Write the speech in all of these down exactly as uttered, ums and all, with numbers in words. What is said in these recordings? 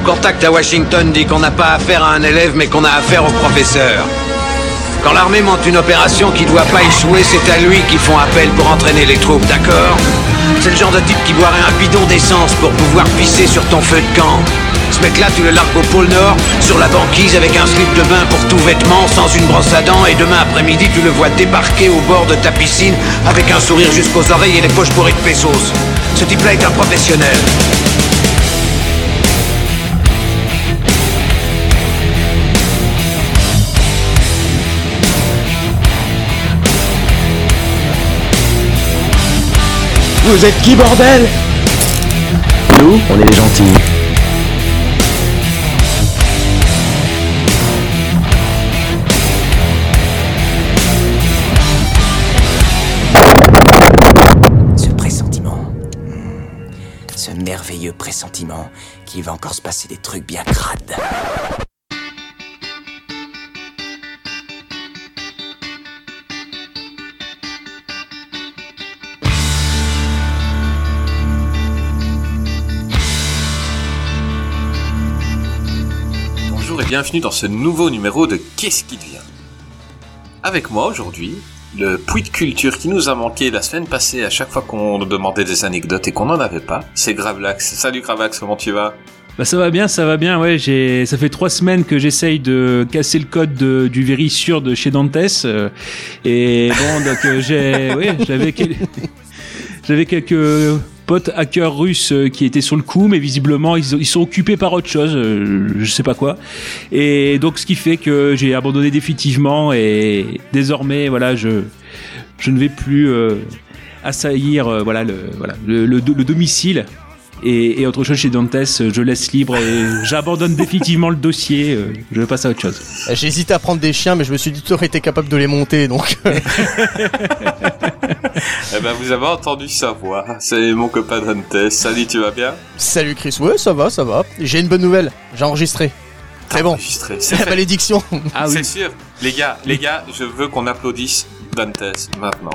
contact à Washington dit qu'on n'a pas affaire à un élève, mais qu'on a affaire au professeur. Quand l'armée monte une opération qui doit pas échouer, c'est à lui qu'ils font appel pour entraîner les troupes, d'accord? C'est le genre de type qui boirait un bidon d'essence pour pouvoir pisser sur ton feu de camp. Ce mec-là, tu le largues au pôle Nord, sur la banquise avec un slip de bain pour tout vêtement, sans une brosse à dents, et demain après-midi, tu le vois débarquer au bord de ta piscine avec un sourire jusqu'aux oreilles et les poches bourrées de pesos. Ce type-là est un professionnel. Vous êtes qui, bordel? Nous, on est les gentils. Ce pressentiment. Ce merveilleux pressentiment qu'il va encore se passer des trucs bien crades. Bonjour et bienvenue dans ce nouveau numéro de Qu'est-ce qui devient ? Avec moi aujourd'hui, le puits de culture qui nous a manqué la semaine passée à chaque fois qu'on nous demandait des anecdotes et qu'on n'en avait pas, c'est Gravelax. Salut Gravelax, comment tu vas ? Bah ça va bien, ça va bien, ouais, j'ai, ça fait trois semaines que j'essaye de casser le code de, du Vérissure de chez Dantes, euh, et bon, donc euh, j'ai, oui, j'avais, quel... j'avais quelques potes hackers russes qui étaient sur le coup, mais visiblement ils, ils sont occupés par autre chose, euh, je sais pas quoi, et donc ce qui fait que j'ai abandonné définitivement, et désormais, voilà, je, je ne vais plus euh, assaillir, euh, voilà, le, voilà, le, le, le domicile. Et, et autre chose chez Dantes, je laisse libre et j'abandonne définitivement le dossier, euh, je passe à autre chose. J'ai hésité à prendre des chiens, mais je me suis dit que tu aurais été capable de les monter, donc... Eh ben, vous avez entendu sa voix, c'est mon copain Dantes. Salut, tu vas bien ? Salut Chris, ouais, ça va, ça va. J'ai une bonne nouvelle, j'ai enregistré. Très bon. Enregistré, c'est la malédiction. Ah oui. C'est sûr. Les gars, les gars, je veux qu'on applaudisse Dantes maintenant.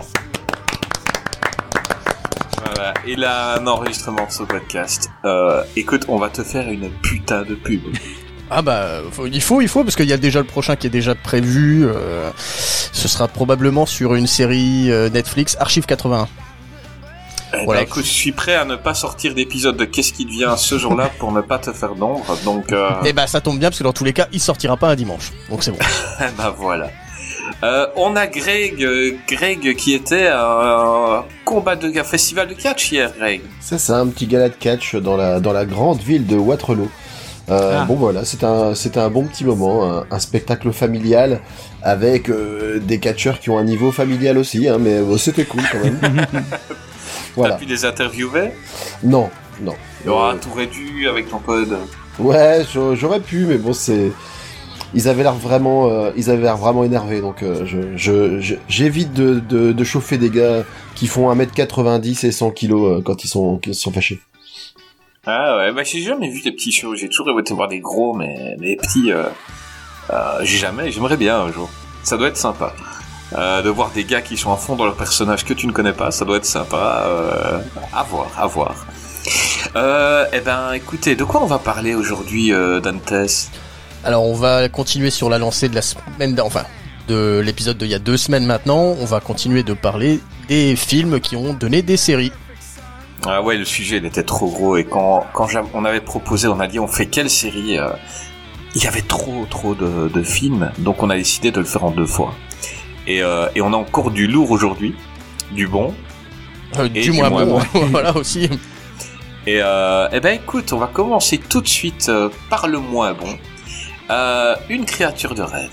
Voilà, il a un enregistrement de ce podcast. Euh, écoute, on va te faire une putain de pub. Ah bah, faut, il faut, il faut, parce qu'il y a déjà le prochain qui est déjà prévu. Euh, ce sera probablement sur une série euh, Netflix, Archive quatre-vingt-un. Eh voilà. ben, écoute, je suis prêt à ne pas sortir d'épisode de Qu'est-ce qui devient ce jour-là pour ne pas te faire d'ombre, donc... Euh... Eh bah, ça tombe bien, parce que dans tous les cas, il sortira pas un dimanche. Donc c'est bon. Eh ben voilà. Euh, on a Greg, euh, Greg qui était à un combat de un festival de catch hier, Greg. C'est ça, un petit gala de catch dans la dans la grande ville de Waterloo. Euh, ah. Bon voilà, c'était un c'était un bon petit moment, un, un spectacle familial avec euh, des catcheurs qui ont un niveau familial aussi, hein, mais bon, c'était cool quand même. Voilà. T'as pu les interviewer ? Non, non. Il y aura Euh, un tour réduit avec ton code. Ouais, j'aurais pu, mais bon c'est. Ils avaient l'air vraiment, euh, ils avaient l'air vraiment énervés, donc euh, je, je, je, j'évite de, de, de chauffer des gars qui font un mètre quatre-vingt-dix et cent kilos euh, quand ils sont, quand ils sont fâchés. Ah ouais, bah j'ai jamais vu des petits shows, j'ai toujours été voir des gros, mais les petits, euh, euh, j'ai jamais, j'aimerais bien un jour. Ça doit être sympa. Euh, de voir des gars qui sont à fond dans leur personnage que tu ne connais pas, ça doit être sympa. Euh, à voir, à voir. Euh, eh ben, écoutez, de quoi on va parler aujourd'hui, euh, Dantes ? Alors on va continuer sur la lancée de la semaine, enfin de l'épisode d'il y a deux semaines maintenant. On va continuer de parler des films qui ont donné des séries. Ah ouais, le sujet il était trop gros et quand quand on avait proposé, on a dit on fait quelle série, euh, il y avait trop trop de, de films, donc on a décidé de le faire en deux fois. Et euh, et on a encore du lourd aujourd'hui, du bon, euh, et du, du moins, moins bon. bon. Voilà aussi. Et euh, eh ben écoute, on va commencer tout de suite euh, par le moins bon. Euh, une créature de rêve,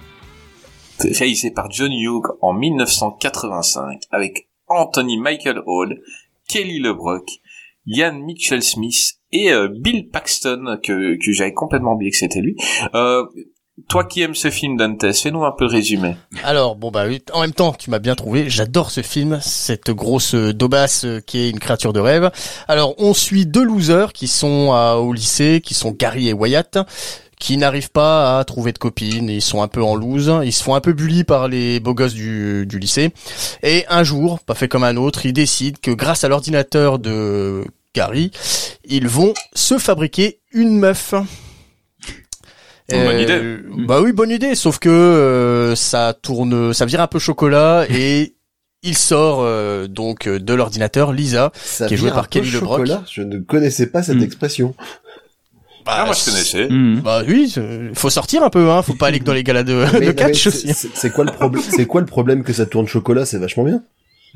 réalisé par John Hughes en dix-neuf cent quatre-vingt-cinq avec Anthony Michael Hall, Kelly LeBrock, Ian Mitchell Smith et euh, Bill Paxton, que, que j'avais complètement oublié que c'était lui. Euh, toi qui aimes ce film, Dantes, fais-nous un peu le résumé. Alors bon bah en même temps tu m'as bien trouvé, j'adore ce film, cette grosse daubasse qui est une créature de rêve. Alors on suit deux losers qui sont à, au lycée, qui sont Gary et Wyatt, qui n'arrivent pas à trouver de copines, ils sont un peu en loose, ils se font un peu bully par les beaux gosses du, du lycée, et un jour, pas fait comme un autre, ils décident que grâce à l'ordinateur de Gary, ils vont se fabriquer une meuf. Une bonne idée. Bah oui, bonne idée, sauf que euh, ça tourne, ça vire un peu chocolat et il sort euh, donc de l'ordinateur Lisa, Ça qui est jouée vire par un peu Kelly LeBrock. chocolat. Je ne connaissais pas cette Mm. expression. Bah, Ah, moi, je connaissais. Mhm. Bah oui, euh, faut sortir un peu, hein. Faut pas aller que dans les galas de, Mais- de mais catch c'est- aussi. c'est c'est quoi le problème C'est quoi le problème que ça tourne chocolat? C'est vachement bien.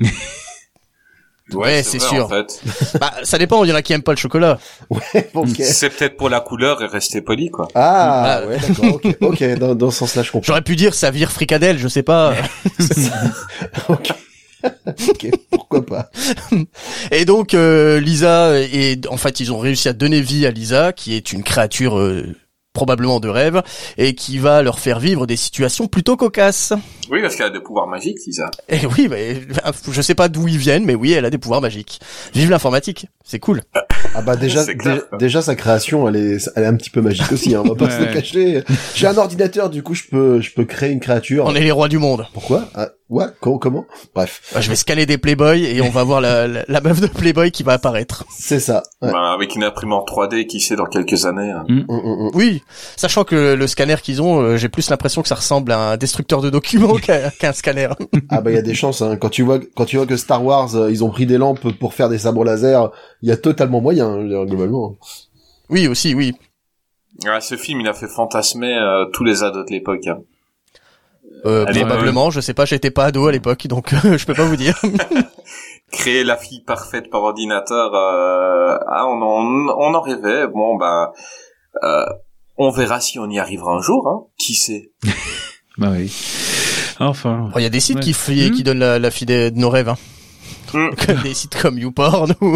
Ouais, c'est vrai, sûr. En fait. Bah, ça dépend. Il y en a qui aiment pas le chocolat. Ok. C'est peut-être pour la couleur et rester poli, quoi. Ah, Ah. ouais, d'accord. Ok, ok. Dans, dans ce sens-là, je comprends. J'aurais pu dire ça vire fricadelle, je sais pas. Ok. Ok, pourquoi pas. Et donc euh, Lisa et en fait ils ont réussi à donner vie à Lisa, qui est une créature euh, probablement de rêve et qui va leur faire vivre des situations plutôt cocasses. Oui, parce qu'elle a des pouvoirs magiques, Lisa. Et oui, mais je sais pas d'où ils viennent, mais oui, elle a des pouvoirs magiques. Vive l'informatique, c'est cool. Ah bah déjà, C'est clair, dé- quoi. déjà sa création, elle est, elle est un petit peu magique aussi. Hein, on va pas Ouais, se le ouais. cacher. J'ai un ordinateur, du coup, je peux, je peux créer une créature. On est les rois du monde. Pourquoi ah, ouais, comment, comment Bref, Bah, je vais scanner des Playboy et on va voir la, la, la meuf de Playboy qui va apparaître. c'est ça. Ouais. Bah, avec une imprimante trois D, qui sait, dans quelques années. hein. Hum, hum, hum. Oui, sachant que le, le scanner qu'ils ont, euh, j'ai plus l'impression que ça ressemble à un destructeur de documents qu'à qu'un scanner. Ah bah il y a des chances. Hein. Quand tu vois, quand tu vois que Star Wars, euh, ils ont pris des lampes pour faire des sabres laser, il y a totalement moyen, hein, je veux dire, globalement. Oui, aussi, oui. Ouais, ce film, il a fait fantasmer euh, tous les ados de l'époque. Hein. Euh, Allez, probablement, je sais pas, j'étais pas ado à l'époque, donc euh, je peux pas vous dire. Créer la fille parfaite par ordinateur, euh, ah, on, en, on en rêvait. Bon, bah, euh, on verra si on y arrivera un jour. Hein. Qui sait? Bah oui. Enfin. Il y a des sites Ouais. qui, f- Hmm. qui donnent la, la fille de, de nos rêves, hein. Hmm. Comme des sites comme YouPorn ou...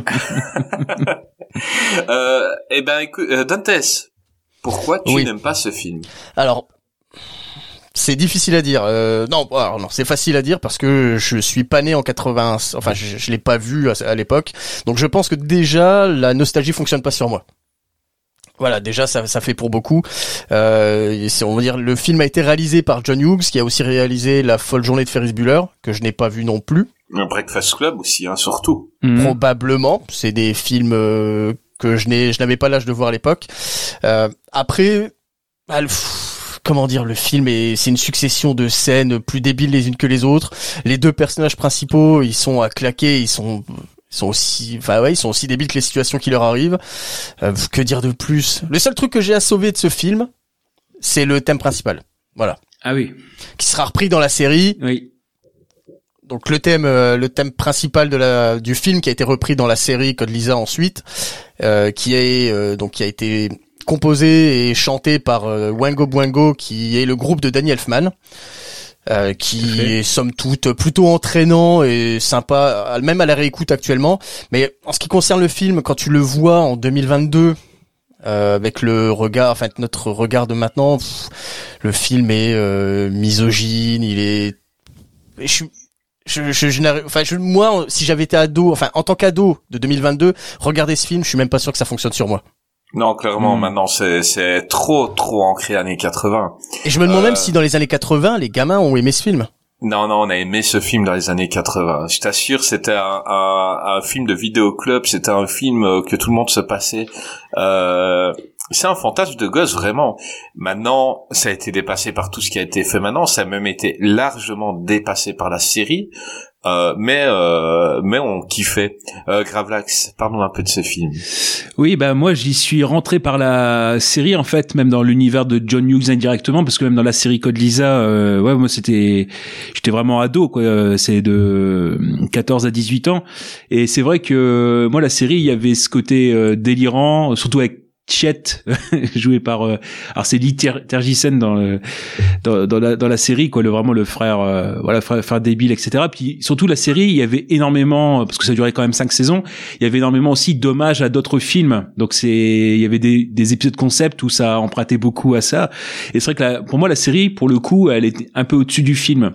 euh, eh ben, écoute, euh, Dantes, pourquoi tu Oui. n'aimes pas ce film? Alors, c'est difficile à dire. Euh, non, alors non, c'est facile à dire parce que je suis pas né en quatre-vingts. Enfin, je, je l'ai pas vu à, à l'époque. Donc, je pense que déjà la nostalgie fonctionne pas sur moi. Voilà, déjà ça, ça fait pour beaucoup. Euh, c'est, on va dire, le film a été réalisé par John Hughes, qui a aussi réalisé La Folle Journée de Ferris Bueller, que je n'ai pas vu non plus. Un Breakfast Club aussi, hein, surtout. Mhm. Probablement, c'est des films euh, que je n'ai, je n'avais pas l'âge de voir à l'époque. Euh, après, bah, le- pff, comment dire, le film est, c'est une succession de scènes plus débiles les unes que les autres. Les deux personnages principaux, ils sont à claquer, ils sont, ils sont aussi, enfin ouais, ils sont aussi débiles que les situations qui leur arrivent. Euh, que dire de plus? Le seul truc que j'ai à sauver de ce film, c'est le thème principal. Voilà, Ah oui. qui sera repris dans la série. Oui. Donc le thème, euh, le thème principal de la du film qui a été repris dans la série Code Lisa ensuite, euh, qui est euh, donc qui a été composé et chanté par euh, Wango Boingo, qui est le groupe de Danny Elfman, euh, qui Parfait. est somme toute plutôt entraînant et sympa, même à la réécoute actuellement. Mais en ce qui concerne le film, quand tu le vois en deux mille vingt-deux, euh, avec le regard, enfin notre regard de maintenant, pff, le film est euh, misogyne, il est, je suis Je, je, je n'arrive- enfin, je, moi, si j'avais été ado, enfin, en tant qu'ado de deux mille vingt-deux, regarder ce film, je suis même pas sûr que ça fonctionne sur moi. Non, clairement, Hmm. maintenant, c'est, c'est trop, trop ancré années quatre-vingts. Et je me demande Euh. même si dans les années quatre-vingts, les gamins ont aimé ce film. Non, non, on a aimé ce film dans les années quatre-vingts. Je t'assure, c'était un, un, un film de vidéoclub, c'était un film euh, que tout le monde se passait. Euh, c'est un fantasme de gosse, vraiment. Maintenant, ça a été dépassé par tout ce qui a été fait maintenant. Ça a même été largement dépassé par la série. Euh, mais euh, mais on kiffait. Euh, Gravelax, parle-nous un peu de ce film. Oui, bah moi j'y suis rentré par la série en fait, même dans l'univers de John Hughes indirectement, parce que même dans la série Code Lisa, euh, ouais, moi c'était, j'étais vraiment ado quoi. euh, C'est de quatorze à dix-huit ans, et c'est vrai que moi la série, il y avait ce côté euh, délirant, surtout avec Chet joué par euh, alors c'est Lee Ter- Tergesen dans le dans, dans la dans la série quoi, le vraiment le frère euh, voilà frère, frère débile, etc. Puis surtout la série, il y avait énormément, parce que ça durait quand même cinq saisons, il y avait énormément aussi d'hommages à d'autres films. Donc c'est il y avait des des épisodes concept où ça empruntait beaucoup à ça, et c'est vrai que la, pour moi la série pour le coup elle était un peu au-dessus du film.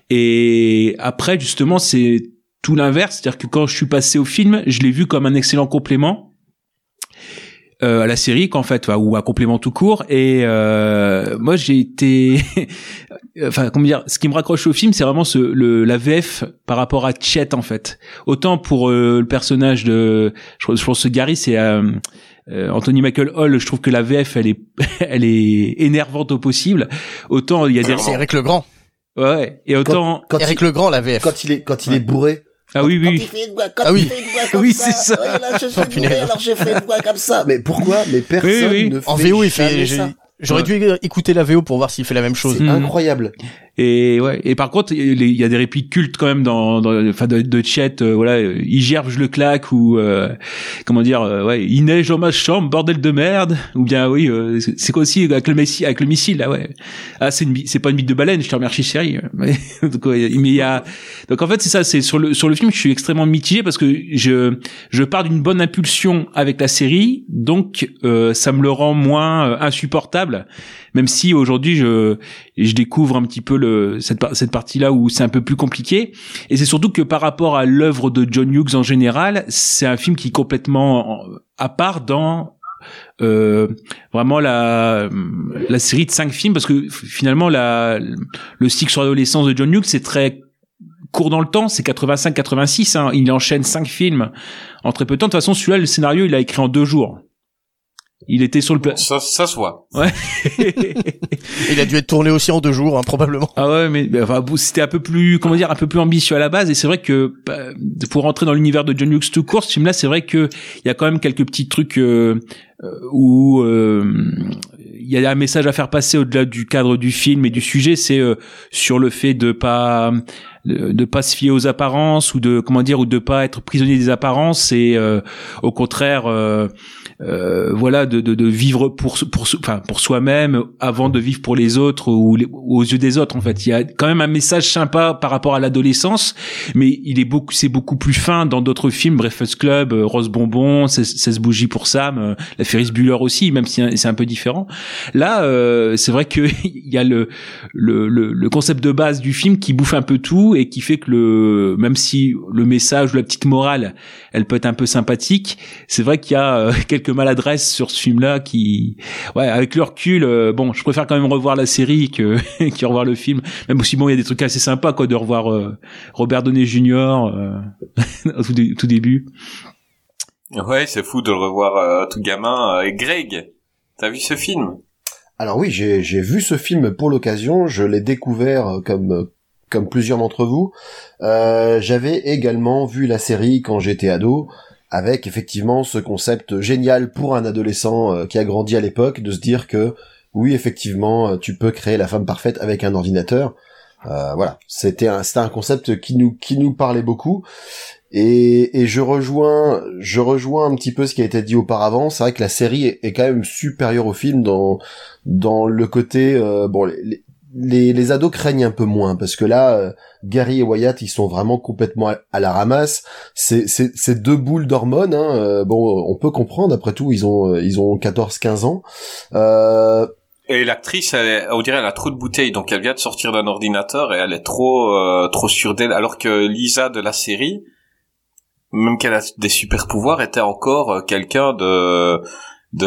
Et après justement c'est tout l'inverse, c'est-à-dire que quand je suis passé au film, je l'ai vu comme un excellent complément. euh, à la série qu'en fait, ou à complément tout court. Et euh, moi, j'ai été, enfin, comment dire, ce qui me raccroche au film, c'est vraiment ce, le, la V F par rapport à Chet en fait. Autant pour euh, le personnage de, je, je pense que Gary, c'est euh, euh, Anthony Michael Hall. Je trouve que la V F, elle est, elle est énervante au possible. Autant il y a des, c'est Eric Legrand. Ouais. Et autant quand, quand Eric il, Legrand, la V F. Quand il est, quand il ouais. est bourré. Ah oui, oui. Quand il fait une voix, quand ah il oui. fait une voix comme oui, ça. c'est ça. Ouais, là, je suis bourré, alors j'ai fait une voix comme ça. Mais pourquoi? Mais personne oui, oui. ne fait En V O, il fait, ça. J'aurais ouais. dû écouter la V O pour voir s'il fait la même chose. C'est mmh. incroyable. Et ouais. Et par contre, il y a des répliques cultes quand même dans, dans enfin de, de Chet. Euh, voilà, il gerbe, je le claque, ou euh, comment dire, euh, ouais, il neige dans ma chambre, bordel de merde. Ou bien oui, euh, c'est quoi aussi avec le missile, avec le missile là, ouais. Ah, c'est une, c'est pas une bite de baleine. Je te remercie, chérie. Mais, donc, ouais, mais il y a, donc en fait c'est ça, c'est sur le sur le film, je suis extrêmement mitigé parce que je je pars d'une bonne impulsion avec la série, donc euh, ça me le rend moins euh, insupportable. Même si aujourd'hui je je découvre un petit peu le cette cette partie là où c'est un peu plus compliqué, et c'est surtout que par rapport à l'œuvre de John Hughes en général, c'est un film qui est complètement à part dans euh, vraiment la la série de cinq films, parce que finalement la le cycle sur l'adolescence de John Hughes c'est très court dans le temps, c'est quatre-vingt-cinq quatre-vingt-six, hein, il enchaîne cinq films en très peu de temps. De toute façon, celui-là, le scénario, il a écrit en deux jours. Il était sur le pla- Ça, ça se voit. Ouais. Il a dû être tourné aussi en deux jours, hein, probablement. Ah ouais, mais, mais enfin, c'était un peu plus, comment dire, un peu plus ambitieux à la base. Et c'est vrai que bah, pour rentrer dans l'univers de John Hughes tout court, ce film-là, c'est vrai que il y a quand même quelques petits trucs euh, où euh, il y a un message à faire passer au-delà du cadre du film et du sujet. C'est euh, sur le fait de pas de, de pas se fier aux apparences, ou de comment dire, ou de pas être prisonnier des apparences, et euh, au contraire. Euh, Euh, voilà, de, de, de vivre pour pour enfin pour soi-même avant de vivre pour les autres, ou, les, ou aux yeux des autres. En fait, il y a quand même un message sympa par rapport à l'adolescence, mais il est beaucoup c'est beaucoup plus fin dans d'autres films, Breakfast Club, euh, Rose Bonbon, seize bougies pour Sam, euh, la Ferris Bueller aussi, même si c'est un peu différent. Là, euh, c'est vrai que il y a le, le le le concept de base du film qui bouffe un peu tout, et qui fait que le même si le message ou la petite morale, elle peut être un peu sympathique, c'est vrai qu'il y a euh, quelques maladresse sur ce film-là qui, ouais, avec le recul, euh, bon, je préfère quand même revoir la série que que revoir le film. Même aussi, bon, il y a des trucs assez sympas, quoi, de revoir euh, Robert Downey junior euh, au tout, dé- tout début. Ouais, c'est fou de le revoir euh, tout gamin. Et Greg, t'as vu ce film? Alors oui, j'ai j'ai vu ce film pour l'occasion. Je l'ai découvert comme comme plusieurs d'entre vous. Euh, j'avais également vu la série quand j'étais ado, avec effectivement ce concept génial pour un adolescent euh, qui a grandi à l'époque, de se dire que oui, effectivement, tu peux créer la femme parfaite avec un ordinateur. Euh, voilà, c'était un c'était un concept qui nous qui nous parlait beaucoup. Et, et je rejoins je rejoins un petit peu ce qui a été dit auparavant. C'est vrai que la série est, est quand même supérieure au film dans dans le côté euh, bon les, les les ados craignent un peu moins, parce que là euh, Gary et Wyatt, ils sont vraiment complètement à, à la ramasse. C'est c'est c'est deux boules d'hormones, hein. Euh, bon, on peut comprendre, après tout, ils ont ils ont quatorze quinze ans. Euh Et l'actrice, elle est, on dirait, elle a trop de bouteilles, donc elle vient de sortir d'un ordinateur et elle est trop, euh, trop sûre d'elle, alors que Lisa de la série, même qu'elle a des super pouvoirs, était encore quelqu'un de, de,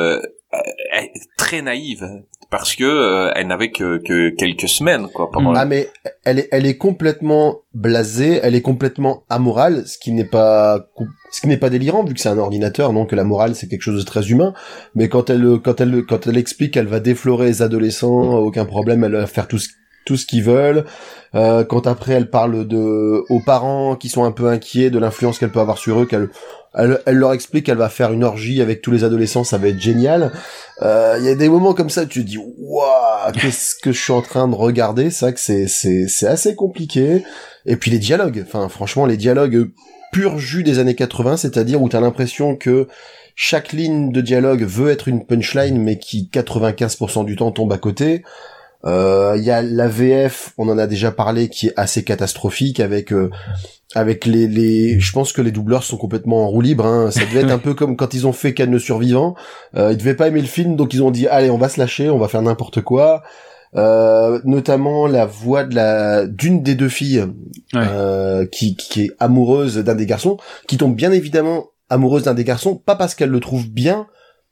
euh, très naïve, parce que euh, elle n'avait que, que quelques semaines, quoi. Pendant ah mais elle est elle est complètement blasée, elle est complètement amorale, ce qui n'est pas ce qui n'est pas délirant vu que c'est un ordinateur, donc la morale c'est quelque chose de très humain. Mais quand elle quand elle quand elle explique qu'elle va déflorer les adolescents, aucun problème, elle va faire tout ce tout ce qu'ils veulent. Euh, quand après elle parle de aux parents qui sont un peu inquiets de l'influence qu'elle peut avoir sur eux, qu'elle elle, elle leur explique qu'elle va faire une orgie avec tous les adolescents, ça va être génial. Il euh, y a des moments comme ça où tu te dis waouh, qu'est-ce que je suis en train de regarder. C'est vrai que c'est c'est c'est assez compliqué. Et puis les dialogues, enfin franchement les dialogues pur jus des années quatre-vingts, c'est-à-dire où t'as l'impression que chaque ligne de dialogue veut être une punchline, mais qui quatre-vingt-quinze pour cent du temps tombe à côté. Il euh, y a la V F, on en a déjà parlé, qui est assez catastrophique, avec euh, avec les les je pense que les doubleurs sont complètement en roue libre, hein. Ça devait être un peu comme quand ils ont fait Ken le survivant. Euh, ils devaient pas aimer le film, donc ils ont dit allez, on va se lâcher, on va faire n'importe quoi. Euh, notamment la voix de la d'une des deux filles, ouais. euh, qui qui est amoureuse d'un des garçons, qui tombe bien évidemment amoureuse d'un des garçons, pas parce qu'elle le trouve bien,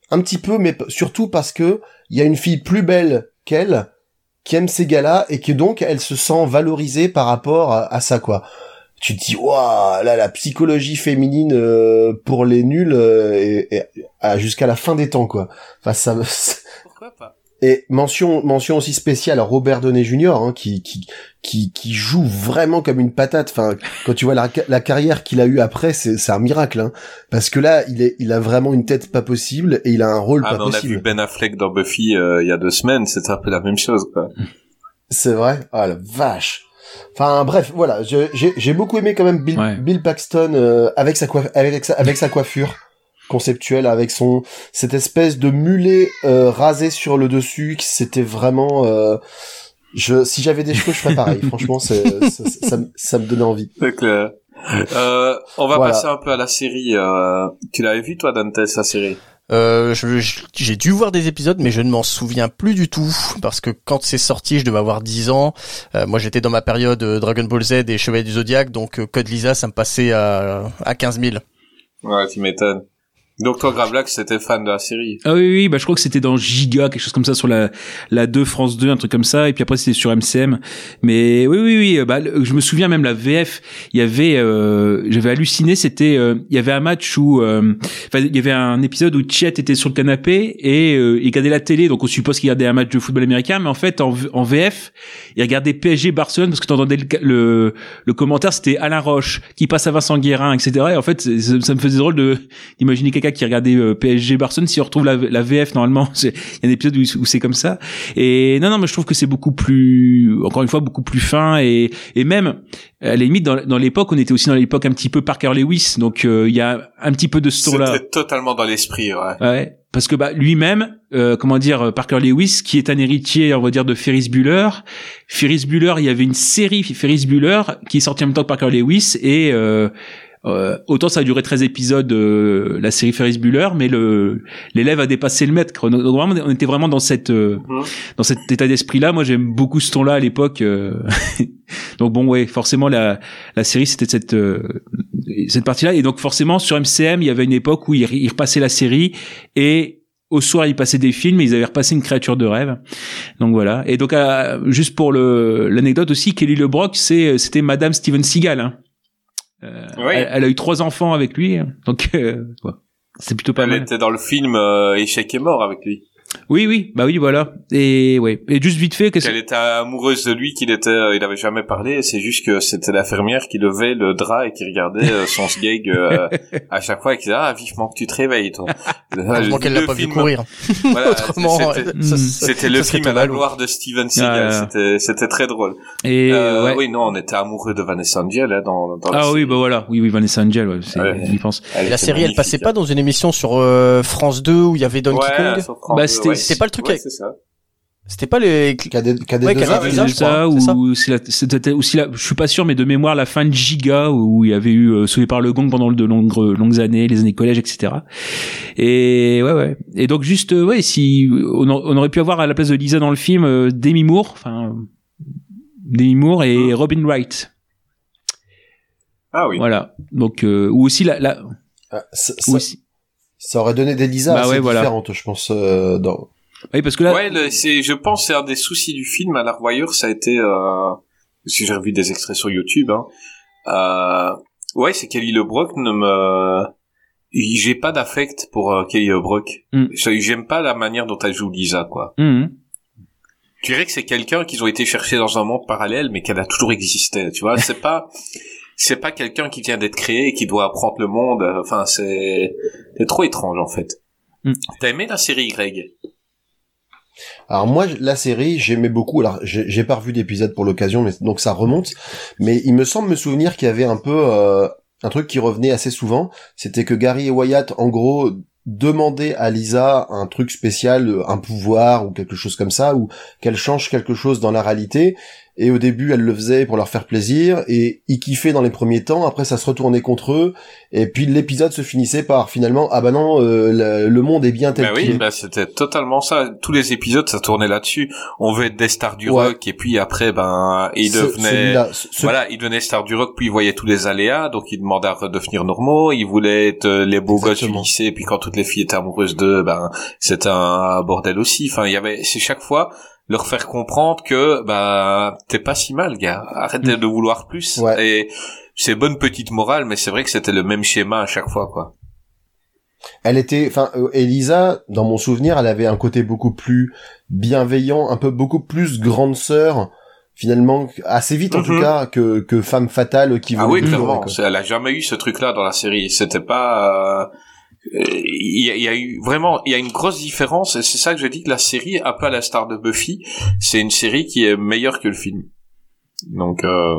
un petit peu, mais p- surtout parce que il y a une fille plus belle qu'elle qui aime ces gars-là et que donc elle se sent valorisée par rapport à, à ça, quoi. Tu te dis, waouh, là, la psychologie féminine euh, pour les nuls euh, et, et, à- jusqu'à la fin des temps, quoi. Enfin, ça me... Pourquoi pas? Et mention, mention aussi spéciale à Robert Downey junior, hein, qui, qui, qui, qui joue vraiment comme une patate. Enfin, quand tu vois la, la carrière qu'il a eue après, c'est, c'est un miracle, hein. Parce que là, il est, il a vraiment une tête pas possible et il a un rôle Ah, pas mais on a possible. vu Ben Affleck dans Buffy euh, il y a deux semaines, c'était un peu la même chose, quoi. C'est vrai? Ah, la vache. Enfin, bref, voilà. Je- J'ai, j'ai beaucoup aimé quand même Bill, Ouais. Bill Paxton, euh, avec sa coiffure, avec sa, avec sa coiffure conceptuelle, avec son, cette espèce de mulet, euh, rasé sur le dessus, qui c'était vraiment, euh, je, si j'avais des cheveux, je ferais pareil. Franchement, c'est, ça, ça, me- ça me donnait envie. C'est clair. Euh, on va Voilà. passer un peu à la série. Euh, tu l'avais vu, toi, Dante, sa série? Euh, je- je- j'ai dû voir des épisodes, mais je ne m'en souviens plus du tout, parce que quand c'est sorti, je devais avoir dix ans. Euh, moi, j'étais dans ma période euh, Dragon Ball Z et Chevalier du Zodiaque, donc euh, Code Lysa, ça me passait à, à quinze mille. Ouais, tu m'étonnes. Donc toi, Gravelax, c'était fan de la série. Ah oui, oui, bah je crois que c'était dans Giga, quelque chose comme ça, sur la la deux, France deux, un truc comme ça, et puis après c'était sur M C M. Mais oui, oui, oui, bah le- je me souviens même la V F, il y avait, euh, j'avais halluciné, c'était, euh, il y avait un match où, euh, enfin il y avait un épisode où Chet était sur le canapé et euh, il regardait la télé, donc on suppose qu'il regardait un match de football américain, mais en fait en, en V F, il regardait P S G Barcelone parce que t'entendais le, le le commentaire, c'était Alain Roche qui passe à Vincent Guérin, et cetera. Et en fait, ça, ça me faisait drôle de d'imaginer quelqu'un qui regardait euh, P S G Barcelone, si on retrouve la, la V F normalement, c'est, il y a un épisode où, où c'est comme ça. Et non, non, mais je trouve que c'est beaucoup plus, encore une fois, beaucoup plus fin et et même à la limite dans, dans l'époque, on était aussi dans l'époque un petit peu Parker Lewis, donc euh, il y a un petit peu de ce ton-là. C'était totalement dans l'esprit, ouais. Ouais, parce que bah lui-même, euh, comment dire, Parker Lewis, qui est un héritier, on va dire, de Ferris Bueller. Ferris Bueller, il y avait une série Ferris Bueller qui est sortie en même temps que Parker Lewis et euh, euh, autant ça a duré treize épisodes, euh, la série Ferris Bueller, mais le l'élève a dépassé le maître. Donc vraiment, on était vraiment dans cette euh, Mhm. dans cet état d'esprit-là. Moi, j'aime beaucoup ce ton-là à l'époque. euh. Donc bon, ouais, forcément la la série c'était cette euh, cette partie-là, et donc forcément sur M C M, il y avait une époque où ils il repassaient la série et au soir ils passaient des films et ils avaient repassé Une créature de rêve. Donc voilà. Et donc euh, juste pour le l'anecdote aussi, Kelly LeBrock, c'est c'était Madame Steven Seagal. Hein. Euh, Oui. elle, elle a eu trois enfants avec lui, donc euh, ouais, c'est plutôt pas Elle mal. était dans le film euh, Échec et mort avec lui. Oui, oui, bah oui, voilà. Et ouais, et juste vite fait, qu'est-ce Elle était amoureuse de lui, qu'il était, euh, il avait jamais parlé. C'est juste que c'était l'infirmière qui levait le drap et qui regardait euh, son sgeg euh, à chaque fois et qui disait ah vivement que tu te réveilles toi. Heureusement qu'elle l'a Le pas vu film- courir. Voilà, Autrement, c'était, Hmm. ça- ça- c'était le ça serait film à tombé la l'eau. gloire de Steven Seagal. Ah, C'était, c'était très drôle. Et Euh, ouais. Oui, non, on était amoureux de Vanessa Angel hein, dans, dans la Ah oui, série. bah voilà, oui, oui, Vanessa Angel, ouais, c'est, Ouais. j'y pense. Elle Et la était série, elle magnifique, passait pas hein. dans une émission sur euh, France deux où il y avait Donkey Ouais, Kong. sur France Bah, deux, c'était- ouais. c'était pas le truc Ouais, avec- c'est ça. C'était pas les. K D, K D Ouais, deux K D A, deux A, ça, je crois, ça, c'est ça. ou c'est la- c'était aussi la, je suis pas sûr, mais de mémoire, la fin de Giga, où il y avait eu euh, Sauvé par le Gong pendant de longues, longues années, les années collège, et cetera. Et ouais, ouais. Et donc juste, euh, ouais, si on, a- on aurait pu avoir à la place de Lisa dans le film euh, Demi Moore, enfin Demi Moore et Robin Wright. Ah oui. Voilà. Donc euh, ou aussi la, la Ah, ça, ou ça, aussi. ça aurait donné des Lisa Bah assez ouais, voilà. différentes, je pense. Euh, dans... Oui, parce que là. Ouais, le- c'est, je pense, c'est un des soucis du film à la revoyure, ça a été, euh, si j'ai revu des extraits sur YouTube, hein, euh, ouais, c'est Kelly LeBrock ne me, j'ai pas d'affect pour euh, Kelly LeBrock. Mm. J'aime pas la manière dont elle joue Lisa, quoi. Mhm. Tu dirais que c'est quelqu'un qu'ils ont été chercher dans un monde parallèle, mais qu'elle a toujours existé, tu vois. C'est pas, c'est pas quelqu'un qui vient d'être créé et qui doit apprendre le monde. Enfin, c'est, c'est trop étrange, en fait. Mm. T'as aimé la série, Greg? Alors moi, la série, j'aimais beaucoup. Alors, j'ai j'ai pas revu d'épisode pour l'occasion, mais donc ça remonte. Mais il me semble me souvenir qu'il y avait un peu euh, un truc qui revenait assez souvent. C'était que Gary et Wyatt, en gros, demandaient à Lisa un truc spécial, un pouvoir ou quelque chose comme ça, ou qu'elle change quelque chose dans la réalité. et au début elle le faisait pour leur faire plaisir et ils kiffaient dans les premiers temps, après ça se retournait contre eux et puis l'épisode se finissait par finalement ah bah non euh, le, le monde est bien tel bah qu'il oui, est. bah c'était totalement ça, tous les épisodes ça tournait là-dessus, on veut être des stars du Ouais. rock et puis après ben ils Ce- devenaient celui-là, ce- ce- voilà, ils devenaient stars du rock puis ils voyaient tous les aléas donc ils demandaient à redevenir normaux, ils voulaient être euh, les beaux gosses du Exactement. lycée et puis quand toutes les filles étaient amoureuses d'eux ben c'était un bordel aussi, enfin il y avait c'est chaque fois leur faire comprendre que bah t'es pas si mal gars, arrête de, de vouloir plus. Ouais. Et c'est bonne petite morale mais c'est vrai que c'était le même schéma à chaque fois quoi. Elle était, enfin, euh, Elisa, dans mon souvenir, elle avait un côté beaucoup plus bienveillant, un peu beaucoup plus grande sœur, finalement, assez vite en Mhm. tout cas, que, que femme fatale qui Ah voulait oui, tout clairement. sauver, quoi. C'est- Elle a jamais eu ce truc-là dans la série. C'était pas. euh, Il y, a, il y a eu vraiment, il y a une grosse différence et c'est ça que je dis que la série, un peu à la star de Buffy, c'est une série qui est meilleure que le film. Donc, euh,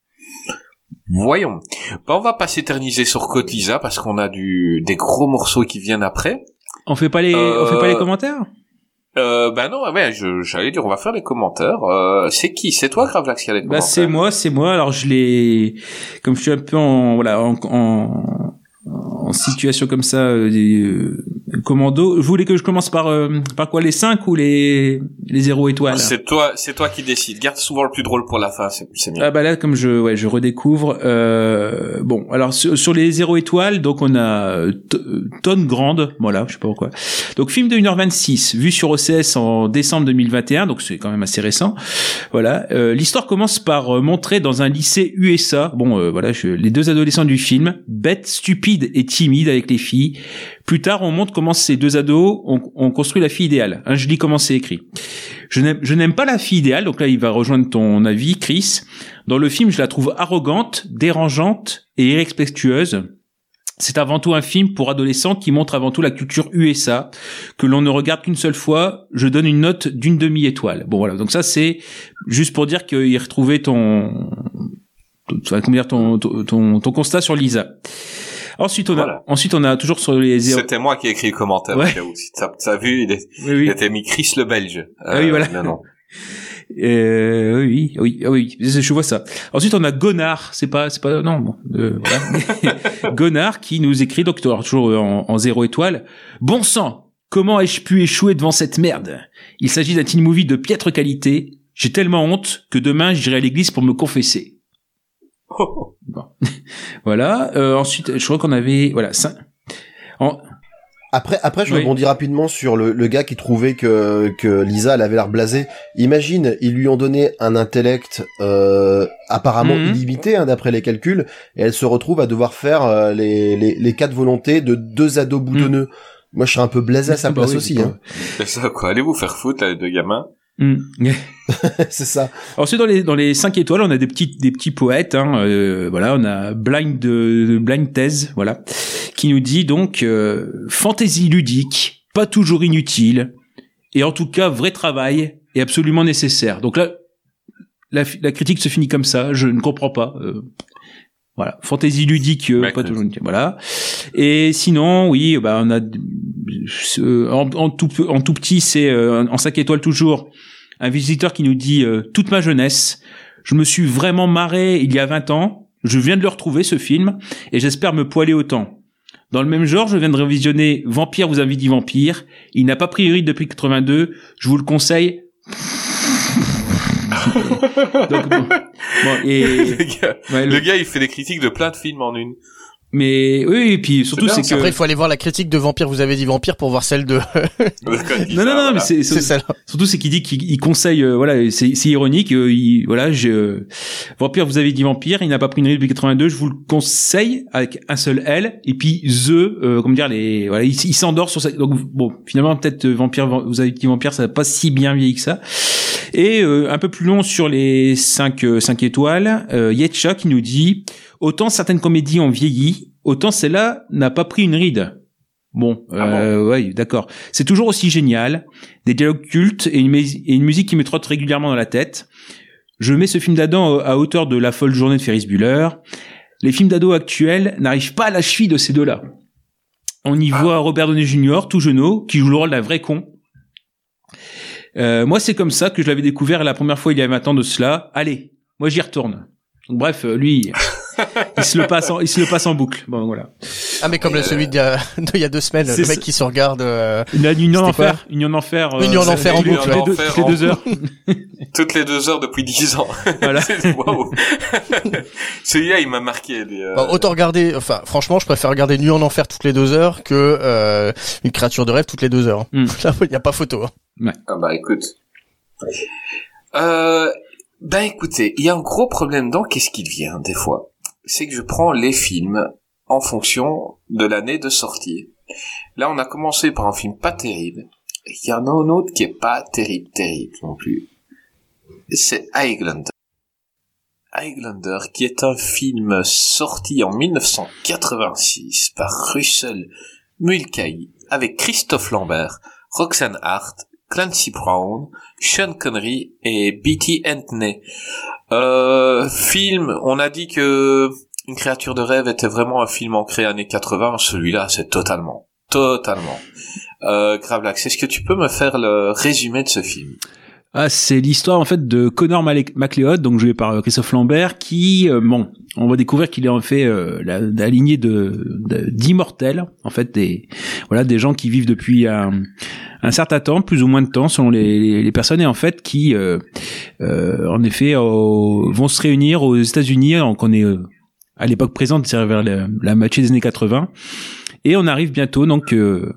voyons. Bah, on va pas s'éterniser sur Code Lisa parce qu'on a du des gros morceaux qui viennent après. On fait pas les, Euh, on fait pas les commentaires? Euh, bah non, ouais, je, j'allais dire, on va faire les commentaires. Euh, c'est qui? C'est toi, Gravelax, qui a les commentaires? Bah c'est moi, c'est moi. Alors je l'ai, comme je suis un peu en voilà en, en, en situation comme ça, euh, des euh, commando. Vous voulez que je commence par euh, par quoi, les cinq ou les les zéro étoiles? C'est toi, c'est toi qui décides. Garde souvent le plus drôle pour la fin, c'est, c'est mieux. Ah bah là comme je ouais je redécouvre euh, bon alors sur, sur les zéro étoiles donc on a t- tonne grande voilà je sais pas pourquoi donc film de une heure vingt-six vu sur O C S en décembre deux mille vingt et un donc c'est quand même assez récent voilà euh, l'histoire commence par euh, montrer dans un lycée U S A bon euh, voilà je, les deux adolescents du film bêtes stupides et timides avec les filles. Plus tard on montre comment ces deux ados ont, ont construit la fille idéale hein, je lis comment c'est écrit. Je n'aime, je n'aime pas la fille idéale, donc là il va rejoindre ton avis, Chris. Dans le film, je la trouve arrogante, dérangeante et irrespectueuse. C'est avant tout un film pour adolescents qui montre avant tout la culture U S A, que l'on ne regarde qu'une seule fois. Je donne une note d'une demi-étoile. Bon voilà, donc ça c'est juste pour dire qu'il retrouvait ton, ton, comment dire, ton, ton, ton, ton constat sur Lisa. Ensuite on a, Voilà. ensuite on a toujours sur les zéro. C'était moi qui ai écrit le commentaire. Ouais. au cas où. Si t'as, t'as vu, il, est, Oui, oui. il était mis Chris le Belge. Ah oui, voilà. Non, non. Euh, oui, oui, ah oui, je vois ça. Ensuite, on a Gonard. C'est pas, c'est pas, non, bon, euh, voilà. Gonard qui nous écrit, donc alors, toujours en, en zéro étoile. Bon sang, comment ai-je pu échouer devant cette merde? Il s'agit d'un teen movie de piètre qualité. J'ai tellement honte que demain j'irai à l'église pour me confesser. Bon. Voilà. Euh, ensuite, je crois qu'on avait, voilà, ça. En... Après, après, je Oui. rebondis rapidement sur le, le gars qui trouvait que, que Lisa, elle avait l'air blasée. Imagine, ils lui ont donné un intellect, euh, apparemment Mhm. illimité, hein, d'après les calculs, et elle se retrouve à devoir faire euh, les, les, les quatre volontés de deux ados boutonneux. Moi, je serais un peu blasé à sa Bah place oui, aussi, c'est hein. C'est ça, quoi. Allez vous faire foutre, là, les deux gamins. Hmm. C'est ça. Ensuite, dans les dans les cinq étoiles, on a des petits des petits poètes. Hein, euh, voilà, on a Blind de Blind Thèse, voilà, qui nous dit donc euh, fantaisie ludique, pas toujours inutile, et en tout cas vrai travail et absolument nécessaire. Donc là, la, la critique se finit comme ça. Je ne comprends pas. Euh, voilà, fantaisie ludique, euh, Mec, pas toujours inutile. Voilà. Et sinon, oui, bah on a euh, en, en tout en tout petit, c'est euh, en cinq étoiles toujours. Un visiteur qui nous dit euh, toute ma jeunesse, je me suis vraiment marré il y a vingt ans, je viens de le retrouver ce film et j'espère me poiler autant. Dans le même genre, je viens de revisionner Vampire vous invite dit Vampire, il n'a pas pris une ride depuis quatre-vingt-deux, je vous le conseille. Donc bon, bon et le, gars, ouais, le le- gars, il fait des critiques de plein de films en une. mais oui et puis surtout bien, c'est ça. que Après, il faut aller voir la critique de Vampire, vous avez dit Vampire pour voir celle de... non non non mais c'est, c'est c'est celle-là. surtout c'est qu'il dit qu'il il conseille euh, voilà c'est c'est ironique euh, il, voilà je euh, Vampire vous avez dit Vampire il n'a pas pris une ride depuis quatre-vingt-deux je vous le conseille avec un seul L et puis The euh, comment dire les voilà il, il s'endort sur ça donc bon finalement peut-être euh, Vampire vous avez dit Vampire ça n'a pas si bien vieilli que ça et euh, un peu plus long sur les cinq euh, cinq étoiles euh, Yetcha qui nous dit autant certaines comédies ont vieilli autant celle-là n'a pas pris une ride. Bon, euh, ouais, d'accord. C'est toujours aussi génial, des dialogues cultes et une, mus- et une musique qui me trotte régulièrement dans la tête. Je mets ce film d'Adam à hauteur de La folle journée de Ferris Bueller. Les films d'ado actuels n'arrivent pas à la cheville de ces deux-là. On y voit Robert Downey junior, tout jeuneau, qui joue le rôle d'un vrai con. Euh, moi, c'est comme ça que je l'avais découvert la première fois il y a maintenant de cela. Allez, moi j'y retourne. Donc, bref, lui, il se le passe en, il se le passe en boucle. Bon, voilà. Ah, mais comme le, celui d'il y a, d'il y a deux semaines, C'est le mec ça. qui se regarde. Euh, Une Union C'était d'enfer, Union d'enfer. euh, Union d'enfer en toutes les- boucle, toutes les deux, Enfer toutes les en- deux heures. Toutes les deux heures depuis dix ans. Voilà. C'est- Waouh. Celui-là, il m'a marqué. Les, euh... Bon, autant regarder, enfin, franchement, je préfère regarder Nuit en enfer toutes les deux heures que euh, une créature de rêve toutes les deux heures. Mm. Là, il n'y a pas photo. Hein. Ah bah écoute. Euh, ben écoutez, il y a un gros problème dans Qu'est-ce qu'il vient des fois. C'est que je prends les films en fonction de l'année de sortie. Là, on a commencé par un film pas terrible. Il y en a un autre qui est pas terrible, terrible non plus. C'est Highlander. Highlander, qui est un film sorti en mille neuf cent quatre-vingt-six par Russell Mulcahy, avec Christophe Lambert, Roxanne Hart, Clancy Brown, Sean Connery et Beatty Antney. Euh, film, on a dit que Une créature de rêve était vraiment un film ancré années quatre-vingts, celui-là c'est totalement, totalement. Euh, Gravelax, est-ce que tu peux me faire le résumé de ce film? Ah, c'est l'histoire en fait de Connor Male- MacLeod, donc joué par euh, Christophe Lambert, qui, euh, bon, on va découvrir qu'il est en fait euh, la, la lignée de, de d'immortels, en fait des, voilà, des gens qui vivent depuis un, un certain temps, plus ou moins de temps selon les, les, les personnes, et en fait qui, euh, euh, en effet, euh, vont se réunir aux États-Unis, donc on est euh, à l'époque présente, c'est vers la, la moitié des années quatre-vingts, et on arrive bientôt donc euh,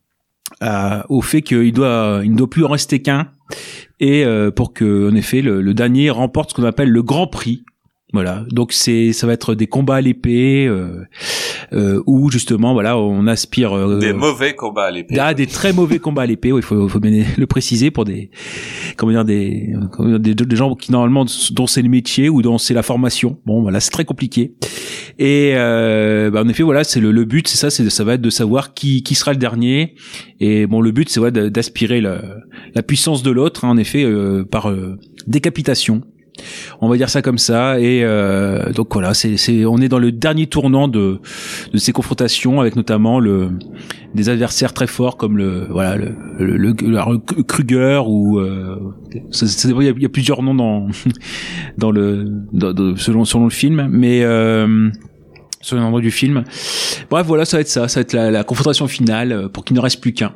à, au fait qu'il doit, il ne doit plus en rester qu'un. Et euh, pour que, en effet, le, le dernier remporte ce qu'on appelle le Grand Prix. Voilà. Donc c'est, ça va être des combats à l'épée, euh, euh, où justement, voilà, on aspire euh, Des mauvais combats à l'épée. ah, des très mauvais combats à l'épée. Oui, il faut, faut bien le préciser pour des, comment dire, des, comment dire, des, des gens qui normalement dont c'est le métier ou dont c'est la formation. Bon, voilà, c'est très compliqué. Et euh, bah, en effet, voilà, c'est le, le but, c'est ça, c'est de, ça va être de savoir qui, qui sera le dernier. Et bon, le but, c'est voilà, d'aspirer la, la puissance de l'autre, hein, en effet, euh, par euh, décapitation. On va dire ça comme ça. Et euh, donc voilà, c'est, c'est, on est dans le dernier tournant de, de ces confrontations, avec notamment le, des adversaires très forts comme le, voilà, le, le, le, le Kruger ou euh, c'est, c'est, il, y a, il y a plusieurs noms dans, dans le, dans, dans, selon, selon le film, mais euh, sur le nom du film. Bref, voilà, ça va être ça, ça va être la, la confrontation finale pour qu'il ne reste plus qu'un.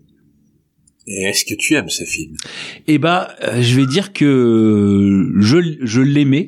Et est-ce que tu aimes ce film? Eh ben, euh, je vais dire que je je l'aimais.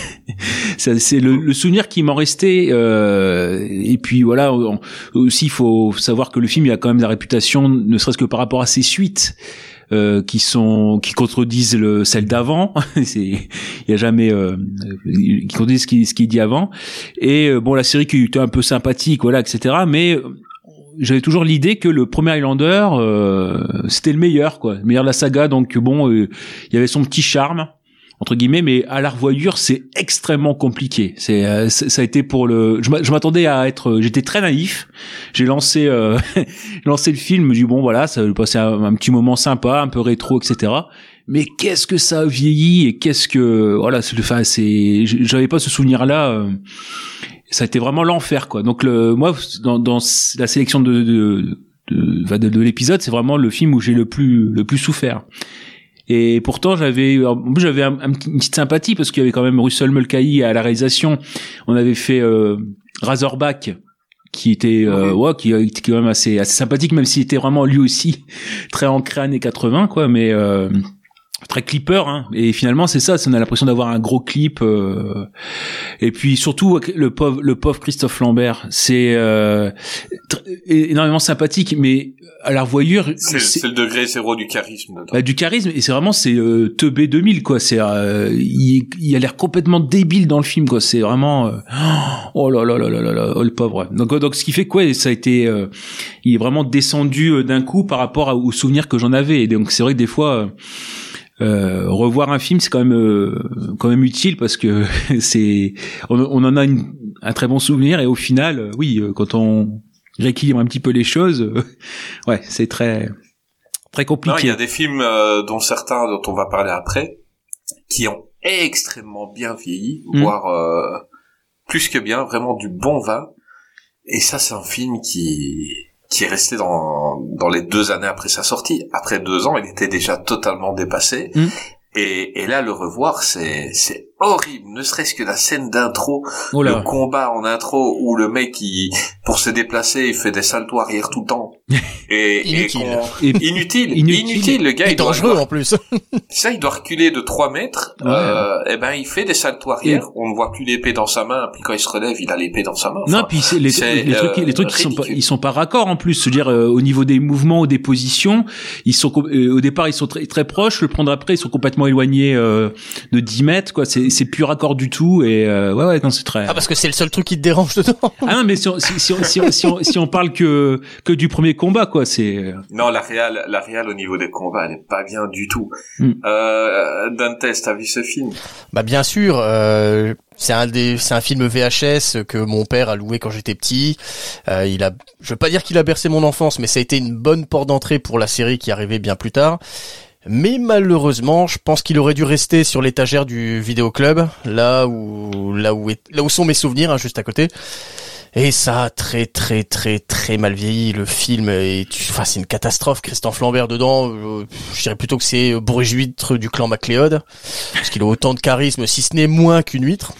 Ça, c'est le, le souvenir qui m'en restait. Euh, et puis voilà, on, aussi il faut savoir que le film il a quand même la réputation, ne serait-ce que par rapport à ses suites. Euh, qui sont qui contredisent le celle d'avant. C'est il y a jamais euh, qui contredisent ce qui ce qui est dit avant. Et euh, bon, la série qui était un peu sympathique, voilà, et cetera. Mais j'avais toujours l'idée que le premier Highlander euh, c'était le meilleur, quoi, le meilleur de la saga. Donc bon, euh, il y avait son petit charme entre guillemets, mais à la revoyure c'est extrêmement compliqué. C'est, euh, c'est ça a été pour le. Je, je m'attendais à être. J'étais très naïf. J'ai lancé euh, lancé le film. Je me dis bon voilà, ça va passer un, un petit moment sympa, un peu rétro, et cetera. Mais qu'est-ce que ça a vieilli et qu'est-ce que voilà. C'est, enfin c'est. J'avais pas ce souvenir là. Euh, ça a été vraiment l'enfer, quoi. Donc le moi dans, dans la sélection de de, de, de, de l'épisode, c'est vraiment le film où j'ai le plus le plus souffert. Et pourtant j'avais en plus j'avais un, un, une petite sympathie parce qu'il y avait quand même Russell Mulcahy à la réalisation. On avait fait euh, Razorback qui était euh, ouais qui était quand même assez assez sympathique, même s'il était vraiment lui aussi très ancré années quatre-vingts, quoi, mais euh, très clipper, hein. Et finalement c'est ça, on a l'impression d'avoir un gros clip. Euh, et puis surtout le pauvre le pauvre Christophe Lambert, c'est euh, tr- énormément sympathique, mais à la revoyure c'est, c'est... c'est le degré zéro du charisme dedans. Bah, du charisme, et c'est vraiment c'est euh, Teubé deux mille, quoi. C'est euh, il, il a l'air complètement débile dans le film, quoi. C'est vraiment euh, oh là là là là là là, oh, le pauvre. Donc donc ce qui fait quoi, ça a été euh, il est vraiment descendu euh, d'un coup par rapport à, aux souvenirs que j'en avais. Et donc c'est vrai que des fois euh, Euh, revoir un film c'est quand même euh, quand même utile parce que c'est on, on en a une, un très bon souvenir, et au final euh, oui euh, quand on rééquilibre un petit peu les choses euh, ouais c'est très très compliqué. Non, il y a des films euh, dont certains dont on va parler après qui ont extrêmement bien vieilli, mmh. voire euh, plus que bien, vraiment du bon vin, et ça c'est un film qui qui est resté dans dans les deux années après sa sortie. Après deux ans, il était déjà totalement dépassé. Mmh. Et, et là, le revoir, c'est c'est horrible. Ne serait-ce que la scène d'intro, oh le combat en intro où le mec, il, pour se déplacer, il fait des saltos arrière tout le temps. Et, inutile. Et inutile. Inutile. Inutile. Le gars, et il dangereux doit, en plus. Ça, il doit reculer de trois mètres. Ouais. Euh, et ben, il fait des saltos arrière. Et... On ne voit plus l'épée dans sa main. Puis quand il se relève, il a l'épée dans sa main. Enfin, non, puis c'est les, c'est, les, les trucs, euh, les trucs, ils sont pas, ils sont pas raccords en plus. Se dire euh, au niveau des mouvements ou des positions, ils sont euh, au départ, ils sont très très proches. Le prendre après, ils sont complètement éloignés euh, de dix mètres. Quoi, c'est c'est plus raccord du tout. Et euh, ouais, ouais, non, c'est très. Ah, parce que c'est le seul truc qui te dérange dedans. Ah non, mais si on, si, si, on, si, on, si, on, si on parle que que du premier combat, quoi, c'est. Non, la réal, la réal au niveau des combats, elle est pas bien du tout. Mm. Euh, Dantes, t'as vu ce film? Bah bien sûr. Euh, c'est un des, c'est un film V H S que mon père a loué quand j'étais petit. Euh, il a, je veux pas dire qu'il a bercé mon enfance, mais ça a été une bonne porte d'entrée pour la série qui arrivait bien plus tard. Mais malheureusement, je pense qu'il aurait dû rester sur l'étagère du vidéoclub, là où, là où, est, là où sont mes souvenirs, hein, juste à côté. Et ça a très très très très mal vieilli. Le film est, enfin c'est une catastrophe. Christophe Lambert dedans, euh, je dirais plutôt que c'est Bourges huître du clan MacLeod, parce qu'il a autant de charisme, si ce n'est moins qu'une huître.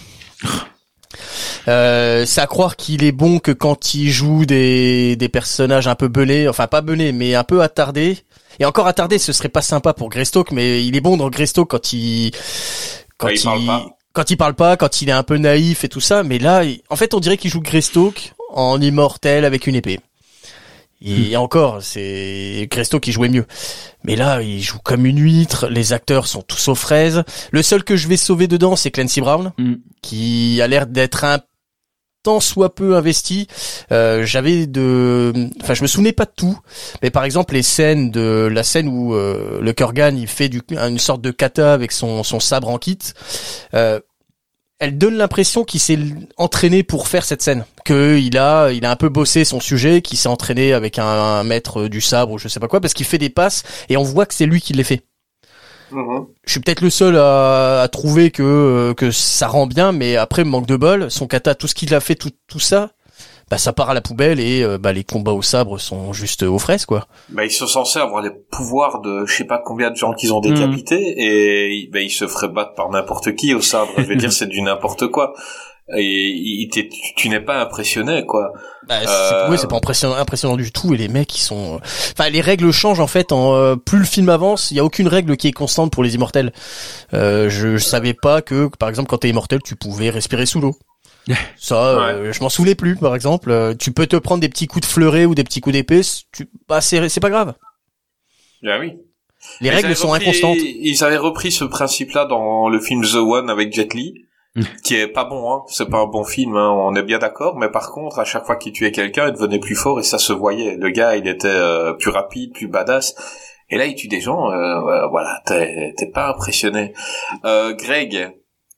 Euh, c'est à croire qu'il est bon que quand il joue des des personnages un peu belés, enfin pas belés, mais un peu attardés. Et encore attardé, ce serait pas sympa pour Greystoke, mais il est bon dans Greystoke quand il quand ah, il, il parle pas. Quand il parle pas, quand il est un peu naïf et tout ça, mais là, il... en fait, on dirait qu'il joue Greystoke en immortel avec une épée. Et hmm. encore, c'est Greystoke qui jouait mieux. Mais là, il joue comme une huître, les acteurs sont tous aux fraises. Le seul que je vais sauver dedans, c'est Clancy Brown, hmm. qui a l'air d'être un tant soit peu investi. Euh, j'avais de, enfin, je me souvenais pas de tout, mais par exemple les scènes de la scène où euh, le Kurgan il fait du une sorte de kata avec son son sabre en kit. Euh, elle donne l'impression qu'il s'est entraîné pour faire cette scène, que il a il a un peu bossé son sujet, qu'il s'est entraîné avec un, un maître du sabre ou je sais pas quoi, parce qu'il fait des passes et on voit que c'est lui qui les fait. Mmh. Je suis peut-être le seul à, à trouver que que ça rend bien, mais après manque de bol, son kata, tout ce qu'il a fait, tout tout ça, bah ça part à la poubelle et euh, bah les combats au sabre sont juste aux fraises quoi. Bah ils sont censés avoir les pouvoirs de je sais pas combien de gens qu'ils ont décapités mmh. et bah ils se feraient battre par n'importe qui au sabre. Je veux dire c'est du n'importe quoi. Et il, tu, tu n'es pas impressionné quoi. Bah, c'est, euh... oui, c'est pas impressionnant, impressionnant du tout et les mecs ils sont, enfin les règles changent en fait. En euh, plus le film avance, il y a aucune règle qui est constante pour les immortels. Euh, je, je savais pas que par exemple quand t'es immortel tu pouvais respirer sous l'eau. Ça, ouais. euh, je m'en souvenais plus par exemple. Euh, tu peux te prendre des petits coups de fleuret ou des petits coups d'épée, tu, bah c'est c'est pas grave. Ah oui. Les ils règles sont repris, inconstantes. Ils avaient repris ce principe-là dans le film The One avec Jet Li. Qui est pas bon, hein. C'est pas un bon film, hein. On est bien d'accord. Mais par contre, à chaque fois qu'il tuait quelqu'un, il devenait plus fort et ça se voyait. Le gars, il était euh, plus rapide, plus badass. Et là, il tue des gens. Euh, euh, voilà, t'es, t'es pas impressionné. Euh, Greg,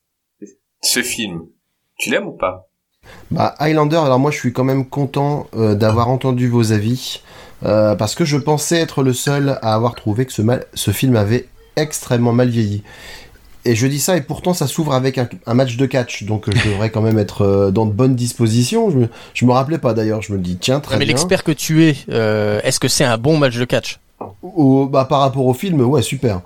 ce film, tu l'aimes ou pas? Bah, Highlander. Alors moi, je suis quand même content euh, d'avoir entendu vos avis euh, parce que je pensais être le seul à avoir trouvé que ce, mal, ce film avait extrêmement mal vieilli. Et je dis ça, et pourtant ça s'ouvre avec un, un match de catch, donc je devrais quand même être euh, dans de bonnes dispositions. Je me, je me rappelais pas d'ailleurs, je me dis tiens, très mais bien. Mais l'expert que tu es, euh, est-ce que c'est un bon match de catch? Ou, bah par rapport au film, ouais, super.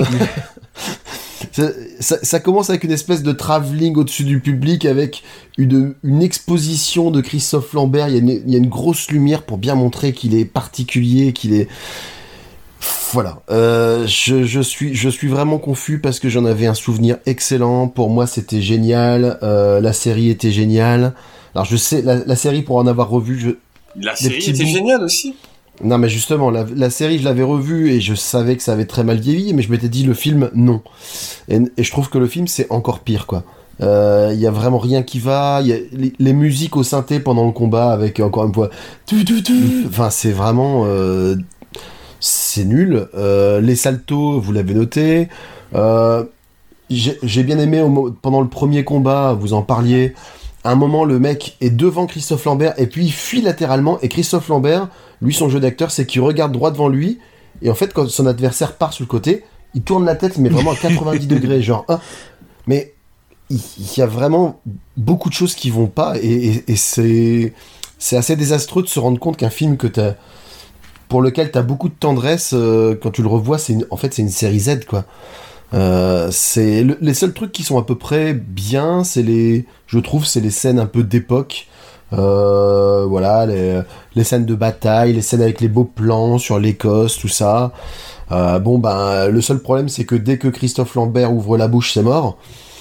ça, ça, ça commence avec une espèce de travelling au-dessus du public, avec une, une exposition de Christophe Lambert. Il y a une, il y a une grosse lumière pour bien montrer qu'il est particulier, qu'il est... Voilà, euh, je, je suis je suis vraiment confus parce que j'en avais un souvenir excellent. Pour moi, c'était génial. Euh, la série était géniale. Alors je sais, la, la série pour en avoir revu, je... la série était bouts... géniale aussi. Non, mais justement, la, la série, je l'avais revue et je savais que ça avait très mal vieilli, mais je m'étais dit le film, non. Et, et je trouve que le film, c'est encore pire, quoi. Il euh, y a vraiment rien qui va. Il y a les, les musiques au synthé pendant le combat avec encore une fois, tu, tu, tu. Enfin, c'est vraiment. Euh... C'est nul. Euh, les saltos, vous l'avez noté. Euh, j'ai, j'ai bien aimé au, pendant le premier combat, vous en parliez. À un moment, le mec est devant Christophe Lambert et puis il fuit latéralement. Et Christophe Lambert, lui, son jeu d'acteur, c'est qu'il regarde droit devant lui. Et en fait, quand son adversaire part sur le côté, il tourne la tête, mais vraiment à quatre-vingt-dix degrés, genre. Hein. Mais il y, y a vraiment beaucoup de choses qui vont pas et, et, et c'est. c'est assez désastreux de se rendre compte qu'un film que t'as, pour lequel t'as beaucoup de tendresse, euh, quand tu le revois, c'est une, en fait c'est une série Z, quoi. Euh, c'est le, les seuls trucs qui sont à peu près bien, c'est les, je trouve, c'est les scènes un peu d'époque. Euh, voilà, les, les scènes de bataille, les scènes avec les beaux plans sur l'Écosse, tout ça. Euh, bon, ben, le seul problème, c'est que dès que Christophe Lambert ouvre la bouche, c'est mort.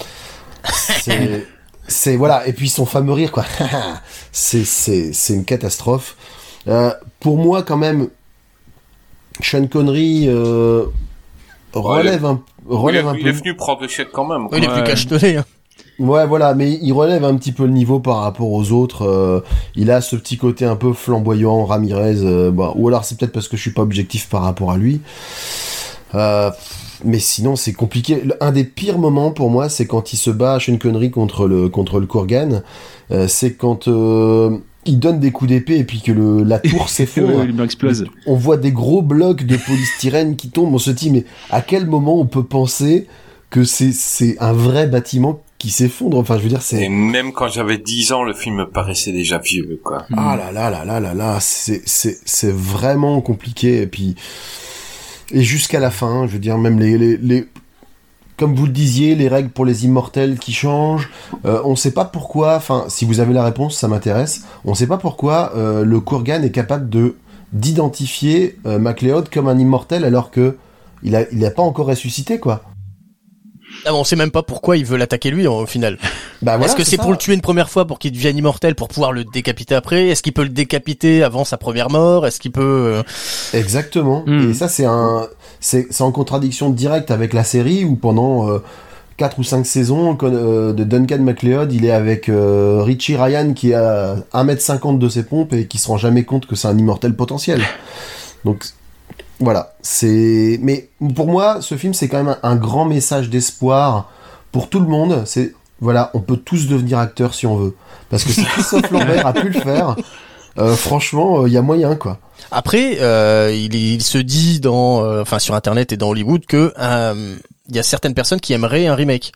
C'est, c'est voilà. Et puis son fameux rire, quoi. c'est, c'est, c'est une catastrophe. Euh, pour moi, quand même, Sean Connery euh, relève un, relève il, est, un il peu. est venu prendre le chèque quand même. Quoi. Il est plus cachetonné. Hein. Ouais, voilà, mais il relève un petit peu le niveau par rapport aux autres. Euh, il a ce petit côté un peu flamboyant, Ramirez. Euh, bah, ou alors c'est peut-être parce que je suis pas objectif par rapport à lui. Euh, mais sinon, c'est compliqué. Un des pires moments pour moi, c'est quand il se bat à Sean Connery contre le contre le Kurgan. Euh, c'est quand euh, il donne des coups d'épée et puis que le, la tour s'effondre. Ouais, il explose. On voit des gros blocs de polystyrène qui tombent. On se dit, mais à quel moment on peut penser que c'est c'est un vrai bâtiment qui s'effondre? Enfin, je veux dire, c'est... Et même quand j'avais dix ans, le film me paraissait déjà vieux, quoi. Ah là là là là là là, c'est, c'est, c'est vraiment compliqué, et puis... Et jusqu'à la fin, je veux dire, même les... les, les... Comme vous le disiez, les règles pour les immortels qui changent, euh, on sait pas pourquoi, enfin, si vous avez la réponse, ça m'intéresse, on sait pas pourquoi euh, le Kurgan est capable de d'identifier euh, MacLeod comme un immortel alors que il a, il a pas encore ressuscité, quoi. Ah bon, on sait même pas pourquoi il veut l'attaquer lui au final. Bah voilà, Est-ce que c'est, c'est pour le tuer une première fois pour qu'il devienne immortel pour pouvoir le décapiter après? Est-ce qu'il peut le décapiter avant sa première mort? Est-ce qu'il peut... Euh... Exactement. Mm. Et ça, c'est un, c'est, c'est en contradiction directe avec la série où pendant euh, quatre ou cinq saisons euh, de Duncan MacLeod, il est avec euh, Richie Ryan qui a un mètre cinquante de ses pompes et qui se rend jamais compte que c'est un immortel potentiel. Donc voilà, c'est... Mais pour moi, ce film, c'est quand même un, un grand message d'espoir pour tout le monde. C'est, voilà, on peut tous devenir acteurs si on veut. Parce que si Christophe Lambert a pu le faire, euh, franchement, il euh, y a moyen, quoi. Après, euh, il, il se dit dans, euh, enfin sur Internet et dans Hollywood que il euh, y a certaines personnes qui aimeraient un remake.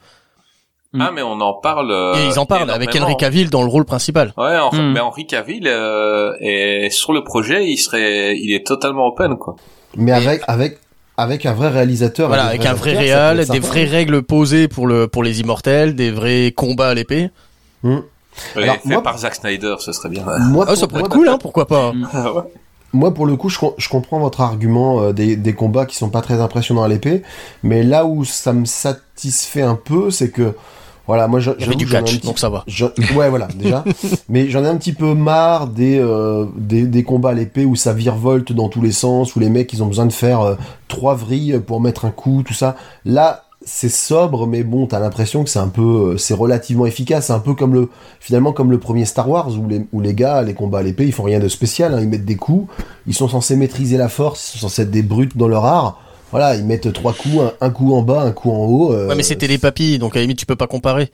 Ah, mais on en parle. Euh, et ils en parlent avec Henry Cavill dans le rôle principal. Ouais, en fait, Mm. mais Henry Cavill euh, est sur le projet, il serait, il est totalement open, quoi. Mais avec, avec, avec un vrai réalisateur. Voilà, avec un vrai acteurs, réal, ça peut des être vraies sympa. règles posées pour le pour les immortels, des vrais combats à l'épée. Mmh. Ouais, Alors, fait moi- par Zack Snyder, ce serait bien. Moi, Ah, pour, ça pourrait moi, être cool, hein, pourquoi pas. Ouais. moi, pour le coup, je, com- je comprends votre argument euh, des, des combats qui sont pas très impressionnants à l'épée, mais là où ça me satisfait un peu, c'est que, voilà, moi, je, Il y avait du j'avoue que j'en ai un catch, petit- donc ça va. je- ouais, voilà, déjà. Mais j'en ai un petit peu marre des, euh, des, des combats à l'épée où ça virevolte dans tous les sens, où les mecs, ils ont besoin de faire euh, trois vrilles pour mettre un coup, tout ça. Là, c'est sobre, mais bon, t'as l'impression que c'est un peu, euh, c'est relativement efficace. C'est un peu comme le, finalement, comme le premier Star Wars, où les, où les gars, les combats à l'épée, ils font rien de spécial, hein, ils mettent des coups, ils sont censés maîtriser la force, ils sont censés être des brutes dans leur art. Voilà, ils mettent trois coups, un, un coup en bas, un coup en haut. euh, Ouais, mais c'était les papilles, donc à la limite tu peux pas comparer.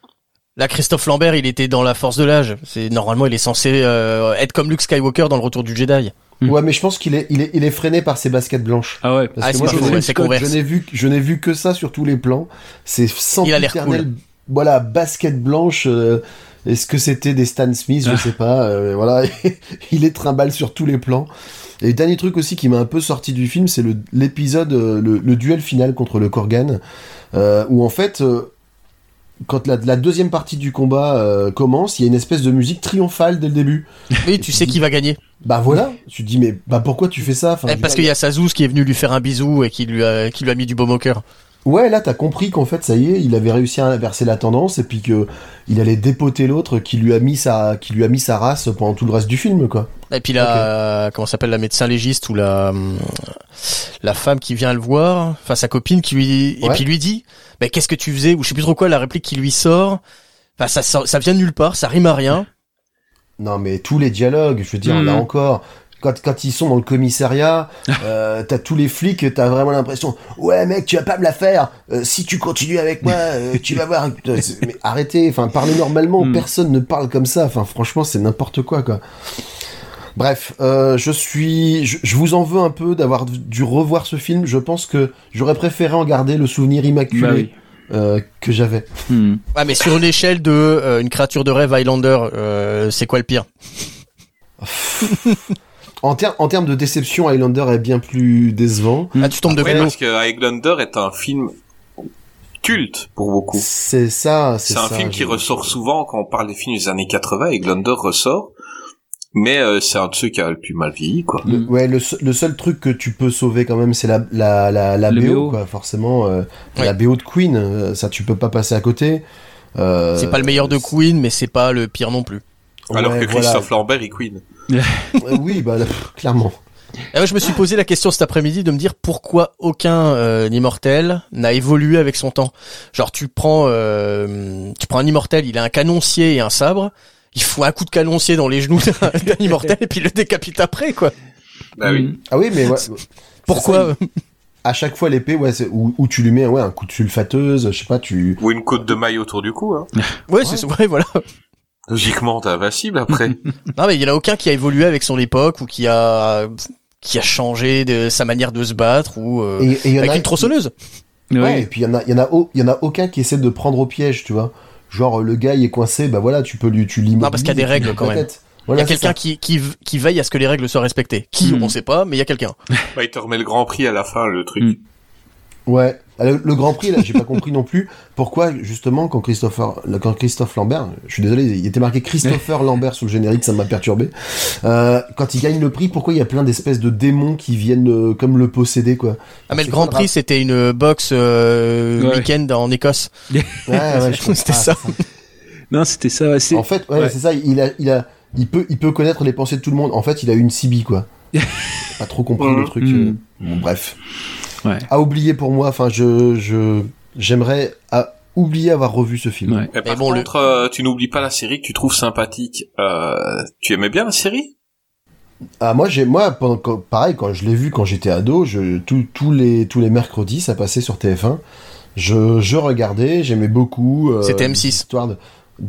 Là, Christophe Lambert, il était dans la force de l'âge. C'est normalement, il est censé euh, être comme Luke Skywalker dans le Retour du Jedi. Ouais, mais je pense qu'il est, il est, il est freiné par ses baskets blanches. Ah ouais. Parce Ah, que c'est moi, pas je, faux, n'ai- ouais, c'est converse. je n'ai vu, je n'ai vu que ça sur tous les plans. C'est sans Il a l'air voilà, basket blanche. Euh, est-ce que c'était des Stan Smith? Je sais pas. Euh, voilà, il est trimballe sur tous les plans. Et le dernier truc aussi qui m'a un peu sorti du film, c'est le, l'épisode, euh, le, le duel final contre le Kurgan, euh, où en fait, euh, quand la, la deuxième partie du combat euh, commence, il y a une espèce de musique triomphale dès le début. Oui, tu sais qui va gagner. Bah voilà, tu te dis mais bah pourquoi tu fais ça? Enfin, Eh, je veux parce dire, qu'il y a Sazouz qui est venu lui faire un bisou et qui lui a, qui lui a mis du baume au cœur. Ouais, là, t'as compris qu'en fait, ça y est, il avait réussi à inverser la tendance et puis que il allait dépoter l'autre qui lui a mis sa, qui lui a mis sa race pendant tout le reste du film, quoi. Et puis la, comment s'appelle, la médecin légiste ou la, hum, la femme qui vient le voir, enfin sa copine qui lui, et Ouais. puis lui dit, bah, qu'est-ce que tu faisais, ou je sais plus trop quoi, la réplique qui lui sort. Enfin, ça, sort- ça vient de nulle part, ça rime à rien. Non, mais tous les dialogues, je veux dire, Mhm. là encore, quand, quand ils sont dans le commissariat, euh, t'as tous les flics, t'as vraiment l'impression, ouais, mec, tu vas pas me la faire, euh, si tu continues avec moi, euh, tu vas voir, Euh, c'est- mais arrêtez, enfin, parlez normalement, Mhm. personne ne parle comme ça, enfin, franchement, c'est n'importe quoi, quoi. Bref, euh, je suis, je, je vous en veux un peu d'avoir dû revoir ce film. Je pense que j'aurais préféré en garder le souvenir immaculé Bah oui. euh, que j'avais. Hmm. Ouais, mais sur une échelle de euh, une créature de rêve Highlander, euh, c'est quoi le pire? En, ter- en termes de déception, Highlander est bien plus décevant. Ah, tu tombes de Ouais, vélo. parce que Highlander est un film culte pour beaucoup. C'est ça, c'est, C'est un ça, film qui je- ressort souvent quand on parle des films des années quatre-vingts. Highlander ressort, mais euh, c'est un de ceux qui a le plus mal vieilli, quoi. Le, ouais, le, se- le seul truc que tu peux sauver quand même, c'est la, la, la, la Le B O, B O. quoi, forcément. Euh, Ouais. La B O de Queen, euh, ça tu peux pas passer à côté. Euh, C'est pas le meilleur de Queen, mais c'est pas le pire non plus. Alors ouais, que voilà. Christophe Lambert est Queen. Euh, oui, bah, là, pff, clairement. Et moi, je me suis posé la question cet après-midi de me dire pourquoi aucun euh, immortel n'a évolué avec son temps. Genre, tu prends, euh, tu prends un immortel, il a un canoncier et un sabre. Il fout un coup de canoncier dans les genoux d'un, d'un immortel et puis il le décapite après, quoi. Bah oui. Ah oui, mais ouais, Pourquoi à chaque fois l'épée, ouais, c'est, où, où tu lui mets ouais, un coup de sulfateuse, je sais pas, tu... Ou une côte de maille autour du cou, hein. Ouais, c'est ouais, voilà. Logiquement, t'es invincible après. Non, mais il y en a aucun qui a évolué avec son époque ou qui a qui a changé de sa manière de se battre ou euh, Et, et il y en avec a une tronçonneuse. Ouais, Ouais. et puis il y en a, il y en a, au- il y en a aucun qui essaie de prendre au piège, tu vois. Genre le gars il est coincé, bah voilà, tu peux lui, tu l'immobilises. Non, parce qu'il y a des et tu lui règles, coupes quand la même. tête. Il Voilà, y a c'est quelqu'un ça. qui, qui qui veille à ce que les règles soient respectées. Qui, Mm. on sait pas, mais il y a quelqu'un. Bah, il te remet le grand prix à la fin, le truc. Mm. Ouais. Le, le Grand Prix là, j'ai pas compris non plus pourquoi justement quand Christopher, quand Christophe Lambert, je suis désolé, il était marqué Christopher Lambert sous le générique, ça m'a perturbé. Euh, quand il gagne le prix, pourquoi il y a plein d'espèces de démons qui viennent euh, comme le posséder quoi. Ah, mais C'est le Grand quoi le Prix, c'était une boxe euh, Ouais. week-end en Écosse. Ouais, ouais, je comprends. C'était Ah, ça. Non, c'était ça. ouais, C'est... En fait, ouais, Ouais. c'est ça. Il a, il a, il peut, il peut connaître les pensées de tout le monde. En fait, il a une C B quoi. Pas trop compris Mhm. le truc. Mhm. euh, Bon, bref. Ouais. À oublier pour moi. Enfin, je, je, j'aimerais à oublier avoir revu ce film. Ouais. Mais par bon, le- contre, euh, tu n'oublies pas la série que tu trouves sympathique. Euh, tu aimais bien la série? Ah, moi, j'ai, moi, pendant, quand- pareil, quand je l'ai vu quand j'étais ado, je, tous, tous les, tous les mercredis, ça passait sur T F un. Je, je regardais, j'aimais beaucoup. euh, C'était M six. Histoire de,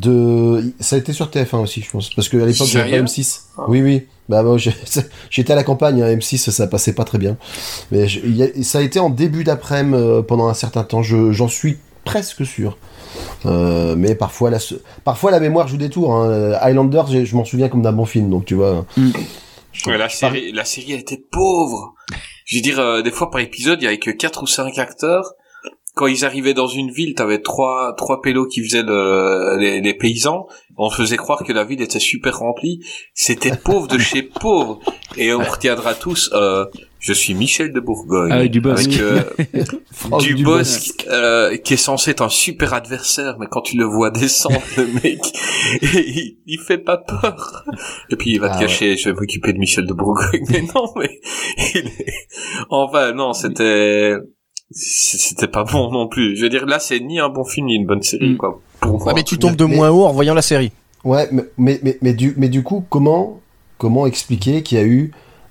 de, ça a été sur T F un aussi, je pense, parce que à l'époque j'avais pas Sérieux M six. Ah. Oui, oui. Bah, moi, j'ai- j'étais à la campagne, hein, M six, ça passait pas très bien. Mais je- il y a- ça a été en début d'après-midi euh, pendant un certain temps. Je, j'en suis presque sûr. Euh, mais parfois la, parfois la mémoire joue des tours. Hein. Highlander, j'ai- je m'en souviens comme d'un bon film, donc tu vois. Mm. Je- Ouais, la série, la série a été pauvre. Je veux dire, euh, des fois par épisode, il y avait que quatre ou cinq acteurs. Quand ils arrivaient dans une ville, t'avais trois, trois pélos qui faisaient le, les, les paysans. On faisait croire que la ville était super remplie. C'était pauvre de chez pauvre. Et on retiendra tous, euh, je suis Michel de Bourgogne. Ah, du boss. Avec, euh, Franck du Dubosc. boss, euh, qui est censé être un super adversaire, mais quand tu le vois descendre, le mec, il, il fait pas peur. Et puis il va te Ah cacher, je vais m'occuper de Michel de Bourgogne. Mais non, mais, il est... enfin, non, c'était, c'était pas bon non plus. Je veux dire, là, c'est ni un bon film, ni une bonne série, Mm. quoi. Pour moi. Ouais, mais tu tombes de Mais- moins haut en voyant la série. Ouais, mais, mais, mais, mais du, mais du coup, comment, comment expliquer qu'il y a eu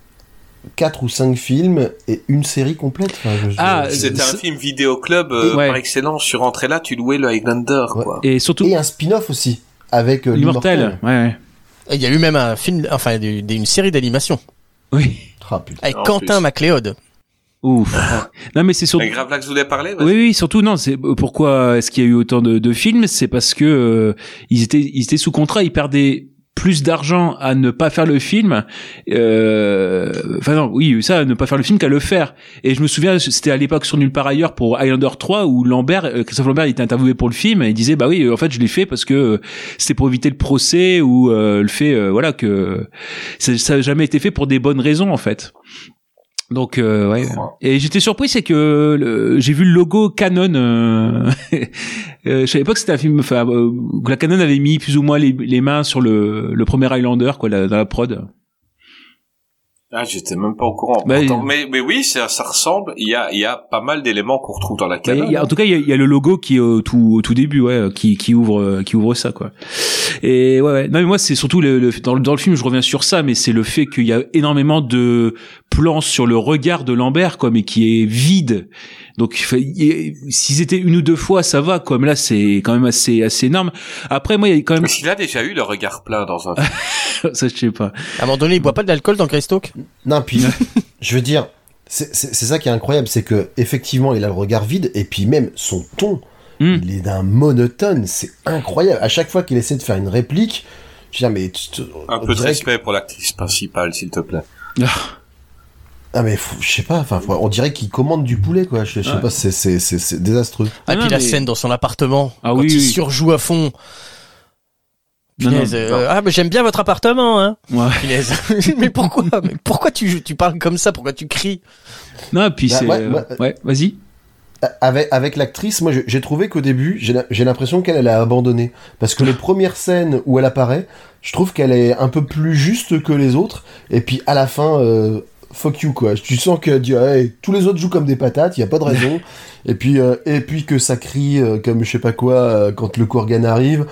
quatre ou cinq films et une série complète enfin, je- je- Ah, je- C'était un c'est- film vidéoclub euh, Ouais. par excellence. Je suis rentré là, tu louais le Highlander, Ouais. quoi. Et surtout, Et un spin-off aussi, avec euh, l'immortel. l'immortel. Ouais, ouais. Et il y a eu même un film, enfin, des- des- une série d'animation Oui. Ah, putain. avec En Quentin plus. MacLeod. Ouf. non, mais c'est surtout. Mais grave là que je voulais parler, vas-y. Oui, oui, surtout non. C'est pourquoi est-ce qu'il y a eu autant de, de films, c'est parce que euh, ils étaient, ils étaient sous contrat, ils perdaient plus d'argent à ne pas faire le film. Euh, enfin non, oui, ça, à ne pas faire le film qu'à le faire. Et je me souviens, c'était à l'époque sur Nulle part ailleurs pour Highlander trois où Lambert, euh, Christophe Lambert, il était interviewé pour le film et il disait bah oui, en fait, je l'ai fait parce que euh, c'était pour éviter le procès ou euh, le fait, euh, voilà, que ça, ça a jamais été fait pour des bonnes raisons en fait. Donc euh, ouais. Et j'étais surpris, c'est que le, j'ai vu le logo Canon. Euh, euh, je savais pas que c'était un film. Enfin, euh, que la Canon avait mis plus ou moins les, les mains sur le, le premier Highlander, quoi, la, dans la prod. Ah, j'étais même pas au courant. Bah, Pourtant, il- mais, mais oui, ça, ça ressemble. Il y a, il y a pas mal d'éléments qu'on retrouve dans la Il y a- canon. il y a- en tout cas, il y a, il y a le logo qui est au tout, au tout début, ouais, qui, qui ouvre, euh, qui ouvre ça, quoi. Et ouais, ouais. Non, mais moi, c'est surtout le, le- dans, le, dans le film, je reviens sur ça, mais c'est le fait qu'il y a énormément de plans sur le regard de Lambert, quoi, mais qui est vide. Donc, il fait- il- s'ils étaient une ou deux fois, ça va, quoi. Mais là, c'est quand même assez, assez énorme. Après, moi, il y a quand même, Mais s'il a déjà eu le regard plein dans un film. ça, je sais pas. À un moment donné, il boit pas de l'alcool dans Greystoke. Non, puis, je veux dire, c'est c'est- c'est ça qui est incroyable, c'est que effectivement, il a le regard vide, et puis même son ton, Mm. il est d'un monotone, c'est incroyable. À chaque fois qu'il essaie de faire une réplique, Je veux dire, mais tu, tu, Un peu de respect que... pour l'actrice principale, s'il te plaît. Ah mais faut, je sais pas, enfin on dirait qu'il commande du poulet quoi. Je, je sais ouais. pas, c'est c'est c'est c'est désastreux. Ah, et puis la mais... scène dans son appartement, ah, quand oui, il oui. surjoue à fond. Punaise, non, non, euh, ah mais j'aime bien votre appartement hein. Ouais. Punaise. Mais pourquoi mais pourquoi tu tu parles comme ça, pourquoi tu cries? Non, puis bah, c'est ouais, euh... ouais, ouais, vas-y. Avec avec l'actrice, moi j'ai trouvé qu'au début, j'ai j'ai l'impression qu'elle elle a abandonné parce que les premières scènes où elle apparaît, je trouve qu'elle est un peu plus juste que les autres et puis à la fin euh, fuck you quoi. Tu sens que dit hey, tous les autres jouent comme des patates, il y a pas de raison. et puis euh, et puis que ça crie euh, comme je sais pas quoi euh, quand le Kurgan arrive.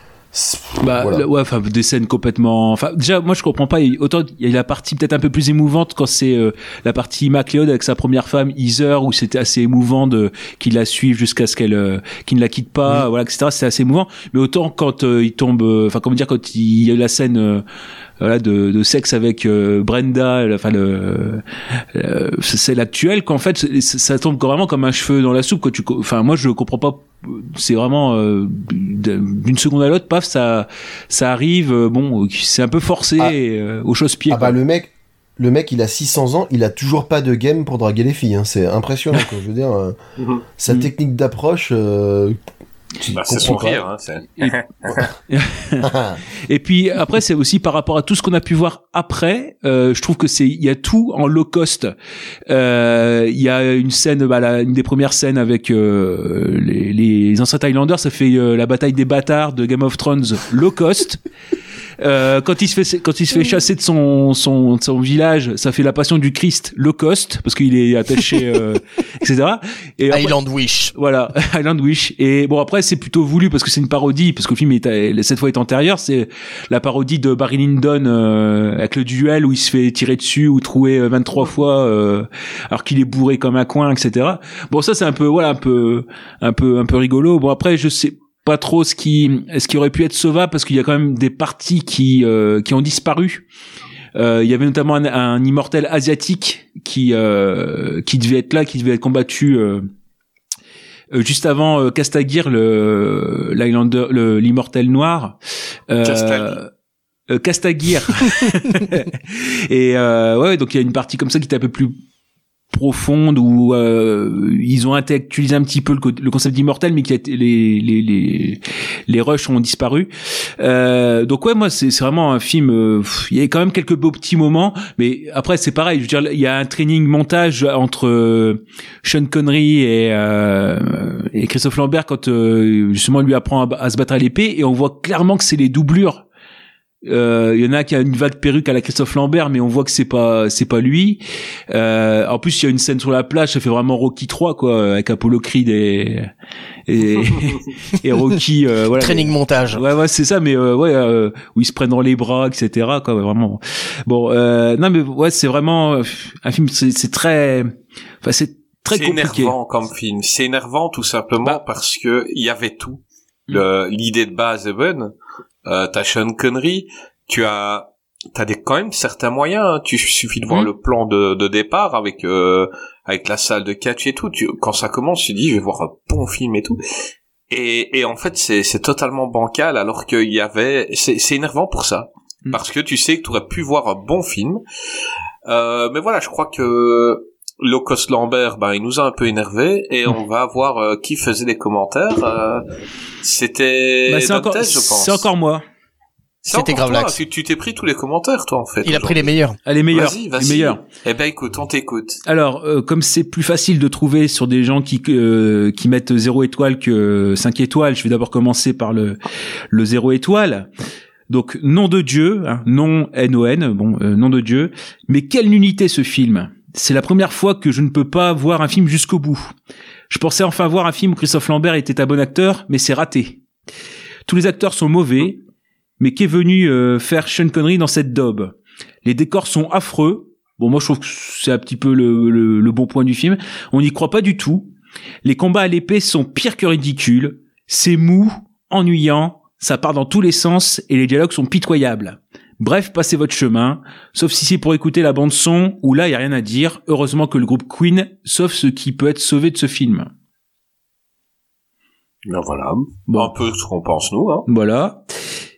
Bah voilà. le, ouais, enfin des scènes complètement. Enfin déjà moi je comprends pas. Autant il y a la partie peut-être un peu plus émouvante quand c'est euh, la partie MacLeod avec sa première femme Heather où c'était assez émouvant de qu'il la suive jusqu'à ce qu'elle euh, qu'il ne la quitte pas, oui. Voilà et cetera. C'est assez émouvant. Mais autant quand euh, il tombe, enfin euh, comment dire quand il y a la scène. Euh, Voilà, de, de sexe avec euh, Brenda, enfin le, euh, c'est l'actuel qu'en fait ça tombe vraiment comme un cheveu dans la soupe quoi. Tu, enfin moi je comprends pas, c'est vraiment euh, d'une seconde à l'autre, paf ça ça arrive, euh, bon c'est un peu forcé ah, et, euh, au chausse-pied. Ah quoi. Bah le mec le mec il a six cents ans, il a toujours pas de game pour draguer les filles, hein. C'est impressionnant quoi. Je veux dire euh, mm-hmm. sa mm-hmm. technique d'approche. Euh, Bah, c'est son rire, hein, c'est... et... et puis après c'est aussi par rapport à tout ce qu'on a pu voir après, euh, je trouve que c'est il y a tout en low cost. Euh, il y a une scène, bah, la, une des premières scènes avec euh, les, les anciens Thailanders, ça fait euh, la bataille des bâtards de Game of Thrones low cost. Euh, quand il se fait quand il se fait chasser de son son de son village, ça fait la Passion du Christ low cost parce qu'il est attaché, euh, et cetera. Et après, Island Wish. Voilà, Island Wish. Et bon après c'est plutôt voulu parce que c'est une parodie, parce que le film est cette fois est antérieur. C'est la parodie de Barry Lyndon euh, avec le duel où il se fait tirer dessus ou trouer vingt-trois fois euh, alors qu'il est bourré comme un coin, et cetera. Bon ça c'est un peu voilà un peu un peu un peu rigolo. Bon après je sais pas trop ce qui ce qui aurait pu être sauvable parce qu'il y a quand même des parties qui euh, qui ont disparu. Euh, il y avait notamment un, un immortel asiatique qui euh, qui devait être là, qui devait être combattu euh, euh, juste avant euh, Castagir, le l'Highlander, le l'immortel noir. Euh, euh, Castagir. Et euh, ouais, donc il y a une partie comme ça qui était un peu plus profonde où euh, ils ont intellectualisé un petit peu le, le concept d'immortel, mais qui a été, les les les les rushs ont disparu. Euh, donc ouais, moi c'est c'est vraiment un film. Euh, il y a quand même quelques beaux petits moments, mais après c'est pareil. Je veux dire, il y a un training montage entre euh, Sean Connery et euh, et Christophe Lambert quand euh, justement lui apprend à, à se battre à l'épée, et on voit clairement que c'est les doublures. Il euh, y en a qui a une vague perruque à la Christophe Lambert, mais on voit que c'est pas c'est pas lui. Euh, en plus, il y a une scène sur la plage, ça fait vraiment Rocky trois quoi, avec Apollo Creed et et, et Rocky. Euh, voilà. Training montage. Ouais ouais c'est ça, mais euh, ouais euh, où ils se prennent dans les bras, et cetera. Quoi, vraiment. Bon, euh, non mais ouais c'est vraiment un film, c'est, c'est très, enfin c'est très c'est compliqué. C'est énervant comme film. C'est énervant tout simplement bah, parce que il y avait tout. Le, l'idée de base est bonne. Euh, t'as Sean Connery, tu as, t'as des quand même certains moyens. Hein. Tu suffit de voir mmh. le plan de, de départ avec euh, avec la salle de catch et tout. Tu, quand ça commence, tu dis je vais voir un bon film et tout. Et, et en fait, c'est, c'est totalement bancal. Alors qu'il y avait, c'est, c'est énervant pour ça, mmh. parce que tu sais que tu aurais pu voir un bon film. Euh, mais voilà, je crois que Locos Lambert, ben il nous a un peu énervé et on va voir euh, qui faisait des commentaires. Euh, c'était bah, c'est encore, thèse, je pense. C'est encore moi. C'est C'était grave lax. Tu, tu t'es pris tous les commentaires, toi, en fait. Il a pris les meilleurs. Ah, les meilleurs. Vas-y, vas-y. Les meilleurs. Eh ben, écoute, on t'écoute. Alors, euh, comme c'est plus facile de trouver sur des gens qui euh, qui mettent zéro étoile que cinq étoiles, je vais d'abord commencer par le le zéro étoile. Donc, nom de Dieu, hein, nom N O N, bon, euh, nom de Dieu. Mais quelle nullité ce film. C'est la première fois que je ne peux pas voir un film jusqu'au bout. Je pensais enfin voir un film où Christophe Lambert était un bon acteur, mais c'est raté. Tous les acteurs sont mauvais, mais qu'est venu euh, faire Sean Connery dans cette daube ? Les décors sont affreux. Bon, moi je trouve que c'est un petit peu le, le, le bon point du film. On n'y croit pas du tout. Les combats à l'épée sont pires que ridicules. C'est mou, ennuyant, ça part dans tous les sens et les dialogues sont pitoyables. Bref, passez votre chemin, sauf si c'est pour écouter la bande son, où là, il n'y a rien à dire. Heureusement que le groupe Queen sauve ce qui peut être sauvé de ce film. Ben voilà, bon. Un peu ce qu'on pense nous. Hein. Voilà.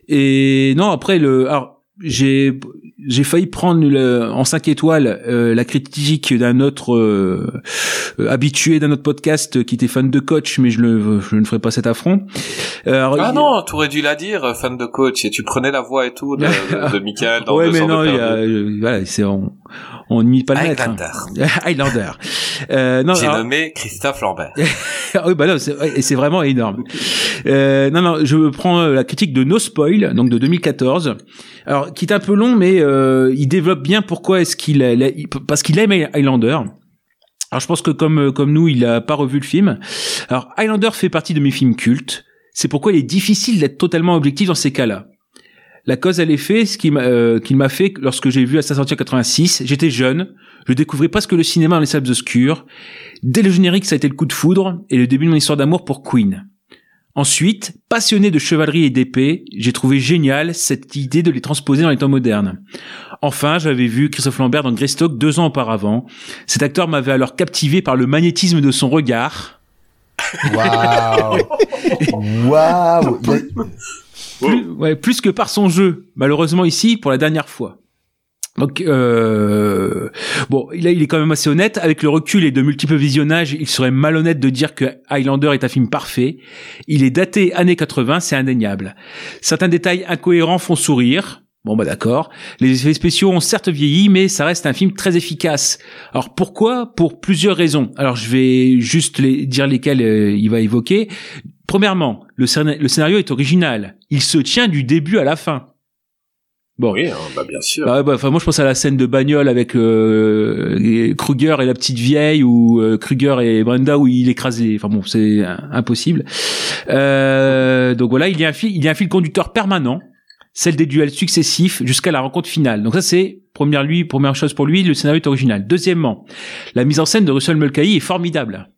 Et non, après le, alors j'ai j'ai failli prendre le, en cinq étoiles euh, la critique d'un autre euh, euh, habitué d'un autre podcast qui était fan de Coach, mais je le je ne ferai pas cet affront. Alors, ah il... non, t'aurais dû la dire, fan de Coach, et tu prenais la voix et tout de, de, de Michael dans ouais, deux mais ans non, de il y a, euh, voilà, c'est on on n'imite pas le maître. Highlander. Hein. Highlander. Euh, non, j'ai alors... nommé Christophe Lambert. oui, bah non, c'est, et c'est vraiment énorme. Euh, non, non, je prends la critique de No Spoil, donc de deux mille quatorze. Alors, qui est un peu long, mais euh, il développe bien pourquoi est-ce qu'il, a, il, parce qu'il aime Highlander. Alors, je pense que comme comme nous, il a pas revu le film. Alors, Highlander fait partie de mes films cultes. C'est pourquoi il est difficile d'être totalement objectif dans ces cas-là. La cause à l'effet, ce qui m'a, euh, qu'il m'a fait lorsque j'ai vu à sa sortie en quatre-vingt-six, j'étais jeune, je découvrais presque le cinéma dans les salles obscures. Dès le générique, ça a été le coup de foudre et le début de mon histoire d'amour pour Queen. Ensuite, passionné de chevalerie et d'épée, j'ai trouvé génial cette idée de les transposer dans les temps modernes. Enfin, j'avais vu Christophe Lambert dans Greystock deux ans auparavant. Cet acteur m'avait alors captivé par le magnétisme de son regard. Waouh. Waouh. Plus, ouais, plus que par son jeu. Malheureusement ici, pour la dernière fois. Donc, euh, bon, il est quand même assez honnête. Avec le recul et de multiples visionnages, il serait malhonnête de dire que Highlander est un film parfait. Il est daté années quatre-vingts, c'est indéniable. Certains détails incohérents font sourire. Bon, bah d'accord. Les effets spéciaux ont certes vieilli, mais ça reste un film très efficace. Alors pourquoi ? Pour plusieurs raisons. Alors je vais juste les, dire lesquelles euh, il va évoquer. Premièrement, le, le scénario est original. Il se tient du début à la fin. Bon. Oui, hein, bah bien sûr. Bah, bah, enfin, moi je pense à la scène de bagnole avec euh, Kruger et la petite vieille, ou euh, Kruger et Brenda où il écrase les. Enfin bon, c'est euh, impossible. Euh, donc voilà, il y a un fil, il y a un fil conducteur permanent, celle des duels successifs jusqu'à la rencontre finale. Donc ça c'est première lui, première chose pour lui, le scénario est original. Deuxièmement, la mise en scène de Russell Mulcahy est formidable.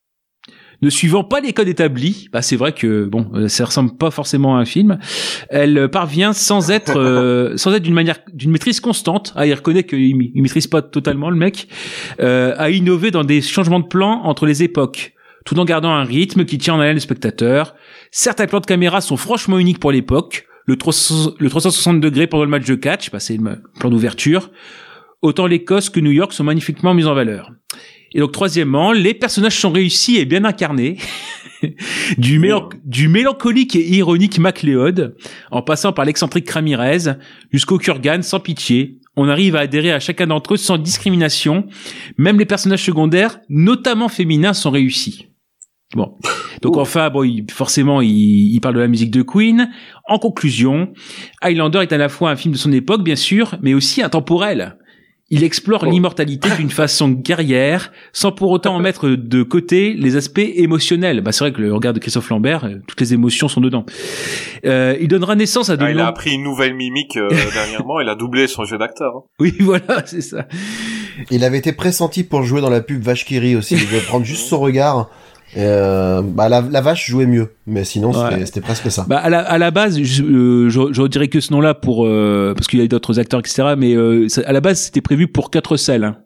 Ne suivant pas les codes établis, bah c'est vrai que bon, ça ressemble pas forcément à un film. Elle parvient sans être, euh, sans être d'une manière, d'une maîtrise constante. Ah, il reconnaît qu'il il maîtrise pas totalement le mec, euh, à innover dans des changements de plan entre les époques, tout en gardant un rythme qui tient en haleine le spectateur. Certains plans de caméra sont franchement uniques pour l'époque. Le trois cents, le trois cent soixante degrés pendant le match de catch, bah c'est le plan d'ouverture. Autant l'Écosse que New York sont magnifiquement mis en valeur. Et donc, troisièmement, les personnages sont réussis et bien incarnés. du, mélan- du mélancolique et ironique MacLeod, en passant par l'excentrique Ramirez, jusqu'au Kurgan sans pitié. On arrive à adhérer à chacun d'entre eux sans discrimination. Même les personnages secondaires, notamment féminins, sont réussis. Bon. Donc, oh. enfin, bon, il, forcément, il, il parle de la musique de Queen. En conclusion, Highlander est à la fois un film de son époque, bien sûr, mais aussi intemporel. Il explore oh. l'immortalité d'une façon guerrière, sans pour autant en mettre de côté les aspects émotionnels. Bah, c'est vrai que le regard de Christophe Lambert, toutes les émotions sont dedans. Euh, il donnera naissance à de ah, il long... a appris une nouvelle mimique euh, dernièrement, il a doublé son jeu d'acteur. Hein. Oui, voilà, c'est ça. Il avait été pressenti pour jouer dans la pub Vache qui rit aussi. Il devait prendre juste son regard. Euh, bah la, la vache jouait mieux, mais sinon c'était, ouais. c'était presque ça. Bah à la, à la base, je, euh, je, je dirais que ce nom-là pour euh, parce qu'il y a d'autres acteurs, et cetera. Mais euh, ça, à la base, c'était prévu pour quatre selles. Hein.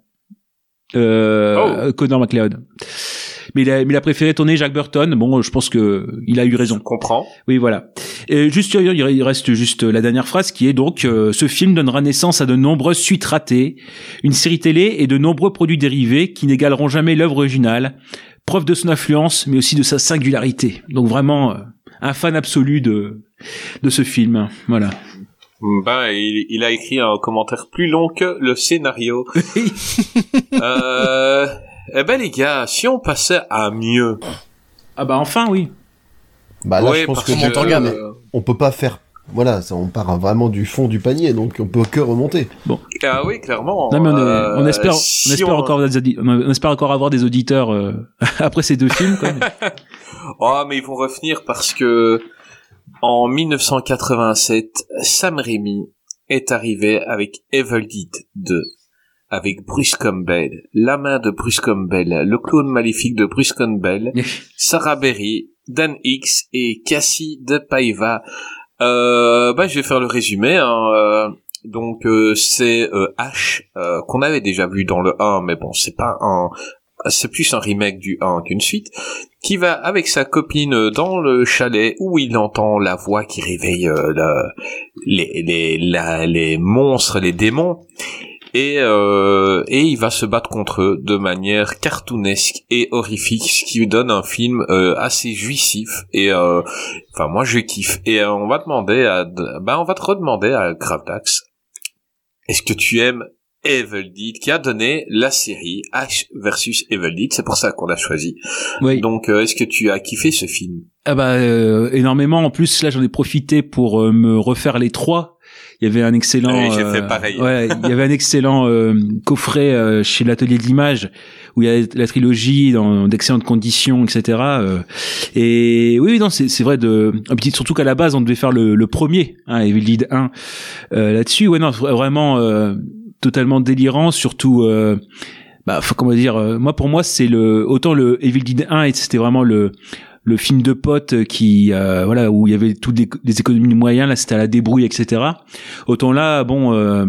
Euh, oh. Connor McLeod. Mais il a, mais il a préféré tourner Jack Burton. Bon, je pense que il a eu raison. Je comprends. Oui, voilà. Et juste, il reste juste la dernière phrase qui est donc euh, ce film donnera naissance à de nombreuses suites ratées, une série télé et de nombreux produits dérivés qui n'égaleront jamais l'œuvre originale. Preuve de son influence, mais aussi de sa singularité. Donc vraiment, euh, un fan absolu de de ce film. Voilà. Ben, il, il a écrit un commentaire plus long que le scénario. euh, eh ben les gars, si on passait à mieux. Ah bah enfin oui. Bah là, ouais, je pense que, que euh, mais on peut pas faire. Voilà, ça, on part vraiment du fond du panier, donc on peut que remonter. Bon. Ah oui, clairement. Non mais on, est, euh, on espère, si on espère on... encore, des audi- on espère encore avoir des auditeurs euh, après ces deux films. Quoi. Oh, mais ils vont revenir parce que en dix-neuf cent quatre-vingt-sept, Sam Raimi est arrivé avec Evil Dead deux, avec Bruce Campbell, la main de Bruce Campbell, le clown maléfique de Bruce Campbell, Sarah Berry, Dan Hicks et Cassie de Paiva. Euh, bah, je vais faire le résumé. Hein. Euh, donc, euh, c'est euh, H euh, qu'on avait déjà vu dans le un, mais bon, c'est pas un c'est plus un remake du un qu'une suite, qui va avec sa copine dans le chalet où il entend la voix qui réveille euh, la, les, les, la, les monstres, les démons, et, euh, et il va se battre contre eux de manière cartoonesque et horrifique, ce qui donne un film euh, assez jouissif, et euh, enfin moi je kiffe. Et euh, on va demander à, ben on va te redemander à Gravdax, est-ce que tu aimes Evil Dead, qui a donné la série Ash versus Evil Dead, c'est pour ça qu'on l'a choisi. Oui. Donc euh, est-ce que tu as kiffé ce film? Ah bah euh, énormément. En plus là j'en ai profité pour euh, me refaire les trois. Il y avait un excellent oui, j'ai euh, fait pareil. Ouais, il y avait un excellent euh, coffret euh, chez l'atelier d'image où il y a la trilogie dans d'excellentes conditions, et cetera. Euh, et oui, non, c'est c'est vrai de surtout qu'à la base on devait faire le, le premier, hein, Evil Dead un euh, là-dessus. Ouais, non, vraiment euh, totalement délirant, surtout euh, bah faut, comment dire, euh, moi pour moi c'est le autant le Evil Dead un et c'était vraiment le le film de potes qui euh, voilà où il y avait toutes des, des économies de moyens, là c'était à la débrouille, etc. Autant là bon euh,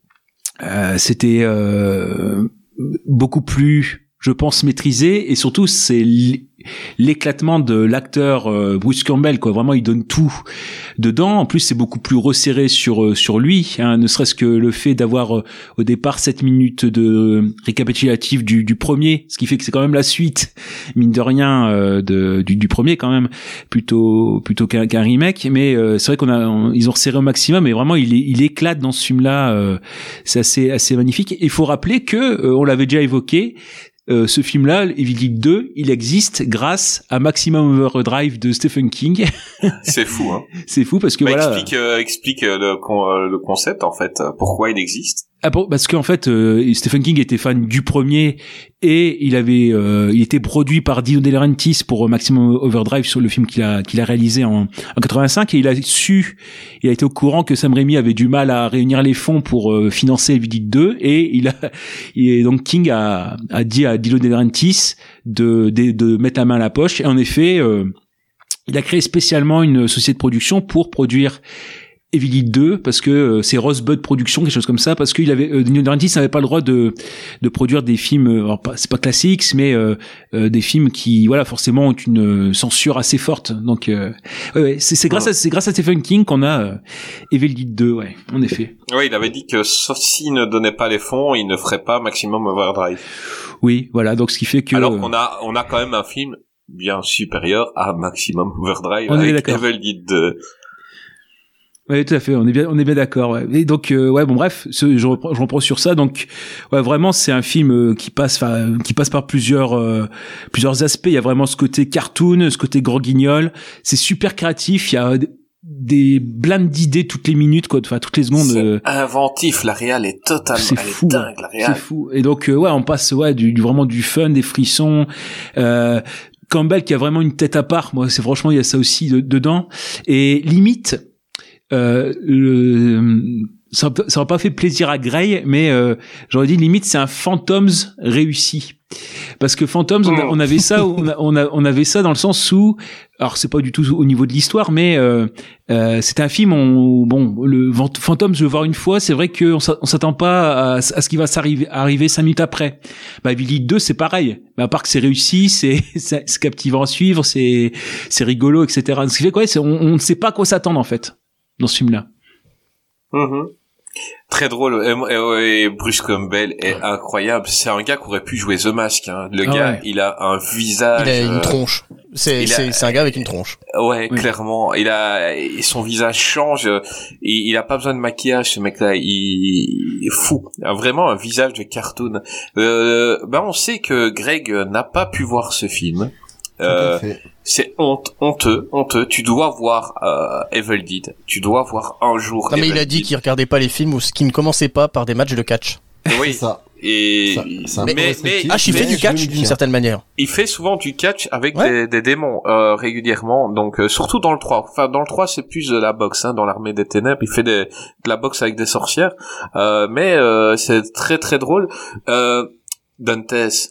euh, c'était euh, beaucoup plus, je pense, maîtrisé, et surtout c'est l'éclatement de l'acteur euh, Bruce Campbell, quoi. Vraiment il donne tout dedans. En plus c'est beaucoup plus resserré sur euh, sur lui, hein, ne serait-ce que le fait d'avoir euh, au départ sept minutes de récapitulatif du du premier, ce qui fait que c'est quand même la suite mine de rien euh, de du, du premier quand même, plutôt plutôt qu'un, qu'un remake. Mais euh, c'est vrai qu'on a on, ils ont resserré au maximum, et vraiment il il éclate dans ce film là, euh, c'est assez assez magnifique. Il faut rappeler que euh, on l'avait déjà évoqué, Euh, ce film-là, Evil Dead deux, il existe grâce à Maximum Overdrive de Stephen King. C'est fou, hein. C'est fou parce que bah, voilà. Explique, euh, explique euh, le, con, euh, le concept, en fait, euh, pourquoi il existe. Ah bon, parce qu'en fait, euh, Stephen King était fan du premier, et il avait, euh, il était produit par Dino De Laurentiis pour Maximum Overdrive sur le film qu'il a, qu'il a réalisé en, en quatre-vingt-cinq, et il a su, il a été au courant que Sam Raimi avait du mal à réunir les fonds pour euh, financer Evil Dead deux, et il a, et donc King a, a dit à Dino De Laurentiis de, de, de mettre la main à la poche, et en effet, euh, il a créé spécialement une société de production pour produire Evil Dead deux, parce que euh, c'est Rosebud Productions, quelque chose comme ça, parce qu'il avait euh, Dino De Laurentiis n'avait pas le droit de de produire des films, euh, alors pas, c'est pas classiques, mais euh, euh, des films qui voilà forcément ont une euh, censure assez forte. Donc euh, ouais, ouais c'est c'est grâce à c'est grâce à Stephen King qu'on a euh, Evil Dead deux, ouais, en effet. Oui, il avait dit que sauf s'il ne donnait pas les fonds, il ne ferait pas Maximum Overdrive. Oui, voilà, donc ce qui fait que alors qu'on a on a quand même un film bien supérieur à Maximum Overdrive on avec Evil Dead deux. Oui, tout à fait. On est bien, on est bien d'accord. Ouais. Et donc, euh, ouais, bon, bref, ce, je, reprends, je reprends sur ça. Donc, ouais, vraiment, c'est un film euh, qui passe, enfin, qui passe par plusieurs, euh, plusieurs aspects. Il y a vraiment ce côté cartoon, ce côté gros guignol. C'est super créatif. Il y a des blindes d'idées toutes les minutes, quoi. Enfin, toutes les secondes. C'est euh, inventif. La réal est totalement, c'est elle fou, est dingue, la réal. C'est fou. Et donc, euh, ouais, on passe, ouais, du, du vraiment du fun, des frissons. Euh, Campbell qui a vraiment une tête à part. Moi, c'est franchement, il y a ça aussi de, dedans. Et limite. Euh, le, ça ça n'a pas fait plaisir à Grey, mais euh, j'aurais dit limite c'est un Phantoms réussi, parce que Phantoms on, a, on avait ça on, a, on, a, on avait ça dans le sens où, alors c'est pas du tout au niveau de l'histoire, mais euh, euh, c'est un film on, bon le Phantoms je veux voir une fois, c'est vrai que on s'attend pas à, à ce qui va s'arriver arriver cinq minutes après. Bah Evil Dead deux c'est pareil, mais à part que c'est réussi, c'est c'est, c'est captivant à suivre, c'est c'est rigolo, etc. Ce qui fait quoi, c'est, on, on ne sait pas à quoi s'attendre en fait dans ce film-là. Mmh. Très drôle. Et, et, et Bruce Campbell est incroyable. C'est un gars qui aurait pu jouer The Mask. Hein. Le ah gars, ouais. il a un visage. Il a une euh, tronche. C'est, c'est, a, c'est un gars avec une tronche. Ouais, oui. clairement. Il a, son visage change. Il, il a pas besoin de maquillage, ce mec-là. Il, il est fou. Il a vraiment un visage de cartoon. Euh, ben, on sait que Greg n'a pas pu voir ce film. Euh, c'est honte, honteux, honteux. Tu dois voir euh, Evil Dead. Tu dois voir un jour. Non mais Evil il a dit Dead. qu'il regardait pas les films ou qu'il ne commençait pas par des matchs de catch. Oui. ça. Et ça, ça mais, mais, mais ah, il fait du catch d'une certaine manière. Il fait souvent du catch avec ouais. des, des démons euh, régulièrement. Donc euh, surtout dans le trois. Enfin dans le trois c'est plus de la boxe. Hein, dans l'armée des ténèbres, il fait des, de la boxe avec des sorcières. Euh, mais euh, c'est très très drôle. Euh, Dantes.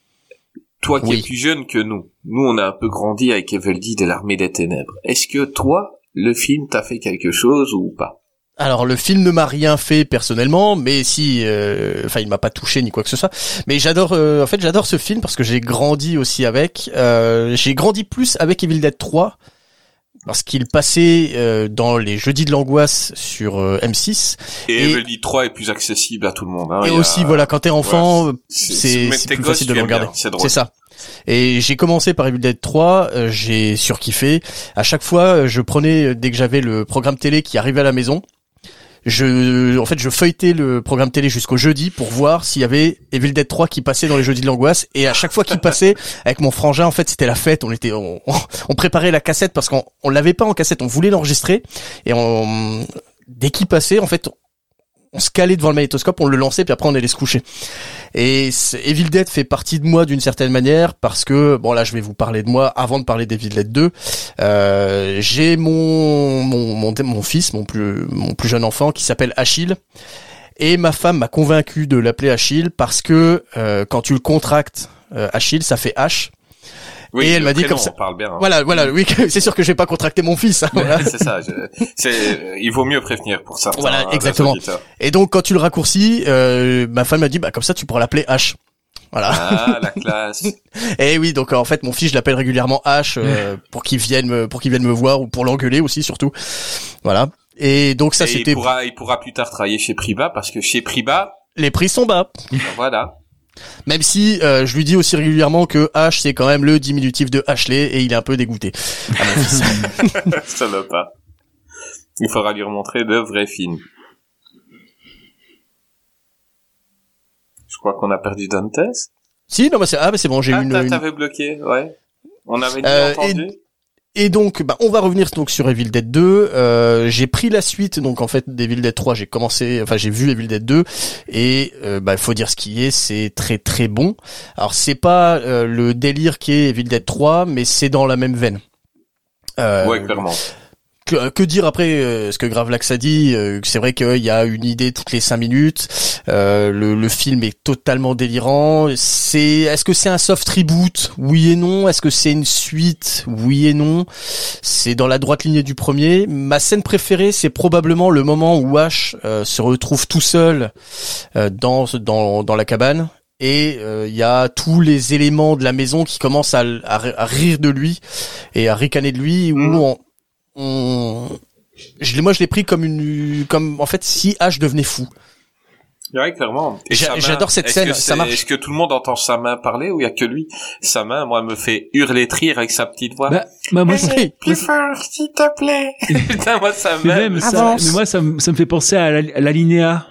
Toi qui oui. es plus jeune que nous, nous on a un peu grandi avec Evil Dead et l'Armée des Ténèbres. Est-ce que toi, le film t'a fait quelque chose ou pas? Alors le film ne m'a rien fait personnellement, mais si, euh, enfin il m'a pas touché ni quoi que ce soit. Mais j'adore, euh, en fait j'adore ce film parce que j'ai grandi aussi avec. Euh, j'ai grandi plus avec Evil Dead trois parce qu'il passait euh, dans les jeudis de l'angoisse sur euh, M six. Et, Et- Evil Dead trois est plus accessible à tout le monde. Hein. Et Il y a- aussi voilà, quand t'es enfant, Ouais, c'est c'est- même c'est tes plus gosses, facile de tu le aimes bien, regarder. c'est drôle. C'est ça. Et j'ai commencé par Evil Dead trois, euh, j'ai surkiffé. À chaque fois, euh, je prenais euh, dès que j'avais le programme télé qui arrivait à la maison. Je, en fait, je feuilletais le programme télé jusqu'au jeudi pour voir s'il y avait Evil Dead trois qui passait dans les jeudis de l'angoisse. Et à chaque fois qu'il passait, avec mon frangin, en fait, c'était la fête. On était, on, on préparait la cassette parce qu'on, on l'avait pas en cassette. On voulait l'enregistrer. Et on, dès qu'il passait, en fait, on se calait devant le magnétoscope, on le lançait, puis après on allait se coucher. Et c'est- Evil Dead fait partie de moi d'une certaine manière parce que, bon là je vais vous parler de moi avant de parler d'Evil Dead deux. Euh, j'ai mon, mon mon mon fils, mon plus mon plus jeune enfant qui s'appelle Achille. Et ma femme m'a convaincu de l'appeler Achille parce que euh, quand tu le contractes, euh, Achille, ça fait H. Oui, Et elle le m'a dit prénom, comme ça. On parle bien. Hein. Voilà, voilà, oui, c'est sûr que je vais pas contracter mon fils. Hein, voilà. c'est ça. Je... C'est... Il vaut mieux prévenir pour ça. Voilà, exactement. Et donc quand tu le raccourcis, euh, ma femme m'a dit bah comme ça tu pourras l'appeler H. Voilà. Ah, la classe. Et oui, donc en fait mon fils je l'appelle régulièrement H euh, pour qu'il vienne me pour qu'il vienne me voir ou pour l'engueuler aussi surtout. Voilà. Et donc ça Et c'était il pourra, il pourra plus tard travailler chez Priba parce que chez Priba, les prix sont bas. voilà. Même si euh, je lui dis aussi régulièrement que H c'est quand même le diminutif de Ashley et il est un peu dégoûté. À mon fils. Ça va pas. Il faudra lui remontrer de vrais films. Je crois qu'on a perdu Dantes. Si non mais c'est ah mais c'est bon, j'ai Ah, eu une, t'as- une... t'avais bloqué, ouais. On avait dit Euh, entendu. Et donc, bah, on va revenir donc sur Evil Dead deux. Euh, j'ai pris la suite, donc en fait d'Evil Dead trois, j'ai commencé, enfin j'ai vu Evil Dead deux et euh, bah faut dire ce qui est, c'est très très bon. Alors c'est pas euh, le délire qui est Evil Dead trois, mais c'est dans la même veine. Euh, Ouais, clairement. Que, que dire après euh, ce que Gravelax a dit, euh, c'est vrai qu'il y a une idée toutes les cinq minutes. Euh, le, le film est totalement délirant. C'est, est-ce que c'est un soft reboot? Oui et non. Est-ce que c'est une suite? Oui et non. C'est dans la droite lignée du premier. Ma scène préférée, c'est probablement le moment où Ash euh, se retrouve tout seul euh, dans dans dans la cabane. Et il euh, y a tous les éléments de la maison qui commencent à, à, à rire de lui et à ricaner de lui. Où Mmh. on, on... Je l'ai, moi, je l'ai pris comme une, comme en fait, si H devenait fou. Ouais, clairement. Et J'a- sa main, j'adore cette est-ce scène, que ça c'est- marche. Est-ce que tout le monde entend sa main parler ou il y a que lui? Sa main, moi, me fait hurler de rire avec sa petite voix. Bah, bah, moi, ça, Oui. Plus fort, s'il te plaît. Putain, moi, sa mais main. même, me- ça, Avance. mais moi, ça, me- ça me fait penser à la- à l'alinéa.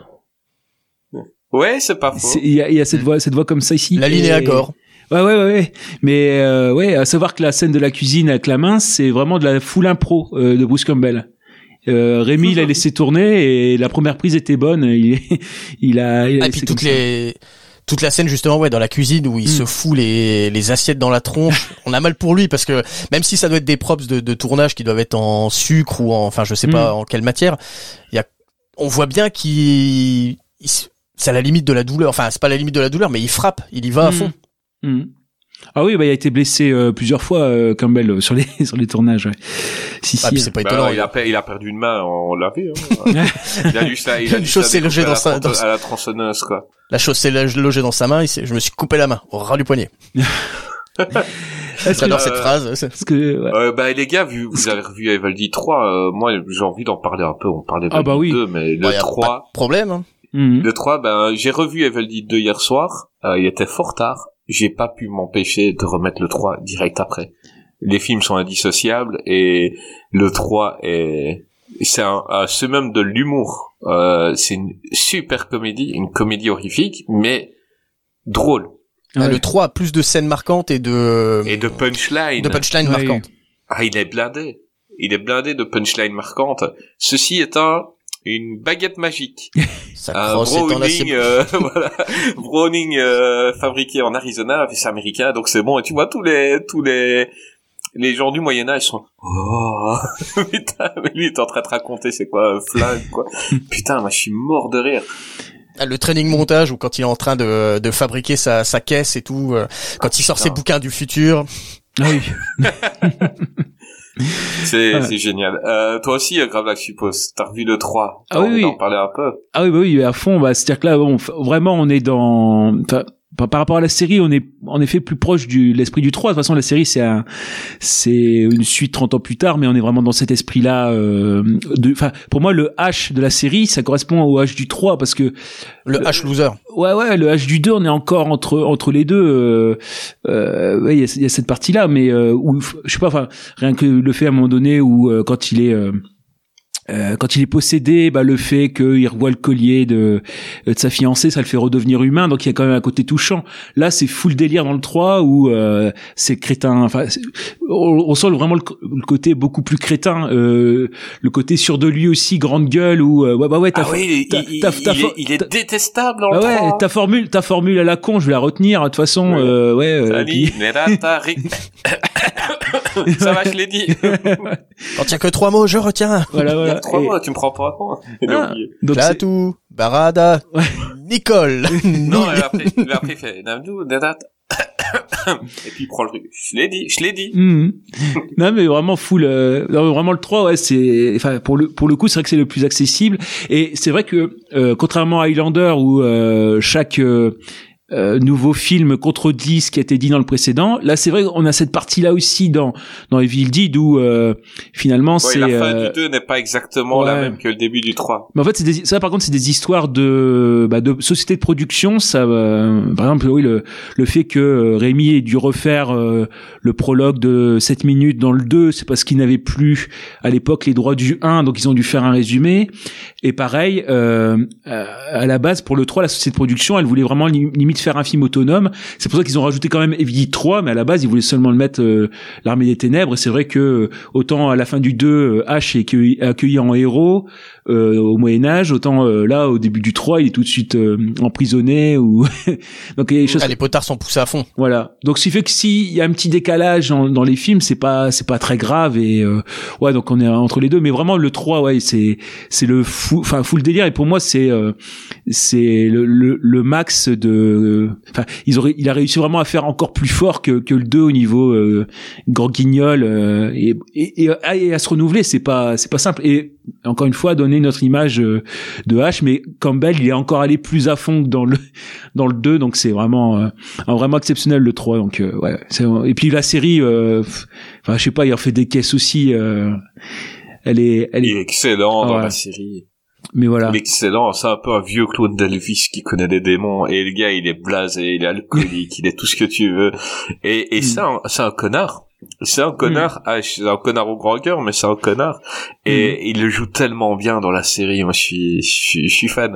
Ouais, c'est pas faux. C'est- Il y a, il y a cette voix, cette voix comme ça ici. La ligne est Et- à gore. Ouais, ouais, ouais, ouais. Mais euh, ouais, à savoir que la scène de la cuisine avec la main, c'est vraiment de la full impro euh, de Bruce Campbell. Euh, Rémi l'a laissé tourner et la première prise était bonne. Il, il a. Il a Ah, et laissé puis toutes comme ça. les, toute la scène justement, ouais, dans la cuisine où il Mm. se fout les, les assiettes dans la tronche. On a mal pour lui parce que même si ça doit être des props de, de tournage qui doivent être en sucre ou en, enfin, je sais pas Mm. en quelle matière, il y a, on voit bien qu'il, il se- c'est à la limite de la douleur. Enfin, c'est pas la limite de la douleur, mais il frappe, il y va à Mm. fond. Mm. Ah oui, bah il a été blessé euh, plusieurs fois, euh, Campbell, euh, sur les sur les tournages. Ouais. Si Ah, si. puis c'est pas Bah, étonnant. il, a, per- il a perdu une main, on l'a vu. Hein. il a dû ça, il a Une dû chose ça s'est logée découper dans à sa- la, tronçon- dans- à la tronçonneuse, quoi. La chose s'est logée dans sa main, il s'est- je me suis coupé la main au ras du poignet. Est-ce que- J'adore euh, cette phrase. c'est- parce que, ouais. Euh, bah les gars, vu, vous avez revu Evil Dead trois, euh, moi j'ai envie d'en parler un peu. On parlait de Ah, bah oui. deux, mais le Bon, y a trois, pas de problème. Hein. Mhm. le trois, ben j'ai revu Evil Dead deux hier soir. Euh, il était fort tard. J'ai pas pu m'empêcher de remettre le trois direct après. Les films sont indissociables et le trois est c'est un, un summum de l'humour. Euh, c'est une super comédie, une comédie horrifique, mais drôle Ah, Ouais. Le trois a plus de scènes marquantes et de, et de punchline. de punchline Ouais. marquantes. Ah, il est blindé. Il est blindé de punchline marquantes. Ceci étant une baguette magique. Ça Un crosse étant Browning, assez... euh, voilà. Browning, euh, fabriqué en Arizona, c'est américain, donc c'est bon. Et tu vois, tous les, tous les, les gens du Moyen-Âge sont, oh, putain, mais lui, il est en train de raconter c'est quoi, un flingue, quoi. Putain, moi, je suis mort de rire. Ah, le training montage où quand il est en train de, de fabriquer sa, sa caisse et tout, euh, quand il sort putain. ses bouquins du futur, Ah oui. C'est, Ouais. c'est génial. Euh, toi aussi, Gravelax, je suppose. T'as revu le trois. Ah oui, oui. On en parlait un peu. Ah oui, bah oui, à fond. Bah, c'est-à-dire que là, bon, f- vraiment, on est dans. Enfin, par par rapport à la série, on est en effet plus proche du l'esprit du trois. De toute façon, la série, c'est un, c'est une suite trente ans plus tard, mais on est vraiment dans cet esprit-là. Euh, de, enfin, pour moi, le H de la série, ça correspond au H du trois parce que Le Le- H loser. ouais, ouais, le H du deux, on est encore entre entre les deux. Euh, euh, ouais, il y a, il y a cette partie-là, mais euh, où, je sais pas, enfin, rien que le fait à un moment donné où euh, quand il est euh, Euh, quand il est possédé, bah le fait qu'il revoit le collier de, de sa fiancée, ça le fait redevenir humain. Donc il y a quand même un côté touchant. Là, c'est full délire dans le trois où euh, c'est crétin. Enfin, c'est- on, on sent vraiment le, le côté beaucoup plus crétin, euh, le côté sûr de lui aussi, grande gueule. Où euh, ouais, bah ouais, t'as, Ah oui, t'as- il, t'as- il, t'as- il est, il est t'as- détestable dans bah le ouais, trois. ta formule, ta formule à la con, je vais la retenir. De toute façon, Ouais. euh, ouais. euh, Salut, puis- Nerata, Rick. Ça va, je l'ai dit. Quand il y a que trois mots, je retiens. voilà, Il y voilà. a trois Et- mots, tu me prends pas compte. Il a Ah. oublié. donc c'est- Platou, Barada, Ouais. Nicole. Non, mais après, mais après, il fait Namdou, Nerata. Et puis il prend le truc. Je l'ai dit, je l'ai dit. Mhm. Non mais vraiment full euh, non, mais vraiment le trois ouais c'est enfin pour le pour le coup c'est vrai que c'est le plus accessible et c'est vrai que euh, contrairement à Highlander où euh, chaque euh, euh, nouveau film contredit ce qui a été dit dans le précédent, là c'est vrai qu'on a cette partie là aussi dans dans Evil Dead où euh, finalement Ouais, c'est la fin euh, du deux n'est pas exactement la ouais. même que le début du trois. mais en fait, c'est des, ça, par contre, c'est des histoires de, bah, de sociétés de production. Ça, euh, par exemple, oui, le, le fait que euh, Rémi ait dû refaire euh, le prologue de sept minutes dans le deux, c'est parce qu'il n'avait plus à l'époque les droits du un, donc ils ont dû faire un résumé. Et pareil, euh, à la base, pour le trois, la société de production, elle voulait vraiment li- limite faire un film autonome. C'est pour ça qu'ils ont rajouté quand même Evil Dead trois, mais à la base, ils voulaient seulement le mettre euh, l'Armée des Ténèbres. Et c'est vrai que euh, autant à la fin du deux, H est accueilli, accueilli en héros euh, au Moyen-Âge, autant euh, là, au début du trois, il est tout de suite euh, emprisonné. Ou donc il y a des choses. Ah, les potards sont poussés à fond. Voilà. Donc ce qui fait que s'il y a un petit décalage dans, dans les films, c'est pas c'est pas très grave et euh, ouais, donc on est entre les deux, mais vraiment le trois, ouais, c'est c'est le fou enfin full délire et pour moi c'est euh, c'est le, le le max de enfin ils auraient il a réussi vraiment à faire encore plus fort que que le deux au niveau euh, gorguignol euh, et, et, et, à- et à se renouveler, c'est pas c'est pas simple et encore une fois donner notre image euh, de H, mais Campbell il est encore allé plus à fond que dans le dans le deux, donc c'est vraiment euh, un vraiment exceptionnel le trois, donc euh, ouais c'est, et puis la série euh, enfin je sais pas, il en fait des caisses aussi, euh, elle est elle Il est est excellent Ah dans ouais. la série. mais voilà. Il est excellent. C'est un peu un vieux clone d'Elvis qui connaît les démons. Et le gars, il est blasé, il est alcoolique, il est tout ce que tu veux. Et, et Mm. c'est un, c'est un connard. C'est un connard. Ah, c'est un connard au grand cœur, mais c'est un connard. Et il le joue tellement bien dans la série. Moi, je suis, je suis, je suis fan.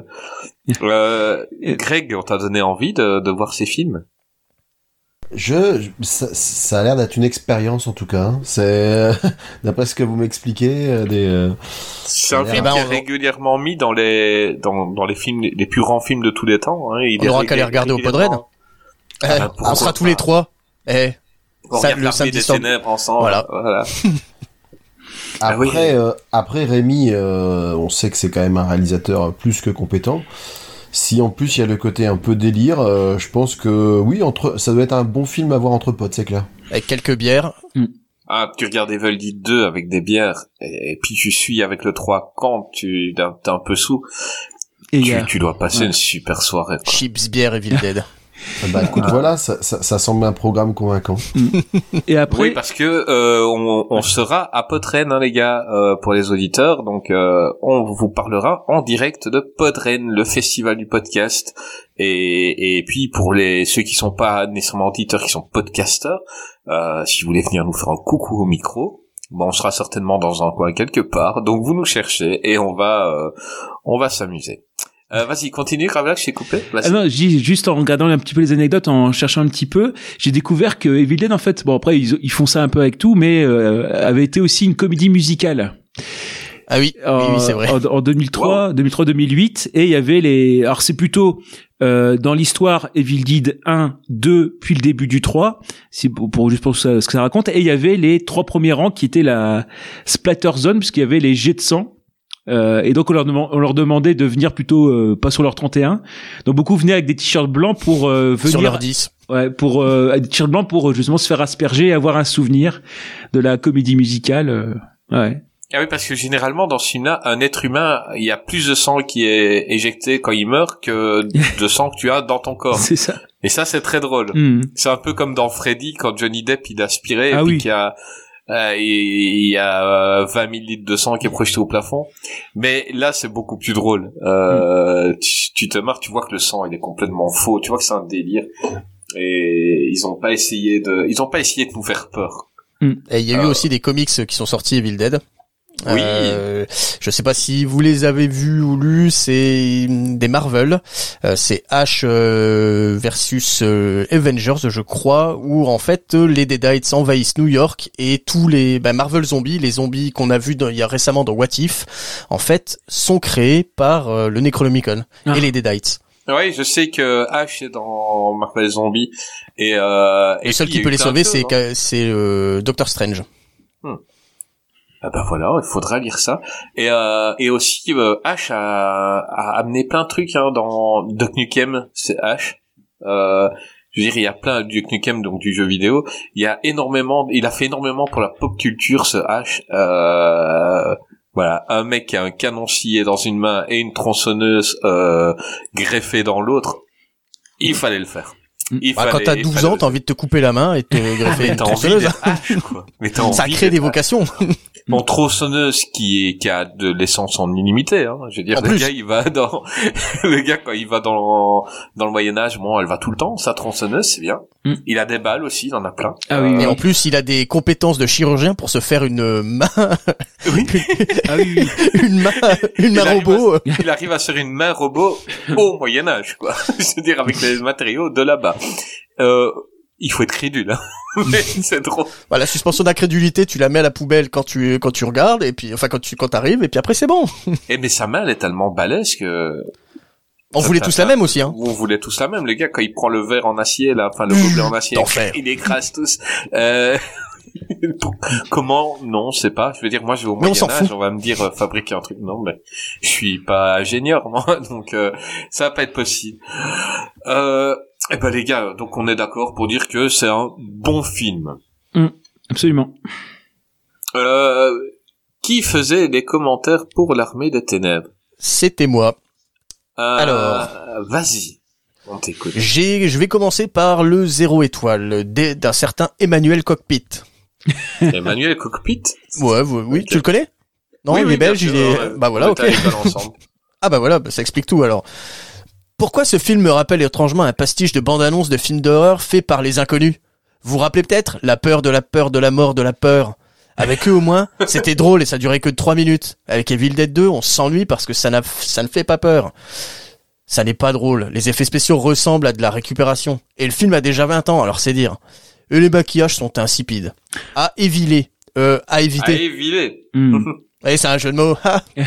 Euh, Greg, on t'a donné envie de, de voir ces films? Je, je- ça, ça a l'air d'être une expérience en tout cas. hein. C'est d'après ce que vous m'expliquez, euh, des. euh, C'est un Eh film ben, qui est on- régulièrement mis dans les, dans, dans les films, les plus grands films de tous les temps. Hein. Il On est aura régul- qu'à les regarder au Podred. régulièrement- Eh, bah, pourquoi on sera tous pas. les trois. Eh, On Ça, regarde le l'Armée samedi des soir. ténèbres ensemble. Voilà. voilà. Ah Après, oui. euh, après Rémi, euh, on sait que c'est quand même un réalisateur plus que compétent. Si en plus il y a le côté un peu délire, euh, je pense que oui, entre, ça doit être un bon film à voir entre potes, c'est clair. avec quelques bières. Ah, tu regardes Evil Dead deux avec des bières, et, et puis tu suis avec le trois quand tu t'es un- t'es un peu sous, Et il y tu, a- tu dois passer ouais. une super soirée. quoi. Chips, bière, Evil Dead. Bah écoute, voilà, ça, ça, ça semble un programme convaincant. et après Oui, parce que euh, on, on sera à Podren, hein, les gars, euh, pour les auditeurs. Donc, euh, on vous parlera en direct de Podren, le festival du podcast. Et, et puis, pour les ceux qui sont pas nécessairement auditeurs, qui sont podcasteurs, euh, si vous voulez venir nous faire un coucou au micro, bon, on sera certainement dans un coin quelque part. Donc, vous nous cherchez et on va, euh, on va s'amuser. Euh, vas-y, continue, Gravelax, je t'ai coupé. Vas-y. Ah non, je dis juste en regardant un petit peu les anecdotes, en cherchant un petit peu, j'ai découvert que Evil Dead, en fait, bon après ils, ils font ça un peu avec tout, mais euh, avait été aussi une comédie musicale. Ah oui, oui, oui, c'est vrai. En, en deux mille trois, deux mille trois, deux mille huit, et il y avait les. Alors c'est plutôt euh, dans l'histoire Evil Dead un, deux, puis le début du trois, c'est pour, pour juste pour ça, ce que ça raconte. Et il y avait les trois premiers rangs qui étaient la Splatter Zone, puisqu'il y avait les jets de sang. Euh, et donc on leur, demandait, on leur demandait de venir plutôt euh, pas sur leur trente et un. Donc beaucoup venaient avec des t-shirts blancs pour euh, venir Sur leur dix. Ouais, pour euh, tir blanc pour euh, justement se faire asperger et avoir un souvenir de la comédie musicale. Euh, ouais. Ah oui, parce que généralement dans ce film-là, un être humain, il y a plus de sang qui est éjecté quand il meurt que de sang que tu as dans ton corps. C'est ça. Et ça, c'est très drôle. Mm. C'est un peu comme dans Freddy quand Johnny Depp il a aspiré Ah et puis oui. qu'il y a euh, il y a euh, vingt mille litres de sang qui est projeté au plafond. Mais là, c'est beaucoup plus drôle. Euh, mm. tu, tu te marres, tu vois que le sang il est complètement faux. Tu vois que c'est un délire. Et ils ont pas essayé de, ils ont pas essayé de nous faire peur. Et il y a eu Euh. aussi des comics qui sont sortis, Evil Dead. Oui. Euh, je sais pas si vous les avez vus ou lus, c'est des Marvel. Euh, c'est Ash euh, versus euh, Avengers, je crois, où en fait euh, les Deadites envahissent New York et tous les bah, Marvel zombies, les zombies qu'on a vus dans, il y a récemment dans What If, en fait, sont créés par euh, le Necronomicon Ah. et les Deadites. Oui, je sais que Ash est dans Marvel Zombie et euh, Le et seul puis, il y qui a peut eu les plein de sauver, choses, c'est hein. que- c'est euh, Doctor Strange. Ah ben voilà, il faudra lire ça. Et euh, et aussi euh, Ash a, a amené plein de trucs hein, dans Duke Nukem, c'est Ash. Euh, je veux dire, il y a plein de Duke Nukem, donc du jeu vidéo. Il y a énormément, il a fait énormément pour la pop culture, ce Ash. Euh, voilà, un mec qui a un canon scié dans une main et une tronçonneuse euh, greffée dans l'autre. Il fallait le faire. Il Bah, fallait, quand t'as il douze fallait ans, le t'as envie de te couper la main et de te greffer Mais une t'as envie tronçonneuse. d'être Ash, quoi. Mais t'as Ça envie crée d'être des Ash. vocations. Bon, tronçonneuse qui est, qui a de l'essence en illimité, hein. Je veux dire, En le plus. gars, il va dans, le gars, quand il va dans, dans le Moyen-Âge, bon, elle va tout le temps, sa tronçonneuse, c'est bien. Mm. Il a des balles aussi, il en a plein. Ah oui, Et oui. en plus, il a des compétences de chirurgien pour se faire une main, Oui. Ah oui, oui. une main, une Il main arrive robot. à- il arrive à se faire une main robot au Moyen-Âge, quoi. C'est-à-dire avec les matériaux de là-bas. Euh, il faut être crédule, hein. Mais c'est drôle. Bah, la suspension d'incrédulité, tu la mets à la poubelle quand tu quand tu regardes et puis enfin quand tu quand t'arrives et puis après c'est bon. Et mais sa main, elle est tellement balèze que, On Ça, voulait ça, tous ça, la même aussi, hein. on voulait tous la même, les gars, quand il prend le verre en acier, là, enfin, le gobelet en acier, d'enfer. il écrase tous. Euh, comment? Non, c'est pas. Je veux dire, moi, je vais au Mais on s'en Moyen-Âge, fout. on va me dire, euh, fabriquer un truc. Non, mais, je suis pas ingénieur, moi, donc, euh, ça va pas être possible. Euh, eh ben, les gars, donc, on est d'accord pour dire que c'est un bon film. Absolument. Euh, qui faisait les commentaires pour l'Armée des Ténèbres? C'était moi. Euh, Alors. Vas-y. On t'écoute. J'ai je vais commencer par le zéro étoile d- d'un certain Emmanuel Cockpit. Emmanuel Cockpit? Ouais, oui, oui, Ok. tu le connais? Non, Oui, il oui, est belge, bien il sûr, est ouais. bah voilà, On OK. était à l'école ensemble. Ah bah voilà, bah ça explique tout alors. Pourquoi ce film me rappelle étrangement un pastiche de bande-annonce de film d'horreur fait par les inconnus? Vous vous rappelez peut-être la peur de la peur de la mort de la peur? Avec eux au moins, c'était drôle et ça durait que trois minutes. Avec Evil Dead deux, on s'ennuie parce que ça n'a, ça ne fait pas peur. Ça n'est pas drôle. Les effets spéciaux ressemblent à de la récupération. Et le film a déjà vingt ans, alors c'est dire. Et les maquillages sont insipides. À éviler. Euh, à éviter. Allez, Villet. Hmm. Allez, c'est un jeu de mots.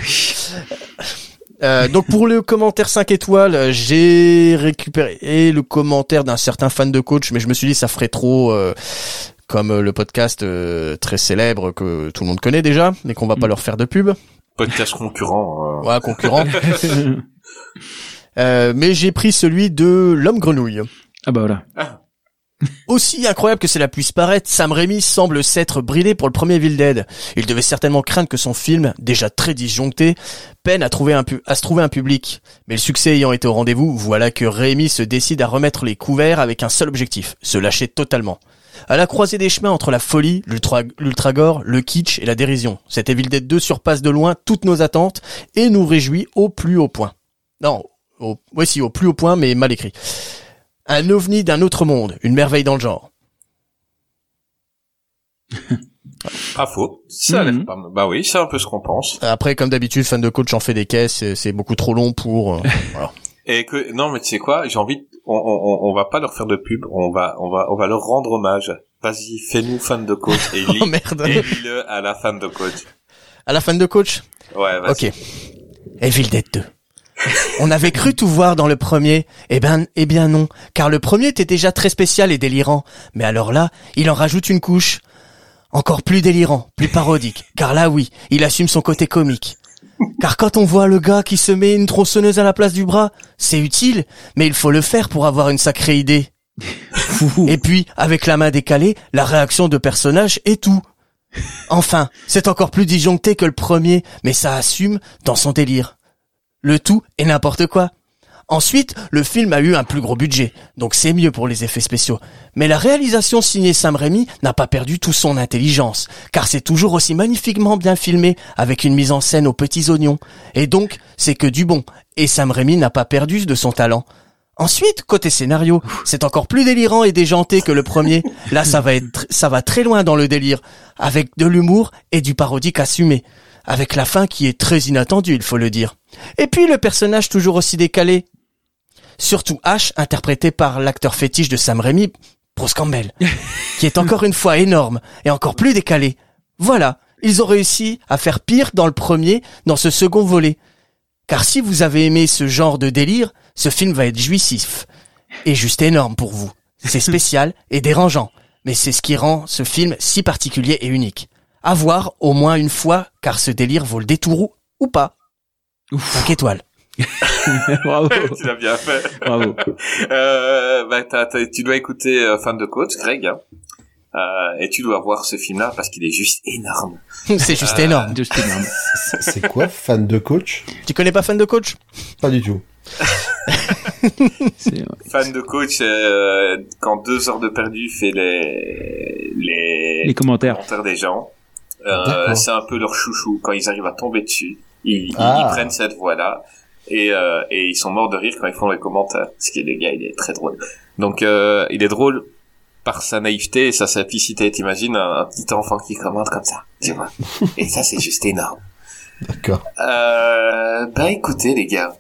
Euh, donc pour le commentaire cinq étoiles, euh, j'ai récupéré le commentaire d'un certain fan de coach, mais je me suis dit ça ferait trop euh, comme euh, le podcast euh, très célèbre que tout le monde connaît déjà, mais qu'on va pas Mm. leur faire de pub. Podcast concurrent. euh. Ouais, concurrent. Euh, mais j'ai pris celui de l'homme grenouille. Ah bah voilà. Aussi incroyable que cela puisse paraître, Sam Raimi semble s'être bridé pour le premier Evil Dead. Il devait certainement craindre que son film, déjà très disjoncté, peine à, trouver un pu- à se trouver un public. Mais le succès ayant été au rendez-vous, voilà que Raimi se décide à remettre les couverts avec un seul objectif, se lâcher totalement. À la croisée des chemins entre la folie, l'ultra, l'ultra-gore, le kitsch et la dérision, cet Evil Dead deux surpasse de loin toutes nos attentes et nous réjouit au plus haut point. Non, au, ouais si, au plus haut point, mais mal écrit. Un ovni d'un autre monde, une merveille dans le genre. Pas faux. Ça a l'air Mhm. pas mal. Bah oui, c'est un peu ce qu'on pense. Après, comme d'habitude, fan de coach, j'en fais des caisses, c'est- c'est beaucoup trop long pour... euh, voilà. Et que, non, mais tu sais quoi, j'ai envie de, on, on, on va pas leur faire de pub, on va, on va, on va leur rendre hommage. Vas-y, fais-nous fan de coach et lis, Oh merde. et lis-le à la fan de coach. À la fan de coach. Ouais, vas-y. Ok. Evil Dead deux. On avait cru tout voir dans le premier. Eh ben, eh bien non. Car le premier était déjà très spécial et délirant. Mais alors là, il en rajoute une couche. Encore plus délirant, plus parodique. Car là, oui, il assume son côté comique. Car quand on voit le gars qui se met une tronçonneuse à la place du bras, c'est utile, mais il faut le faire pour avoir une sacrée idée. Et puis, avec la main décalée, la réaction de personnage et tout. Enfin, c'est encore plus disjoncté que le premier, mais ça assume dans son délire. Le tout est n'importe quoi. Ensuite, le film a eu un plus gros budget, donc c'est mieux pour les effets spéciaux. Mais la réalisation signée Sam Raimi n'a pas perdu tout son intelligence, car c'est toujours aussi magnifiquement bien filmé, avec une mise en scène aux petits oignons. Et donc, c'est que du bon, et Sam Raimi n'a pas perdu de son talent. Ensuite, côté scénario, c'est encore plus délirant et déjanté que le premier. Là, ça va être, ça va très loin dans le délire, avec de l'humour et du parodique assumé. Avec la fin qui est très inattendue, il faut le dire. Et puis le personnage toujours aussi décalé. Surtout Ash, interprété par l'acteur fétiche de Sam Raimi, Bruce Campbell, qui est encore une fois énorme et encore plus décalé. Voilà, ils ont réussi à faire pire dans le premier, dans ce second volet. Car si vous avez aimé ce genre de délire, ce film va être jouissif. Et juste énorme pour vous. C'est spécial et dérangeant. Mais c'est ce qui rend ce film si particulier et unique. À voir au moins une fois, car ce délire vaut le détour ou pas. cinq étoiles. Bravo. Tu l'as bien fait. Bravo. Euh, bah, t'as, t'as, tu dois écouter euh, Fan de Coach, Greg, hein. Euh, et tu dois voir ce film-là parce qu'il est juste énorme. C'est juste Euh, énorme. Juste énorme. C'est- C'est quoi, fan de coach? Tu connais pas Fan de Coach? Pas du tout. C'est- Fan de Coach, euh, quand deux heures de perdu fait les les, Les commentaires. commentaires des gens, euh, D'accord. c'est un peu leur chouchou. Quand ils arrivent à tomber dessus, ils, Ah. ils prennent cette voix-là et euh, et ils sont morts de rire quand ils font les commentaires. Parce que le gars, il est très drôle. Donc euh, il est drôle par sa naïveté et sa simplicité. T'imagines un, un petit enfant qui commente comme ça, tu vois. Et ça, c'est juste énorme. D'accord. Euh, bah écoutez les gars,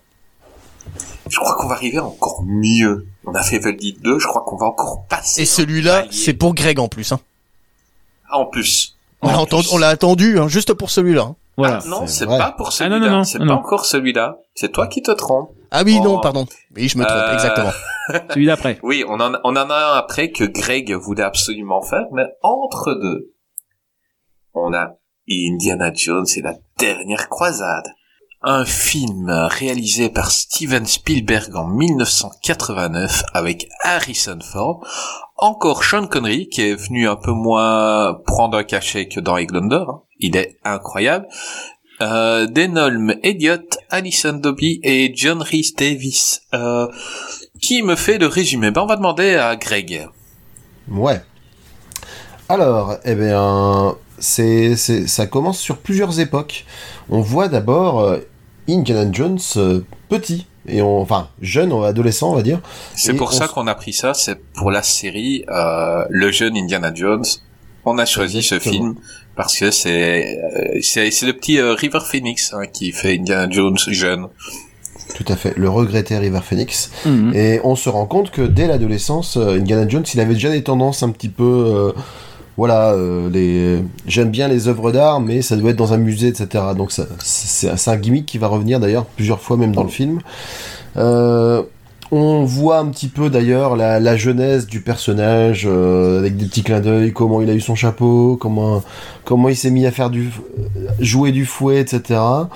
je crois qu'on va arriver encore mieux. On a fait Evil Dead deux, je crois qu'on va encore passer. Et celui-là, Palier. c'est pour Greg en plus, hein. En plus. On En l'a plus. entendu, on l'a attendu, hein, juste pour celui-là. hein. Voilà. Ah, non, c'est c'est vrai. pas pour Ah, celui-là. non, non, non, c'est non, pas non. encore celui-là. C'est toi qui te trompes. Ah oui, Oh. non, pardon. Oui, je me trompe, Euh, exactement. Celui d'après. Oui, on en, on en a un après que Greg voulait absolument faire, mais entre deux, on a Indiana Jones et la dernière croisade. Un film réalisé par Steven Spielberg en mille neuf cent quatre-vingt-neuf avec Harrison Ford. Encore Sean Connery qui est venu un peu moins prendre un cachet que dans Highlander. hein. Il est incroyable. Euh, Denholm Elliott, Alison Dobby et John Rhys Davis. Euh, qui me fait le résumé? Ben, on va demander à Greg. Ouais. Alors, eh bien, c'est, c'est, ça commence sur plusieurs époques. On voit d'abord euh, Indiana Jones euh, petit, et on, enfin jeune, ou adolescent, on va dire. C'est Et pour on ça s- qu'on a pris ça, c'est pour la série euh, Le jeune Indiana Jones. On a choisi ce Exactement. film parce que c'est euh, c'est, c'est le petit euh, River Phoenix hein, qui fait Indiana Jones jeune. Tout à fait, le regretté River Phoenix. Mhm. Et on se rend compte que dès l'adolescence, euh, Indiana Jones, il avait déjà des tendances un petit peu, euh, voilà, euh, les, j'aime bien les œuvres d'art, mais ça doit être dans un musée, et cetera. Donc ça, c'est, c'est un gimmick qui va revenir d'ailleurs plusieurs fois même dans le film. Euh, on voit un petit peu d'ailleurs la, la genèse du personnage euh, avec des petits clins d'œil, comment il a eu son chapeau, comment comment il s'est mis à faire du jouer du fouet, et cetera.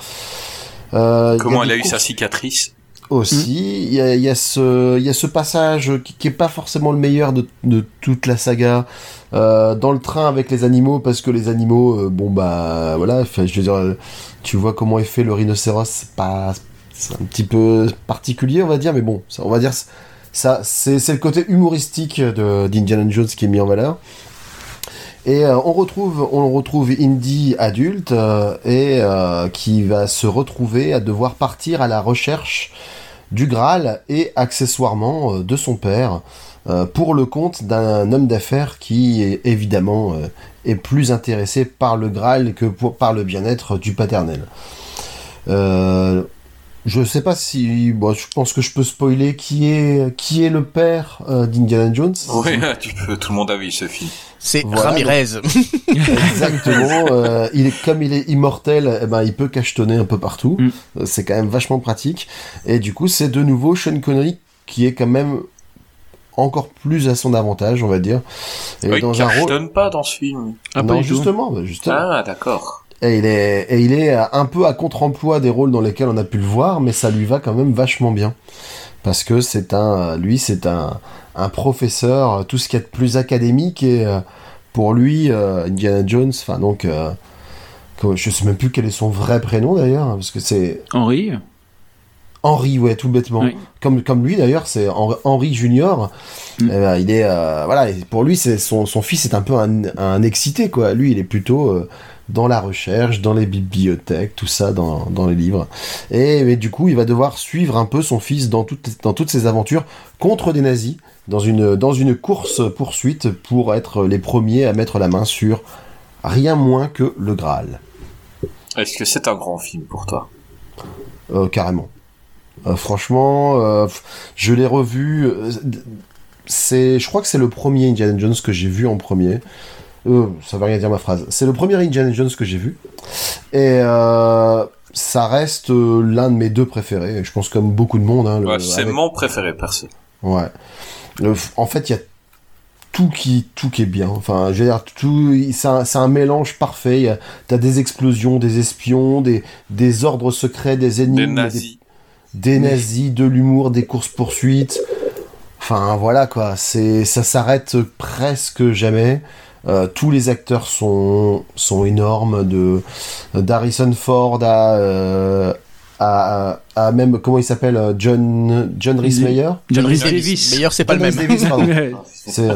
Euh, Comment il y elle a des eu courses sa cicatrice? aussi. Il y a, il y a ce, il y a ce passage qui, qui est pas forcément le meilleur de, de toute la saga euh, dans le train avec les animaux parce que les animaux, euh, bon bah voilà, enfin, je veux dire, euh, tu vois comment est fait le rhinocéros, c'est pas, c'est un petit peu particulier on va dire, mais bon, ça, on va dire ça, c'est, c'est le côté humoristique de d'Indiana Jones qui est mis en valeur. Et euh, on retrouve, on retrouve Indy adulte euh, et euh, qui va se retrouver à devoir partir à la recherche du Graal et accessoirement euh, de son père euh, pour le compte d'un homme d'affaires qui est, évidemment euh, est plus intéressé par le Graal que pour, par le bien-être du paternel. Euh, je sais pas si, bon, je pense que je peux spoiler qui est qui est le père euh, d'Indiana Jones. Oui, tu peux. Tout le monde a vu ce film. C'est Voilà, Ramirez. Exactement. euh, il est comme il est immortel, eh ben il peut cachetonner un peu partout. Mm. Euh, C'est quand même vachement pratique. Et du coup, c'est de nouveau Sean Connery qui est quand même encore plus à son avantage, on va dire. Et Oui, dans un rôle. donne pas dans ce film. Ah, pas non, du tout. justement, bah, justement. Ah, d'accord. Et il est et il est un peu à contre-emploi des rôles dans lesquels on a pu le voir, mais ça lui va quand même vachement bien. Parce que c'est un, lui, c'est un, un professeur, tout ce qu'il y a de plus académique et euh, pour lui, euh, Indiana Jones, enfin donc, euh, je sais même plus quel est son vrai prénom d'ailleurs, parce que c'est Henri. Henri, ouais, tout bêtement. Oui. Comme comme lui d'ailleurs, c'est Henri Junior. Mm. Eh ben, il est, euh, voilà, pour lui, c'est son son fils est un peu un, un excité quoi. Lui, il est plutôt euh, dans la recherche, dans les bibliothèques, tout ça, dans dans les livres. Et mais du coup, il va devoir suivre un peu son fils dans toutes dans toutes ses aventures contre des nazis, dans une dans une course poursuite pour être les premiers à mettre la main sur rien moins que le Graal. Est-ce que c'est un grand film pour toi ? euh, Carrément. Euh, franchement, euh, je l'ai revu. Euh, c'est, je crois que c'est le premier Indiana Jones que j'ai vu en premier. Euh, ça veut rien dire ma phrase. C'est le premier Indiana Jones que j'ai vu, et euh, ça reste euh, l'un de mes deux préférés. Je pense comme beaucoup de monde. Hein, le, ouais, c'est avec... mon préféré perso. Ouais. Le, en fait, il y a tout qui tout qui est bien. Enfin, je veux dire, tout, c'est un, c'est un mélange parfait. Y a, t'as des explosions, des espions, des des ordres secrets, des énigmes, des nazis. Des... Des nazis, de l'humour, des courses-poursuites. Enfin, voilà, quoi. C'est, ça s'arrête presque jamais. Euh, tous les acteurs sont, sont énormes. De, d'Harrison Ford à, euh, à, à, à même, comment il s'appelle? John, John Rhys Meyer? John Rhys Davis. Meyer, c'est pas John le même. Davis, pardon. C'est,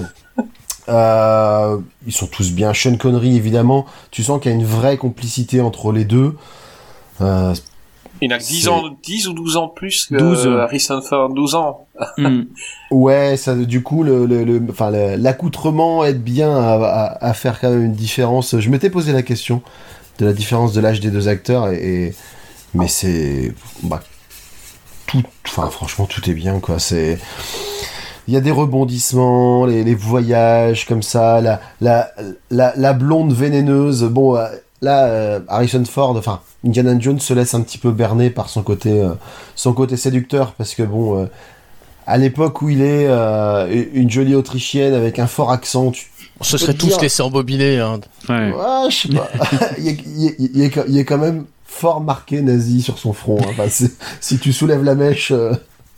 euh, ils sont tous bien. Sean Connery, évidemment. Tu sens qu'il y a une vraie complicité entre les deux. Euh, Il a dix ans, dix ou douze ans plus que douze Harrison Ford, douze ans. Mm. Ouais, ça, du coup, le, le, le, enfin, le, l'accoutrement aide bien à, à, à faire quand même une différence. Je m'étais posé la question de la différence de l'âge des deux acteurs, et, et mais c'est, bah, tout, enfin, franchement, tout est bien, quoi. C'est, il y a des rebondissements, les, les voyages comme ça, la, la, la, la blonde vénéneuse. Bon, euh, là, euh, Harrison Ford, enfin, Indiana Jones se laisse un petit peu berner par son côté, euh, son côté séducteur, parce que bon, euh, à l'époque où il est euh, une jolie Autrichienne avec un fort accent, tu, On se serait tous laissés embobiner. Hein. Ouais. ouais, je sais pas, il, est, il, est, il, est, il est quand même fort marqué nazi sur son front. Hein. Enfin, si tu soulèves la mèche. Euh...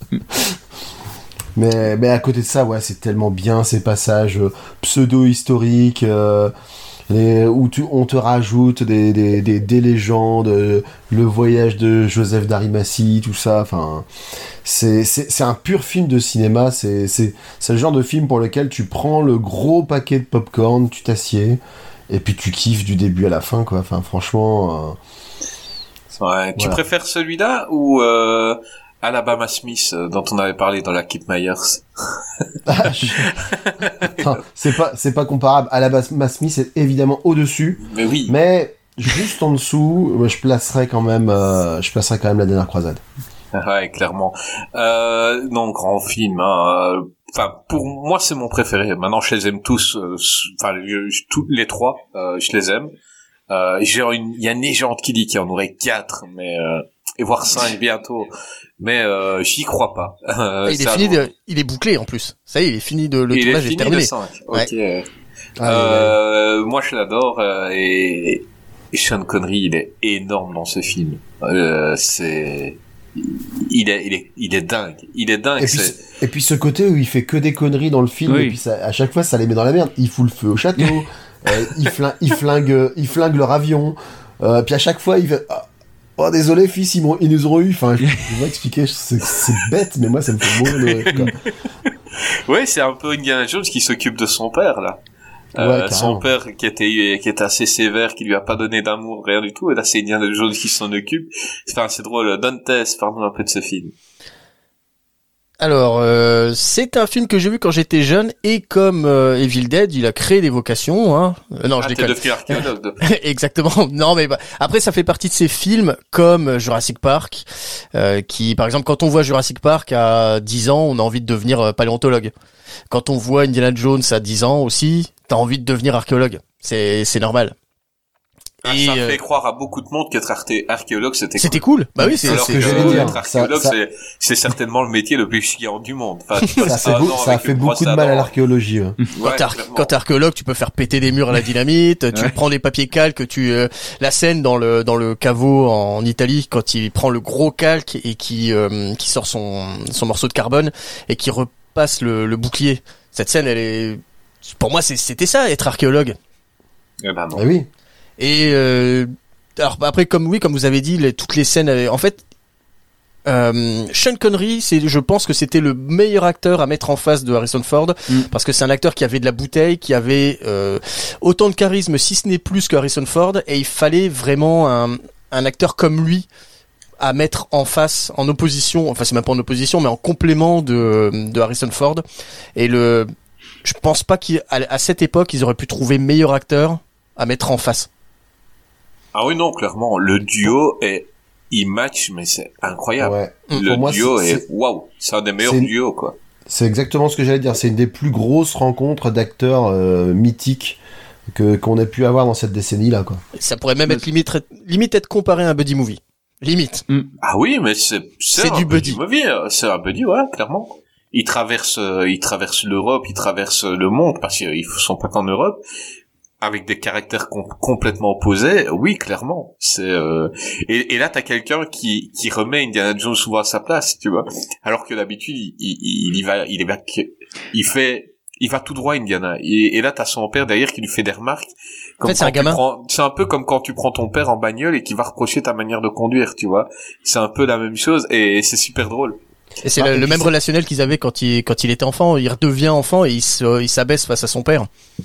mais, mais à côté de ça, ouais, c'est tellement bien ces passages euh, pseudo-historiques. Euh, Les, où tu, on te rajoute des, des, des, des légendes, euh, le voyage de Joseph d'Arimathie, tout ça. Enfin, c'est, c'est, c'est un pur film de cinéma. C'est, c'est, c'est le genre de film pour lequel tu prends le gros paquet de popcorn, tu t'assieds, et puis tu kiffes du début à la fin, quoi. Enfin, franchement. Euh... Ouais. Tu voilà. préfères celui-là ou euh, Alabama Smith euh, dont on avait parlé dans la Kip Myers? Ah, je... non, c'est pas c'est pas comparable. Alabama Smith est évidemment au-dessus, mais oui, mais juste en dessous, je placerais quand même euh, je placerais quand même La Dernière Croisade. Ouais, clairement. Euh, non, grand film. Hein. Enfin, pour moi, c'est mon préféré. Maintenant, je les aime tous. Enfin, euh, tous les trois, euh, je les aime. Euh, j'ai une, il y a une légende qui dit qu'il y en aurait quatre, mais euh, et voire cinq bientôt. Mais euh, j'y crois pas. Euh, il est fini, de, il est bouclé en plus. Ça y est, il est fini de le il tournage est, est terminé. De cinq. Ouais. Ok. Ah, euh, ouais. Moi, je l'adore euh, et, et Sean Connery, il est énorme dans ce film. Euh, c'est il est, il est, il est dingue. Il est dingue. Et puis, c'est... et puis ce côté où il fait que des conneries dans le film, oui. Et puis ça, à chaque fois, ça les met dans la merde. Il fout le feu au château, euh, il flingue, il flingue, il flingue leur avion. Euh, puis à chaque fois, il fait. Oh désolé fils, ils, ils nous ont eu. Enfin, je, je vais expliquer, c'est, c'est bête, mais moi ça me fait mourir de rire. Ouais, c'est un peu Indiana Jones qui s'occupe de son père là. Euh, ouais, son père qui était qui était assez sévère, qui lui a pas donné d'amour, rien du tout. Et là, c'est Indiana Jones qui s'en occupe. Enfin, c'est drôle. Dantes, parle-nous un peu de ce film. Alors, euh, c'est un film que j'ai vu quand j'étais jeune et comme euh, Evil Dead, il a créé des vocations. Hein. Euh, non, ah, je t'es devenu archéologue. De... Exactement. Non, mais bah, après, ça fait partie de ces films comme Jurassic Park, euh, qui, par exemple, quand on voit Jurassic Park à dix ans, on a envie de devenir euh, paléontologue. Quand on voit Indiana Jones à dix ans aussi, t'as envie de devenir archéologue. C'est, c'est normal. Ah, et ça euh... fait croire à beaucoup de monde qu'être arché- archéologue c'était c'était cool. cool. Bah oui, c'est alors c'est que ce que j'allais dire. Être archéologue ça, ça... c'est c'est certainement le métier le plus chiant du monde. Enfin, ça fait, beau, ça fait beaucoup de mal à l'archéologie. Ouais. Quand ouais, t'es ar- quand t'es archéologue, tu peux faire péter des murs à la dynamite, tu ouais. prends des papiers calques, tu euh, la scène dans le dans le caveau en Italie quand il prend le gros calque et qui euh, qui sort son son morceau de carbone et qui re passe le, le bouclier. Cette scène, elle est, pour moi, c'est, c'était ça, être archéologue. Eh ben non. Ah oui. Et euh, alors après, comme oui, comme vous avez dit, les, toutes les scènes, avaient, en fait, euh, Sean Connery, c'est, je pense que c'était le meilleur acteur à mettre en face de Harrison Ford, mm. parce que c'est un acteur qui avait de la bouteille, qui avait euh, autant de charisme, si ce n'est plus que Harrison Ford, et il fallait vraiment un, un acteur comme lui à mettre en face, en opposition, enfin c'est même pas en opposition, mais en complément de, de Harrison Ford. Et le, je pense pas qu'à à cette époque ils auraient pu trouver meilleur acteur à mettre en face. Ah oui non, clairement, le duo est, il match, mais c'est incroyable. Ouais. Le Pour moi, duo c'est, est, waouh, c'est un des meilleurs une... duos quoi. C'est exactement ce que j'allais dire. C'est une des plus grosses rencontres d'acteurs euh, mythiques que qu'on ait pu avoir dans cette décennie là quoi. Ça pourrait même être limite limite être comparé à un buddy movie. Limite. Mm. Ah oui, mais c'est c'est, c'est un du buddy. movie, c'est un buddy, ouais, clairement. Il traverse, euh, il traverse l'Europe, il traverse le monde parce qu'ils sont pas qu'en Europe, avec des caractères com- complètement opposés. Oui, clairement. C'est euh... et, et là t'as quelqu'un qui qui remet Indiana Jones souvent à sa place, tu vois. Alors que d'habitude il il, il y va, il est back, il fait. Il va tout droit, Indiana. Et, et là, t'as son père derrière qui lui fait des remarques. Comme en fait, c'est un gamin. Prends, c'est un peu comme quand tu prends ton père en bagnole et qui va reprocher ta manière de conduire, tu vois. C'est un peu la même chose et c'est super drôle. Et c'est ah, le, et le même c'est... relationnel qu'ils avaient quand il, quand il était enfant. Il redevient enfant et il, se, il s'abaisse face à son père.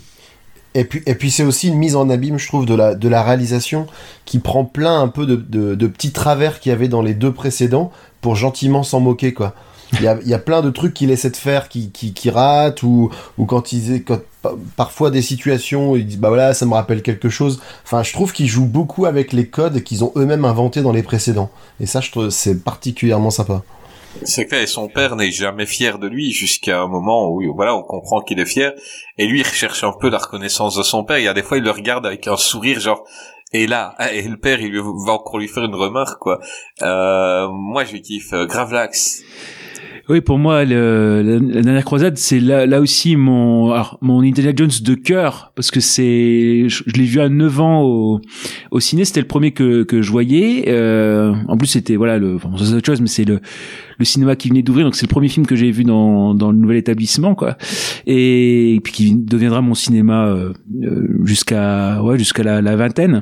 Et puis, et puis c'est aussi une mise en abîme, je trouve, de la, de la réalisation qui prend plein un peu de, de, de petits travers qu'il y avait dans les deux précédents pour gentiment s'en moquer, quoi. Il y a, il y a plein de trucs qu'il essaie de faire qui, qui, qui ratent ou, ou quand ils, quand, parfois des situations où ils disent, bah voilà, ça me rappelle quelque chose. Enfin, je trouve qu'ils jouent beaucoup avec les codes qu'ils ont eux-mêmes inventés dans les précédents. Et ça, je trouve, c'est particulièrement sympa. C'est clair, et son père n'est jamais fier de lui jusqu'à un moment où, voilà, on comprend qu'il est fier. Et lui, il recherche un peu la reconnaissance de son père. Il y a des fois, il le regarde avec un sourire, genre, et là, et le père, il va encore lui faire une remarque, quoi. Euh, moi, je kiffe Gravelax. Oui, pour moi, le, la, la dernière croisade, c'est là, là aussi mon, alors, mon Indiana Jones de cœur, parce que c'est, je, je l'ai vu à neuf ans au, au ciné, c'était le premier que, que je voyais, euh, en plus c'était, voilà, le, enfin, c'est autre chose, mais c'est le, le cinéma qui venait d'ouvrir, donc c'est le premier film que j'ai vu dans, dans le nouvel établissement, quoi, et, et puis qui deviendra mon cinéma, euh, jusqu'à, ouais, jusqu'à la, la vingtaine,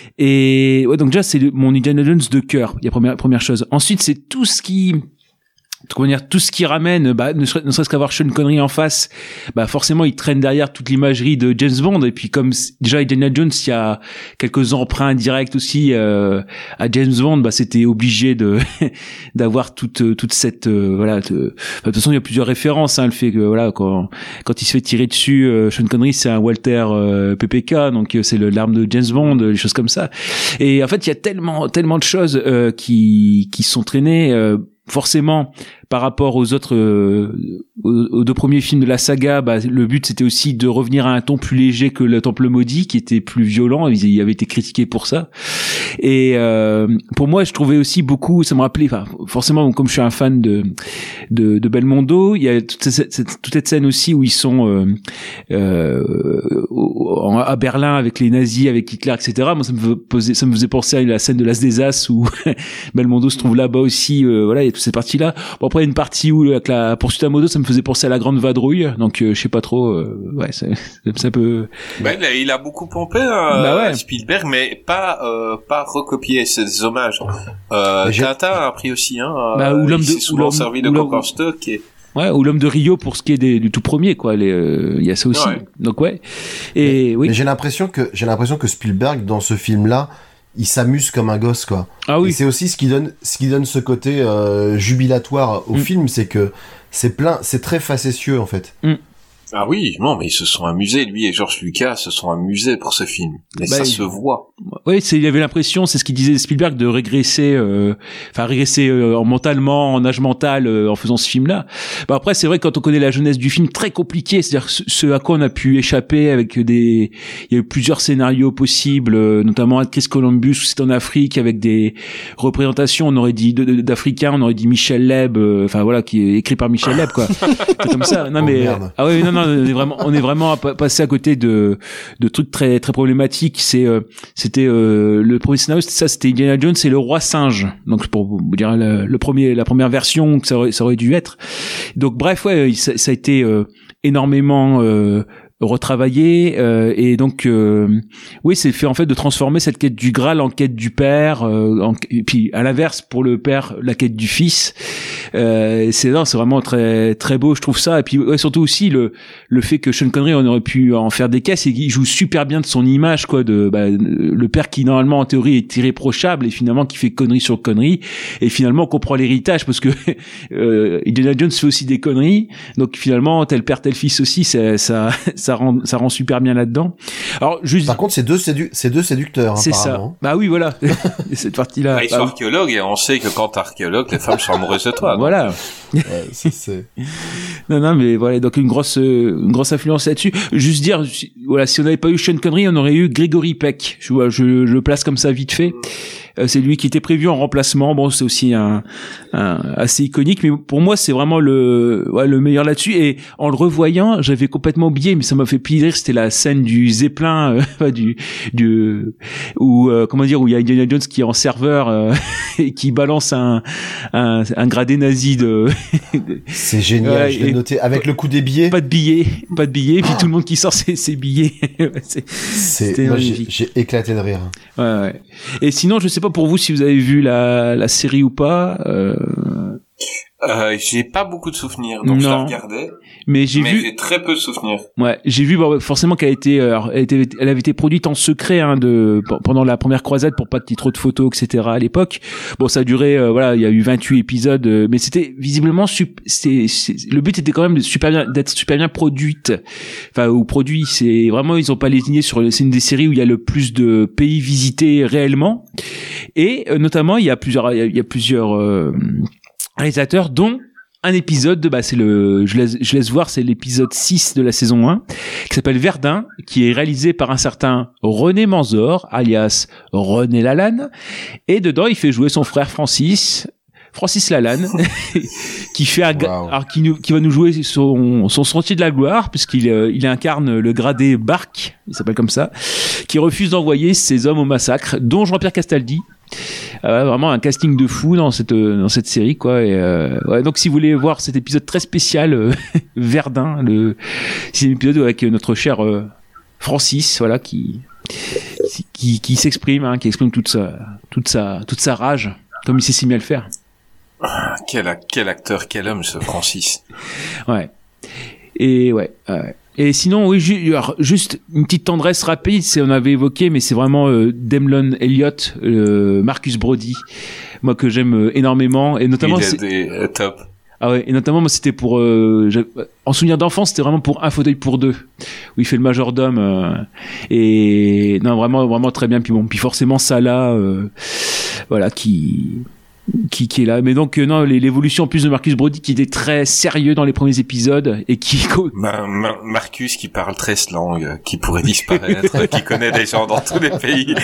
et, ouais, donc déjà, c'est le, mon Indiana Jones de cœur, il y a première, première chose. Ensuite, c'est tout ce qui, comment dire, tout ce qui ramène, bah, ne, serait, ne serait-ce qu'avoir Sean Connery en face, bah, forcément, il traîne derrière toute l'imagerie de James Bond. Et puis, comme déjà Indiana Jones, il y a quelques emprunts directs aussi, euh, à James Bond, bah, c'était obligé de, d'avoir toute, toute cette, euh, voilà, de, de toute façon, il y a plusieurs références, hein, le fait que, voilà, quand, quand il se fait tirer dessus, euh, Sean Connery, c'est un Walter, euh, P P K, donc, euh, c'est le, l'arme de James Bond, les choses comme ça. Et en fait, il y a tellement, tellement de choses, euh, qui, qui sont traînées, euh, forcément, par rapport aux autres, euh, aux, aux deux premiers films de la saga, bah, le but c'était aussi de revenir à un ton plus léger que le Temple maudit, qui était plus violent. Ils, ils avaient été critiqués pour ça. Et euh, pour moi, je trouvais aussi beaucoup, ça me rappelait, enfin, forcément, comme je suis un fan de de, de Belmondo, il y a toute cette, cette, toute cette scène aussi où ils sont euh, euh, à Berlin avec les nazis, avec Hitler, et cetera. Moi, ça me faisait poser, ça me faisait penser à la scène de l'As des As où Belmondo se trouve là-bas aussi. Euh, voilà, il y a toute cette partie-là. Bon, après, une partie où avec la poursuite à moto, ça me faisait penser à la Grande Vadrouille, donc euh, je sais pas trop, euh, ouais, ça, ça peut. Ben là, il a beaucoup pompé euh, bah ouais. Spielberg, mais pas euh, pas recopié, c'est des hommages. Euh, Tintin a appris aussi, hein. Bah, ou l'homme il s'est de, souvent servi de coq en stock. Et... Ouais, ou l'homme de Rio pour ce qui est des, du tout premier, quoi. Les, euh, il y a ça aussi. Ouais. Donc ouais. Et mais, oui. Mais j'ai l'impression que j'ai l'impression que Spielberg dans ce film-là, il s'amuse comme un gosse, quoi. Ah oui. Et c'est aussi ce qui donne, ce qui donne ce côté euh, jubilatoire au mm. film, c'est que c'est plein, c'est très facétieux en fait. Mm. Ah oui, non, mais ils se sont amusés, lui et George Lucas se sont amusés pour ce film. Mais bah, ça il... se voit. Oui, c'est, il avait l'impression, c'est ce qu'il disait Spielberg, de régresser, euh, enfin régresser euh, en mentalement, en âge mental, euh, en faisant ce film-là. Bah après, c'est vrai que quand on connaît la jeunesse du film, très compliqué, c'est-à-dire ce, ce à quoi on a pu échapper avec des, il y a eu plusieurs scénarios possibles, euh, notamment Chris Columbus, où c'est en Afrique avec des représentations, on aurait dit de, de, d'Africains, on aurait dit Michel Leb, enfin euh, voilà, qui est écrit par Michel Leb, quoi. C'est comme ça. Non mais, oh, ah ouais, non. non, on est vraiment, on est vraiment passé à côté de de trucs très très problématiques. C'est euh, c'était euh, le premier scénario, c'était ça, c'était Indiana Jones et le roi singe. Donc pour vous dire le, le premier, la première version que ça aurait, ça aurait dû être. Donc bref, ouais, ça, ça a été euh, énormément euh, retravaillé euh, et donc euh, oui, c'est fait en fait de transformer cette quête du Graal en quête du père euh, en, et puis à l'inverse pour le père la quête du fils. Euh, c'est non, c'est vraiment très très beau, je trouve ça. Et puis ouais, surtout aussi le le fait que Sean Connery on aurait pu en faire des caisses et qu'il joue super bien de son image quoi, de bah, le père qui normalement en théorie est irréprochable et finalement qui fait conneries sur conneries et finalement on comprend l'héritage parce que euh, Indiana Jones fait aussi des conneries donc finalement tel père tel fils aussi ça ça ça rend ça rend super bien là-dedans. Alors juste par contre c'est deux sédu- c'est deux séducteurs c'est apparemment. Ça. Bah oui voilà cette partie-là. Bah, ils sont bah, archéologues et on sait que quand t'es archéologue les femmes sont amoureuses de toi. Voilà. Ouais, ça, c'est... non non mais voilà donc une grosse une grosse influence là-dessus. Juste dire voilà si on n'avait pas eu Sean Connery on aurait eu Gregory Peck. Je vois je je le place comme ça vite fait. Euh, c'est lui qui était prévu en remplacement. Bon, c'est aussi un, un assez iconique, mais pour moi, c'est vraiment le, ouais, le meilleur là-dessus. Et en le revoyant, j'avais complètement oublié, mais ça m'a fait plaisir. C'était la scène du Zeppelin, euh, du, du, où euh, comment dire, où il y a Indiana Jones qui est en serveur euh, et qui balance un, un, un gradé nazi de. C'est génial. Ouais, je l'ai noté avec le coup des billets. Pas de billets, pas de billets, puis tout le monde qui sort ses, ses billets. c'est, c'est moi, j'ai, j'ai éclaté de rire. Ouais, ouais. Et sinon, je sais pas pour vous si vous avez vu la, la série ou pas. Euh... Euh, j'ai pas beaucoup de souvenirs, donc non. Je la regardais. Mais j'ai mais vu. J'ai très peu de souvenirs. Ouais, j'ai vu bon, forcément qu'elle a été, alors, elle, était, elle avait été produite en secret hein, de pendant la première croisade pour pas qu'il y ait trop de photos, et cetera. À l'époque, bon, ça a duré, euh, voilà, il y a eu vingt-huit épisodes, euh, mais c'était visiblement, sup, c'est, c'est, le but était quand même de super bien, d'être super bien produite, enfin ou produit. C'est vraiment, ils ont pas lésiné sur, c'est une des séries où il y a le plus de pays visités réellement, et euh, notamment il y a plusieurs, il y a, il y a plusieurs euh, réalisateurs dont un épisode de, bah, c'est le, je laisse, je laisse voir, c'est l'épisode six de la saison un, qui s'appelle Verdun, qui est réalisé par un certain René Manzor, alias René Lalanne, et dedans, il fait jouer son frère Francis, Francis Lalanne, qui fait, un, wow. alors, qui nous, qui va nous jouer son, son sentier de la gloire, puisqu'il, euh, il incarne le gradé Barque, il s'appelle comme ça, qui refuse d'envoyer ses hommes au massacre, dont Jean-Pierre Castaldi. Euh, vraiment un casting de fou dans cette dans cette série quoi et euh, ouais, donc si vous voulez voir cet épisode très spécial euh, Verdun le c'est un épisode avec notre cher euh, Francis voilà qui qui qui s'exprime hein, qui exprime toute sa toute sa toute sa rage comme il sait si bien le faire. Ah, quel quel acteur, quel homme ce Francis. Ouais. Et ouais, ouais. Et sinon, oui, ju- alors, juste une petite tendresse rapide, c'est on avait évoqué, mais c'est vraiment euh, Damon Elliott, euh, Marcus Brody, moi que j'aime euh, énormément, et notamment. Il est c'est... des, euh, top. Ah ouais, et notamment moi c'était pour, euh, en souvenir d'enfance, c'était vraiment pour Un fauteuil pour deux, où il fait le majordome, euh, et non vraiment vraiment très bien. Puis bon, puis forcément Salah, euh, voilà qui. Qui, qui est là, mais donc euh, non, l'évolution en plus de Marcus Brody qui était très sérieux dans les premiers épisodes et qui Ma- Ma- Marcus qui parle treize langues, qui pourrait disparaître, qui connaît des gens dans tous les pays,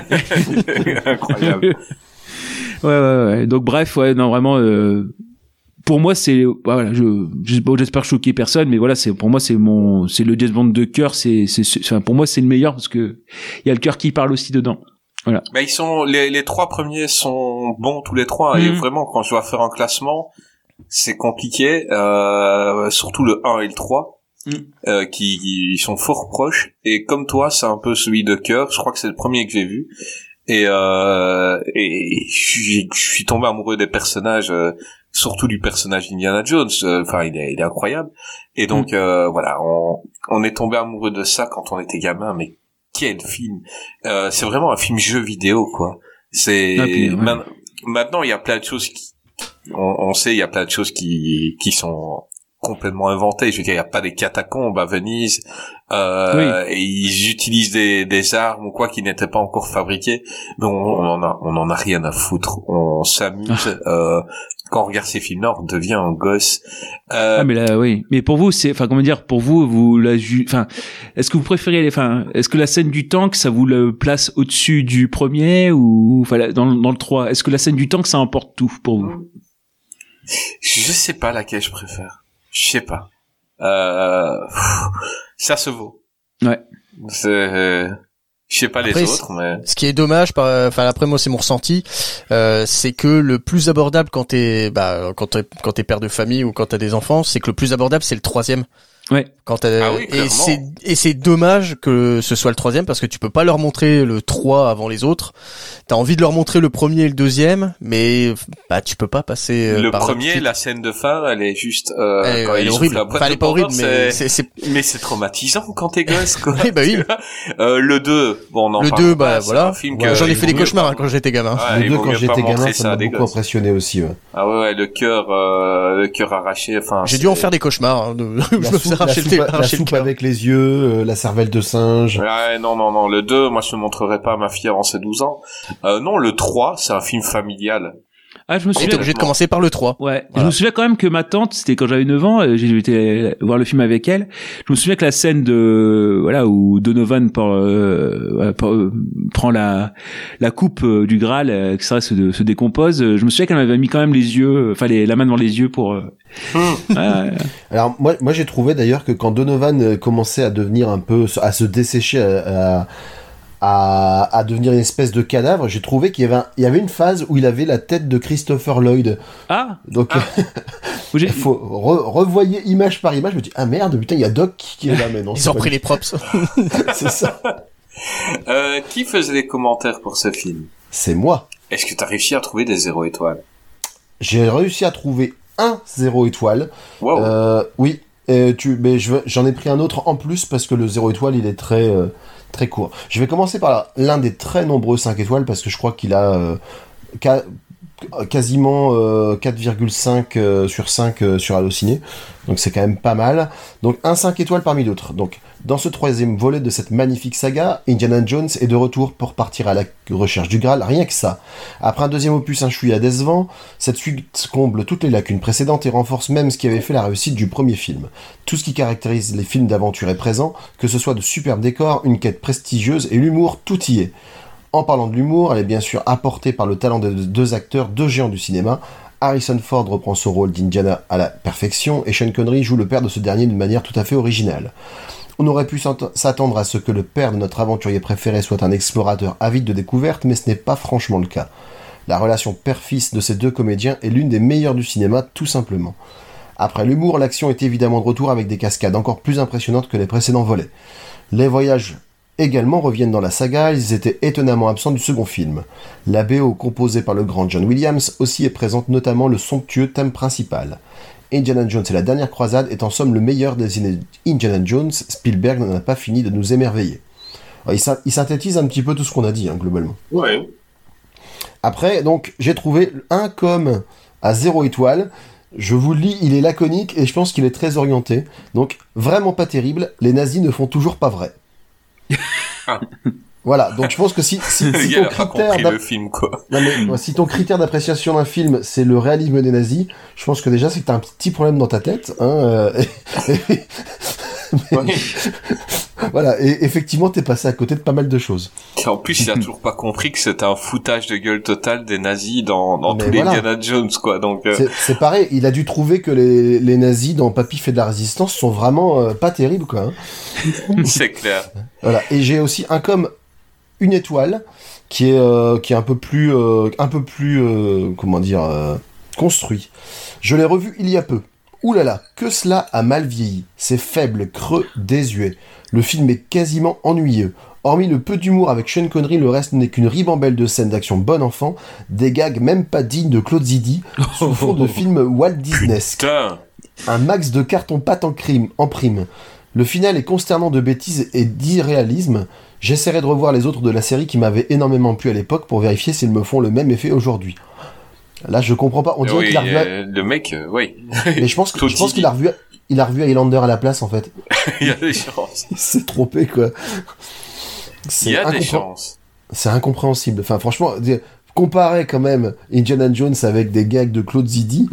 incroyable. Ouais ouais ouais. Donc bref, ouais, non vraiment. Euh, pour moi, c'est voilà, je, je bon, j'espère choquer personne, mais voilà, c'est pour moi c'est mon, c'est le James Bond de cœur, c'est, c'est, c'est, enfin pour moi c'est le meilleur parce que il y a le cœur qui parle aussi dedans. Voilà. Bah ils sont les les trois premiers sont bons tous les trois mmh. Et vraiment quand je dois faire un classement c'est compliqué euh, surtout le un et le trois mmh. euh, qui, qui sont fort proches et comme toi c'est un peu celui de cœur, je crois que c'est le premier que j'ai vu et euh, et je suis tombé amoureux des personnages euh, surtout du personnage d'Indiana Jones, enfin euh, il est il est incroyable et donc mmh. euh, voilà on on est tombé amoureux de ça quand on était gamin mais quel film euh, c'est vraiment un film jeu vidéo quoi c'est ah, puis, ouais. ma- maintenant il y a plein de choses qui on, on sait il y a plein de choses qui qui sont complètement inventées je veux dire il y a pas des catacombes à Venise euh, oui. Et ils utilisent des des armes ou quoi qui n'étaient pas encore fabriquées mais on, on en a on en a rien à foutre on s'amuse euh, quand on regarde ces films-là, on devient un gosse. Euh... Ah mais là, oui. Mais pour vous, c'est, enfin, comment dire, pour vous, vous la, ju- enfin, est-ce que vous préférez, enfin, est-ce que la scène du tank, ça vous le place au-dessus du premier ou, enfin, dans, dans le trois, est-ce que la scène du tank, ça emporte tout pour vous? Je sais pas laquelle je préfère. Je sais pas. Euh, ça se vaut. Ouais. C'est, euh, je sais pas Après, les autres, mais ce qui est dommage, par, enfin après moi c'est mon ressenti, euh, c'est que le plus abordable quand t'es, bah quand t'es, quand t'es père de famille ou quand t'as des enfants, c'est que le plus abordable c'est le troisième. Ouais. Quand t'as, Ah oui, et clairement. c'est et c'est dommage que ce soit le troisième parce que tu peux pas leur montrer le trois avant les autres. T'as envie de leur montrer le premier et le deuxième, mais bah tu peux pas passer. euh, le par premier, suite. la scène de fin, elle est juste euh, Elle, quand elle il est souffle horrible. la boîte Enfin, elle de est pas horrible, Pandore, mais c'est... c'est, c'est... mais c'est traumatisant quand t'es gosse, quoi. Oui, bah oui. Tu vois. Euh, le deux, bon, on en Le parle deux, pas, bah c'est voilà. un film Ouais, que J'en ai il fait vaut des mieux cauchemars pas- hein, quand j'étais gamin. Ouais, Les il deux, vaut quand mieux j'étais pas gamin, montrer ça m'a à des beaucoup gosses. impressionné aussi. Ouais. Ah ouais, ouais, le cœur, euh, le cœur arraché, enfin. J'ai c'est- dû en faire des cauchemars. Hein, de... je me La faisais soupe, la arracher le, soupe, thé- la arracher le soupe cœur. avec les yeux, euh, la cervelle de singe. Ouais, non, non, non, le deux, moi je ne montrerai pas à ma fille avant ses douze ans. Euh, non, le trois, c'est un film familial. Ah, je me Et t'es souviens. obligé de commencer par le trois. Ouais. Voilà. Je me souviens quand même que ma tante, c'était quand j'avais neuf ans, euh, j'ai été voir le film avec elle. Je me souviens que la scène de, voilà, où Donovan par, euh, par- euh, prend la, la coupe euh, du Graal, euh, et cetera, se, se décompose. euh, Je me souviens qu'elle m'avait mis quand même les yeux, enfin les, la main devant les yeux pour, euh, ouais, ouais. Alors moi, moi j'ai trouvé d'ailleurs que quand Donovan euh, commençait à devenir un peu, à se dessécher, à, à, à, à devenir une espèce de cadavre, j'ai trouvé qu'il y avait, un- il y avait une phase où il avait la tête de Christopher Lloyd. Ah, Donc où j'ai- il faut re- revoyer image par image. Je me dis ah merde putain il y a Doc qui est là mais non. Ils c'est ont pas repris lui. les props. C'est ça. Euh, qui faisait les commentaires pour ce film? C'est moi. Est-ce que t'as réussi à trouver des zéro étoiles? J'ai réussi à trouver un zéro étoile. Wow. Euh, oui. Et tu, mais je veux- j'en ai pris un autre en plus parce que le zéro étoile il est très euh, très court. Je vais commencer par là, l'un des très nombreux cinq étoiles parce que je crois qu'il a euh, ca- quasiment euh, quatre virgule cinq euh, sur cinq euh, sur Allociné. Donc c'est quand même pas mal. Donc un cinq étoiles parmi d'autres. Donc dans ce troisième volet de cette magnifique saga, Indiana Jones est de retour pour partir à la recherche du Graal, rien que ça. Après un deuxième opus un chouïa décevant, cette suite comble toutes les lacunes précédentes et renforce même ce qui avait fait la réussite du premier film. Tout ce qui caractérise les films d'aventure est présent, que ce soit de superbes décors, une quête prestigieuse et l'humour, tout y est. En parlant de l'humour, elle est bien sûr apportée par le talent de deux acteurs, deux géants du cinéma. Harrison Ford reprend son rôle d'Indiana à la perfection et Sean Connery joue le père de ce dernier d'une manière tout à fait originale. On aurait pu s'attendre à ce que le père de notre aventurier préféré soit un explorateur avide de découvertes, mais ce n'est pas franchement le cas. La relation père-fils de ces deux comédiens est l'une des meilleures du cinéma, tout simplement. Après l'humour, l'action est évidemment de retour avec des cascades encore plus impressionnantes que les précédents volets. Les voyages également reviennent dans la saga, ils étaient étonnamment absents du second film. La B O composée par le grand John Williams aussi est présente, notamment le somptueux thème principal. Indiana Jones et la dernière croisade est en somme le meilleur des Indiana Jones, Spielberg n'en a pas fini de nous émerveiller. Alors, il, il synthétise un petit peu tout ce qu'on a dit, hein, globalement. Ouais. Après, donc, j'ai trouvé un com à zéro étoile. Je vous le lis, il est laconique et je pense qu'il est très orienté. Donc, vraiment pas terrible, les nazis ne font toujours pas vrai. Ah. Voilà, donc je pense que si, si, Le si gars ton a pas critère compris d'app- le film, quoi. non, mais, moi, si ton critère d'appréciation d'un film c'est le réalisme des nazis, je pense que déjà c'est que t'as un petit problème dans ta tête. Hein, euh, et- et- Ouais. voilà, et effectivement t'es passé à côté de pas mal de choses. Et en plus, il a toujours pas compris que c'était un foutage de gueule total des nazis dans, dans Mais tous les voilà. Indiana Jones, quoi. Donc, euh, C'est, c'est pareil, il a dû trouver que les, les nazis dans Papy fait de la résistance sont vraiment euh, pas terribles quoi. Hein. c'est clair. Voilà, et j'ai aussi un comme une étoile qui est euh, qui est un peu plus euh, un peu plus euh, comment dire euh, construit. Je l'ai revu il y a peu. Ouh là là, que cela a mal vieilli. C'est faible, creux, désuet. Le film est quasiment ennuyeux. Hormis le peu d'humour avec Sean Connery, le reste n'est qu'une ribambelle de scènes d'action bon enfant, des gags même pas dignes de Claude Zidi, sous fond de film Walt Disney. Putain. Un max de carton-pâte en, crime, en prime. Le final est consternant de bêtises et d'irréalisme. J'essaierai de revoir les autres de la série qui m'avaient énormément plu à l'époque pour vérifier s'ils me font le même effet aujourd'hui. Là, je comprends pas. On dirait Oui, qu'il a revu. euh, le mec, euh, oui. Mais je pense, que, Claude je pense Zidi. qu'il a revu. Il a revu Highlander à la place en fait. Il y a des chances. Il s'est trompé quoi. Il C'est y a des incompré- chances. C'est incompréhensible. Enfin, franchement, dire- comparer quand même Indiana Jones avec des gags de Claude Zidi,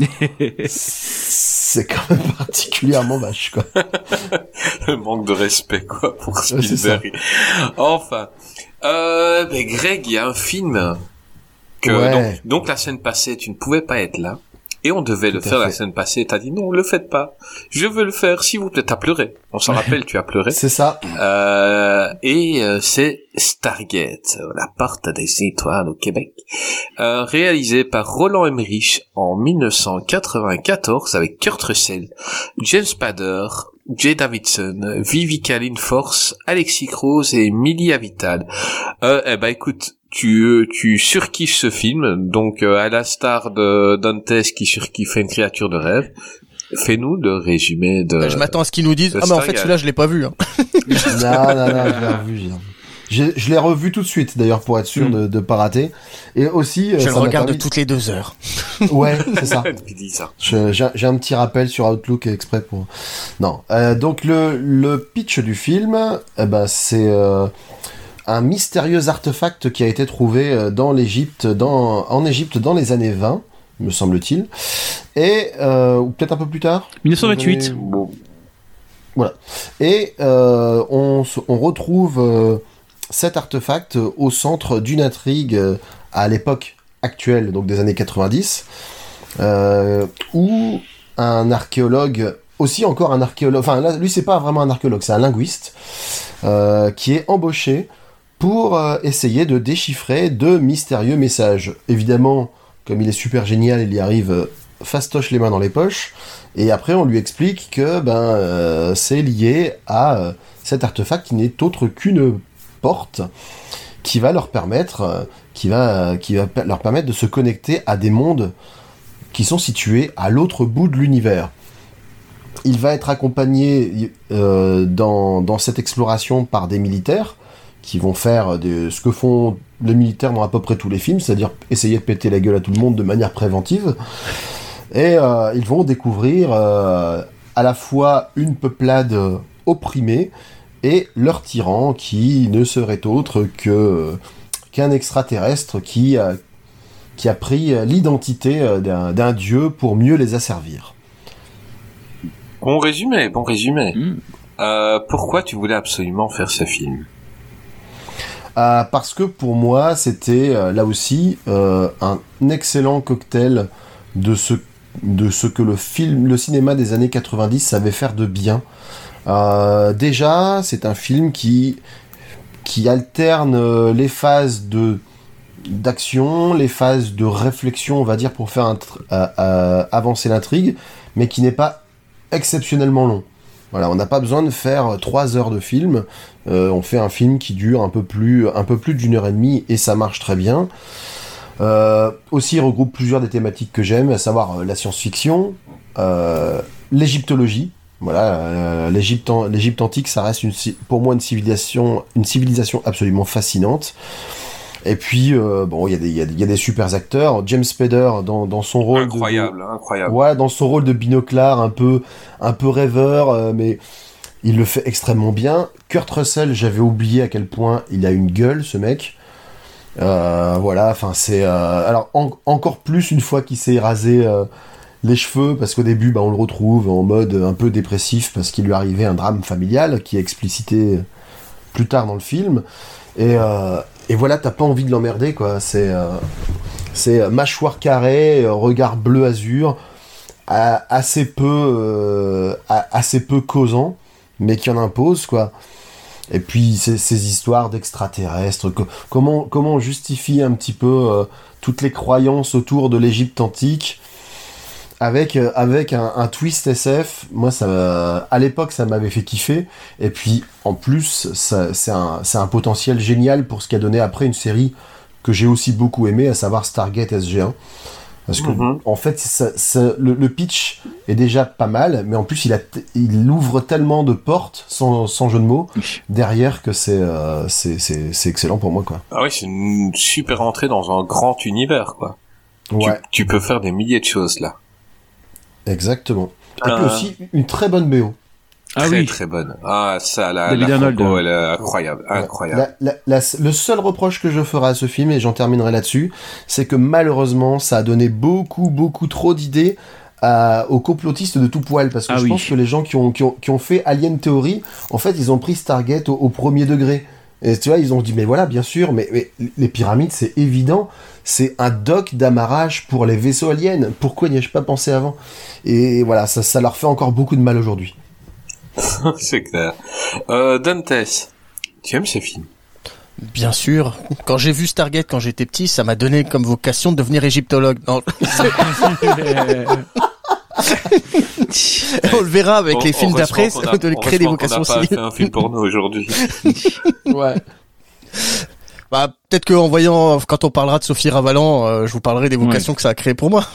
c'est quand même particulièrement vache quoi. Le manque de respect, quoi, pour Ouais, c'est Spielberg. Enfin. Euh, mais Greg, il y a un film que, Ouais. donc, donc la semaine passée, tu ne pouvais pas être là. Et on devait le Tout à faire la fait. semaine passée. T'as dit non, le faites pas. Je veux le faire, s'il vous plaît. T'as pleuré. On s'en rappelle, tu as pleuré. C'est ça. Euh, et euh, c'est Stargate, la porte des étoiles au Québec, euh, réalisé par Roland Emmerich en mille neuf cent quatre-vingt-quatorze avec Kurt Russell, James Spader, Jay Davidson, Vivica Lynn-Force, Alexis Krause et Millie Avital. Euh, eh ben écoute, tu tu surkiffes ce film, donc euh, à la star de Dantes qui surkiffait une créature de rêve. Fais-nous le résumé de. Bah, je m'attends à ce qu'ils nous disent. de Ah mais en fait Stargate. celui-là je l'ai pas vu. Hein. non, non, non, je l'ai revu. J'ai- Je l'ai revu tout de suite, d'ailleurs, pour être sûr Mm. de de pas rater. Et aussi, euh, Je ça le m'a regarde permis- toutes les deux heures. Ouais, c'est ça. Il dit ça. Je- J'ai j'ai un petit rappel sur Outlook exprès pour. Non. Euh, donc le le pitch du film, eh ben c'est euh, un mystérieux artefact qui a été trouvé euh, dans l'Égypte, dans en Égypte dans les années vingt, me semble-t-il, et euh, ou peut-être un peu plus tard. dix-neuf cent vingt-huit. Vous avez- bon. Voilà. Et euh, on se- on retrouve euh, cet artefact au centre d'une intrigue euh, à l'époque actuelle, donc des années quatre-vingt-dix. Euh, où un archéologue, aussi encore un archéologue, enfin là, lui c'est pas vraiment un archéologue, c'est un linguiste, euh, qui est embauché pour euh, essayer de déchiffrer de mystérieux messages. Évidemment, comme il est super génial, il y arrive euh, fastoche les mains dans les poches, et après on lui explique que ben euh, c'est lié à euh, cet artefact qui n'est autre qu'une porte qui va leur permettre, euh, qui va, qui va per- leur permettre de se connecter à des mondes qui sont situés à l'autre bout de l'univers. Il va être accompagné euh, dans, dans cette exploration par des militaires qui vont faire de, ce que font les militaires dans à peu près tous les films, c'est-à-dire essayer de péter la gueule à tout le monde de manière préventive. Et euh, ils vont découvrir euh, à la fois une peuplade opprimée et leur tyran qui ne serait autre que qu'un extraterrestre qui a, qui a pris l'identité d'un, d'un dieu pour mieux les asservir. Bon résumé, bon résumé. Mm. Euh, pourquoi tu voulais absolument faire ce film? Euh, parce que pour moi, c'était euh, là aussi euh, un excellent cocktail de ce, de ce que le film, le cinéma des années quatre-vingt-dix savait faire de bien. Euh, déjà, c'est un film qui, qui alterne euh, les phases de d'action, les phases de réflexion, on va dire, pour faire un tr- euh, euh, avancer l'intrigue, mais qui n'est pas exceptionnellement long. Voilà, on n'a pas besoin de faire trois heures de film. Euh, on fait un film qui dure un peu plus, un peu plus d'une heure et demie et ça marche très bien. Euh, aussi, il regroupe plusieurs des thématiques que j'aime, à savoir euh, la science-fiction, euh, l'égyptologie. Voilà, euh, l'Égypte, an- l'Égypte antique, ça reste une, ci- pour moi une civilisation, une civilisation absolument fascinante. Et puis, euh, bon, il y, a des- il y, a des- il y a des super acteurs. James Spader dans, dans son rôle de- Incroyable, incroyable. Ouais, dans son rôle de binoclard, un peu, un peu rêveur, euh, mais il le fait extrêmement bien. Kurt Russell, j'avais oublié à quel point il a une gueule, ce mec. Euh, voilà, enfin c'est, euh, alors en- encore plus une fois qu'il s'est rasé euh, les cheveux, parce qu'au début, bah, on le retrouve en mode un peu dépressif parce qu'il lui arrivait un drame familial qui est explicité plus tard dans le film. Et, euh, et voilà, t'as pas envie de l'emmerder, quoi. C'est, euh, c'est euh, mâchoire carrée, euh, regard bleu azur, a- assez peu, euh, a- assez peu causant, mais qui en impose, quoi. Et puis ces, ces histoires d'extraterrestres, co- comment, comment on justifie un petit peu euh, toutes les croyances autour de l'Égypte antique avec, euh, avec un, un twist S F. Moi, ça, m'a- à l'époque, ça m'avait fait kiffer. Et puis, en plus, ça, c'est un, c'est un potentiel génial pour ce qu'a donné après une série que j'ai aussi beaucoup aimée, à savoir Stargate S G un. Parce que, Mhm. en fait, ça, ça- le, le pitch est déjà pas mal, mais en plus, il, a t- il ouvre tellement de portes, sans, sans jeu de mots, derrière que c'est, euh, c'est, c'est, c'est excellent pour moi, quoi. Ah oui, c'est une super entrée dans un grand univers, quoi. Ouais, Tu, tu peux faire des milliers de choses, là. exactement. Et Euh. puis aussi, une très bonne B O. Ah très, oui. très bonne. Ah, ça, la, David la Arnold. compo, elle est incroyable, incroyable. La- la- la- le seul reproche que je ferai à ce film, et j'en terminerai là-dessus, c'est que malheureusement, ça a donné beaucoup, beaucoup trop d'idées à- aux complotistes de tout poil. Parce que Ah je oui. pense que les gens qui ont, qui, ont, qui ont fait Alien Theory, en fait, ils ont pris Stargate au, au premier degré. Et tu vois, ils ont dit, mais voilà, bien sûr, mais, mais les pyramides, c'est évident, c'est un dock d'amarrage pour les vaisseaux aliens. Pourquoi n'y ai-je pas pensé avant? Et voilà, ça, ça leur fait encore beaucoup de mal aujourd'hui. C'est clair. Euh, Dantes, tu aimes ce film? Bien sûr. Quand j'ai vu Stargate quand j'étais petit, ça m'a donné comme vocation de devenir égyptologue. Non. On le verra avec on, les films d'après, ça va créer des vocations aussi. On n'a pas fait un film porno aujourd'hui. Ouais. Bah, peut-être qu'en voyant, quand on parlera de Sophie Ravalan, euh, je vous parlerai des vocations ouais. que ça a créé pour moi.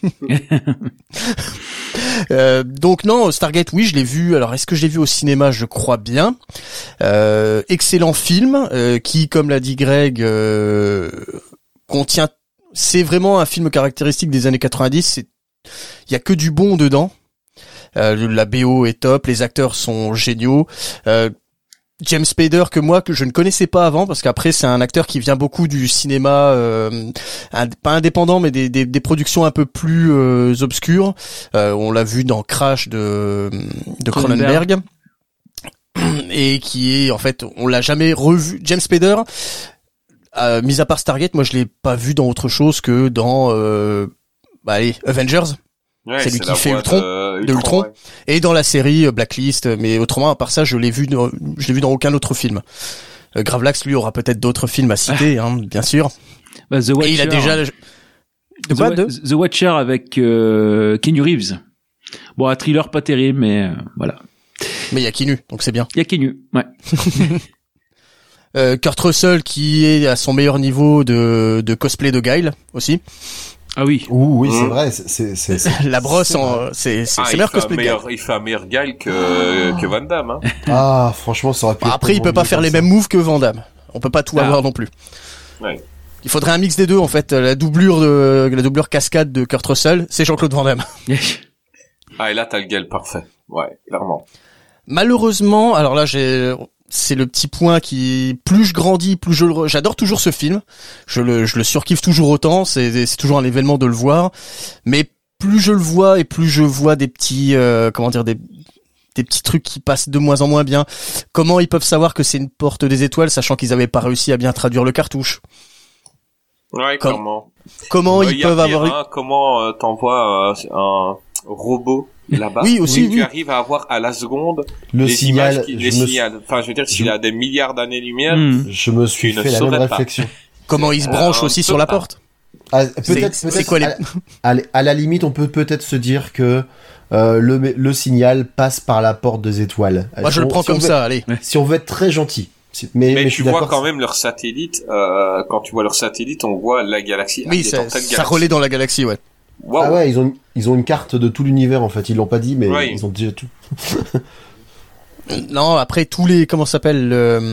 euh, donc non, Stargate, oui, je l'ai vu. Alors, est-ce que je l'ai vu au cinéma? Je crois bien. Euh, excellent film euh, qui, comme l'a dit Greg, euh, contient. C'est vraiment un film caractéristique des années quatre-vingt-dix. C'est, il y a que du bon dedans. Euh, la B O est top, les acteurs sont géniaux. Euh, James Spader que moi que je ne connaissais pas avant parce qu'après c'est un acteur qui vient beaucoup du cinéma euh, ind- pas indépendant mais des, des, des productions un peu plus euh, obscures. Euh, on l'a vu dans Crash de de Cronenberg et qui est en fait on l'a jamais revu. James Spader, euh, mis à part Stargate, moi je l'ai pas vu dans autre chose que dans euh, bah allez Avengers. Ouais, c'est lui c'est qui fait Ultron, de, de Ultron, ouais. Et dans la série Blacklist, mais autrement à part ça, je l'ai vu, je l'ai vu dans aucun autre film. Euh, Gravelax, lui, aura peut-être d'autres films à citer, hein, bien sûr. Bah, The Watcher. Et il a déjà de quoi, The, de The Watcher avec euh, Keanu Reeves. Bon, un thriller pas terrible, mais euh, voilà. Mais il y a Keanu, donc c'est bien. Il y a Keanu, ouais. euh, Kurt Russell qui est à son meilleur niveau de, de cosplay de Guile aussi. Ah oui. Ouh, oui, mmh. c'est vrai. C'est, c'est, c'est, la brosse, en, c'est, c'est, ah, c'est meilleur cosplay de Guile. Il fait un meilleur Guile que, que Van Damme, hein. Ah, franchement, ça aurait pu. Bah, après, il peut pas faire les mêmes moves que Van Damme. On peut pas tout ah. avoir non plus. Ouais. Il faudrait un mix des deux, en fait. La doublure de, la doublure cascade de Kurt Russell, c'est Jean-Claude Van Damme. Ah, et là, t'as le Guile parfait. Ouais, clairement. Malheureusement, alors là, j'ai, c'est le petit point qui, plus je grandis, plus je le, j'adore toujours ce film. Je le, je le surkiffe toujours autant. C'est, c'est toujours un événement de le voir. Mais plus je le vois et plus je vois des petits, euh, comment dire, des, des petits trucs qui passent de moins en moins bien. Comment ils peuvent savoir que c'est une porte des étoiles, sachant qu'ils avaient pas réussi à bien traduire le cartouche? Ouais, Com- comment? Comment euh, ils peuvent avoir eu... un, comment euh, t'envoies euh, un robot là-bas? Oui, aussi, oui. Tu arrives à avoir à la seconde le les signal, images qui, les signals. Suis... Enfin, je veux dire, s'il je... a des milliards d'années-lumière, mmh. je me suis fait la même réflexion. Pas. Comment il se branche euh, aussi sur la pas. porte? Ah, peut-être, c'est, peut-être, c'est quoi les... à, à, à la limite, on peut peut-être se dire que euh, le, le signal passe par la porte des étoiles. Moi, si je on, le prends si comme veut, ça, allez. Si on veut être très gentil. Mais, mais, mais tu vois quand même leur satellite, euh, quand tu vois leur satellite, on voit la galaxie. Oui, ça, ça relaie dans la galaxie, ouais. Wow. Ah ouais, ils ont, ils ont une carte de tout l'univers, en fait. Ils l'ont pas dit, mais ouais. Ils ont déjà tout. Non, après, tous les, comment ça s'appelle, le,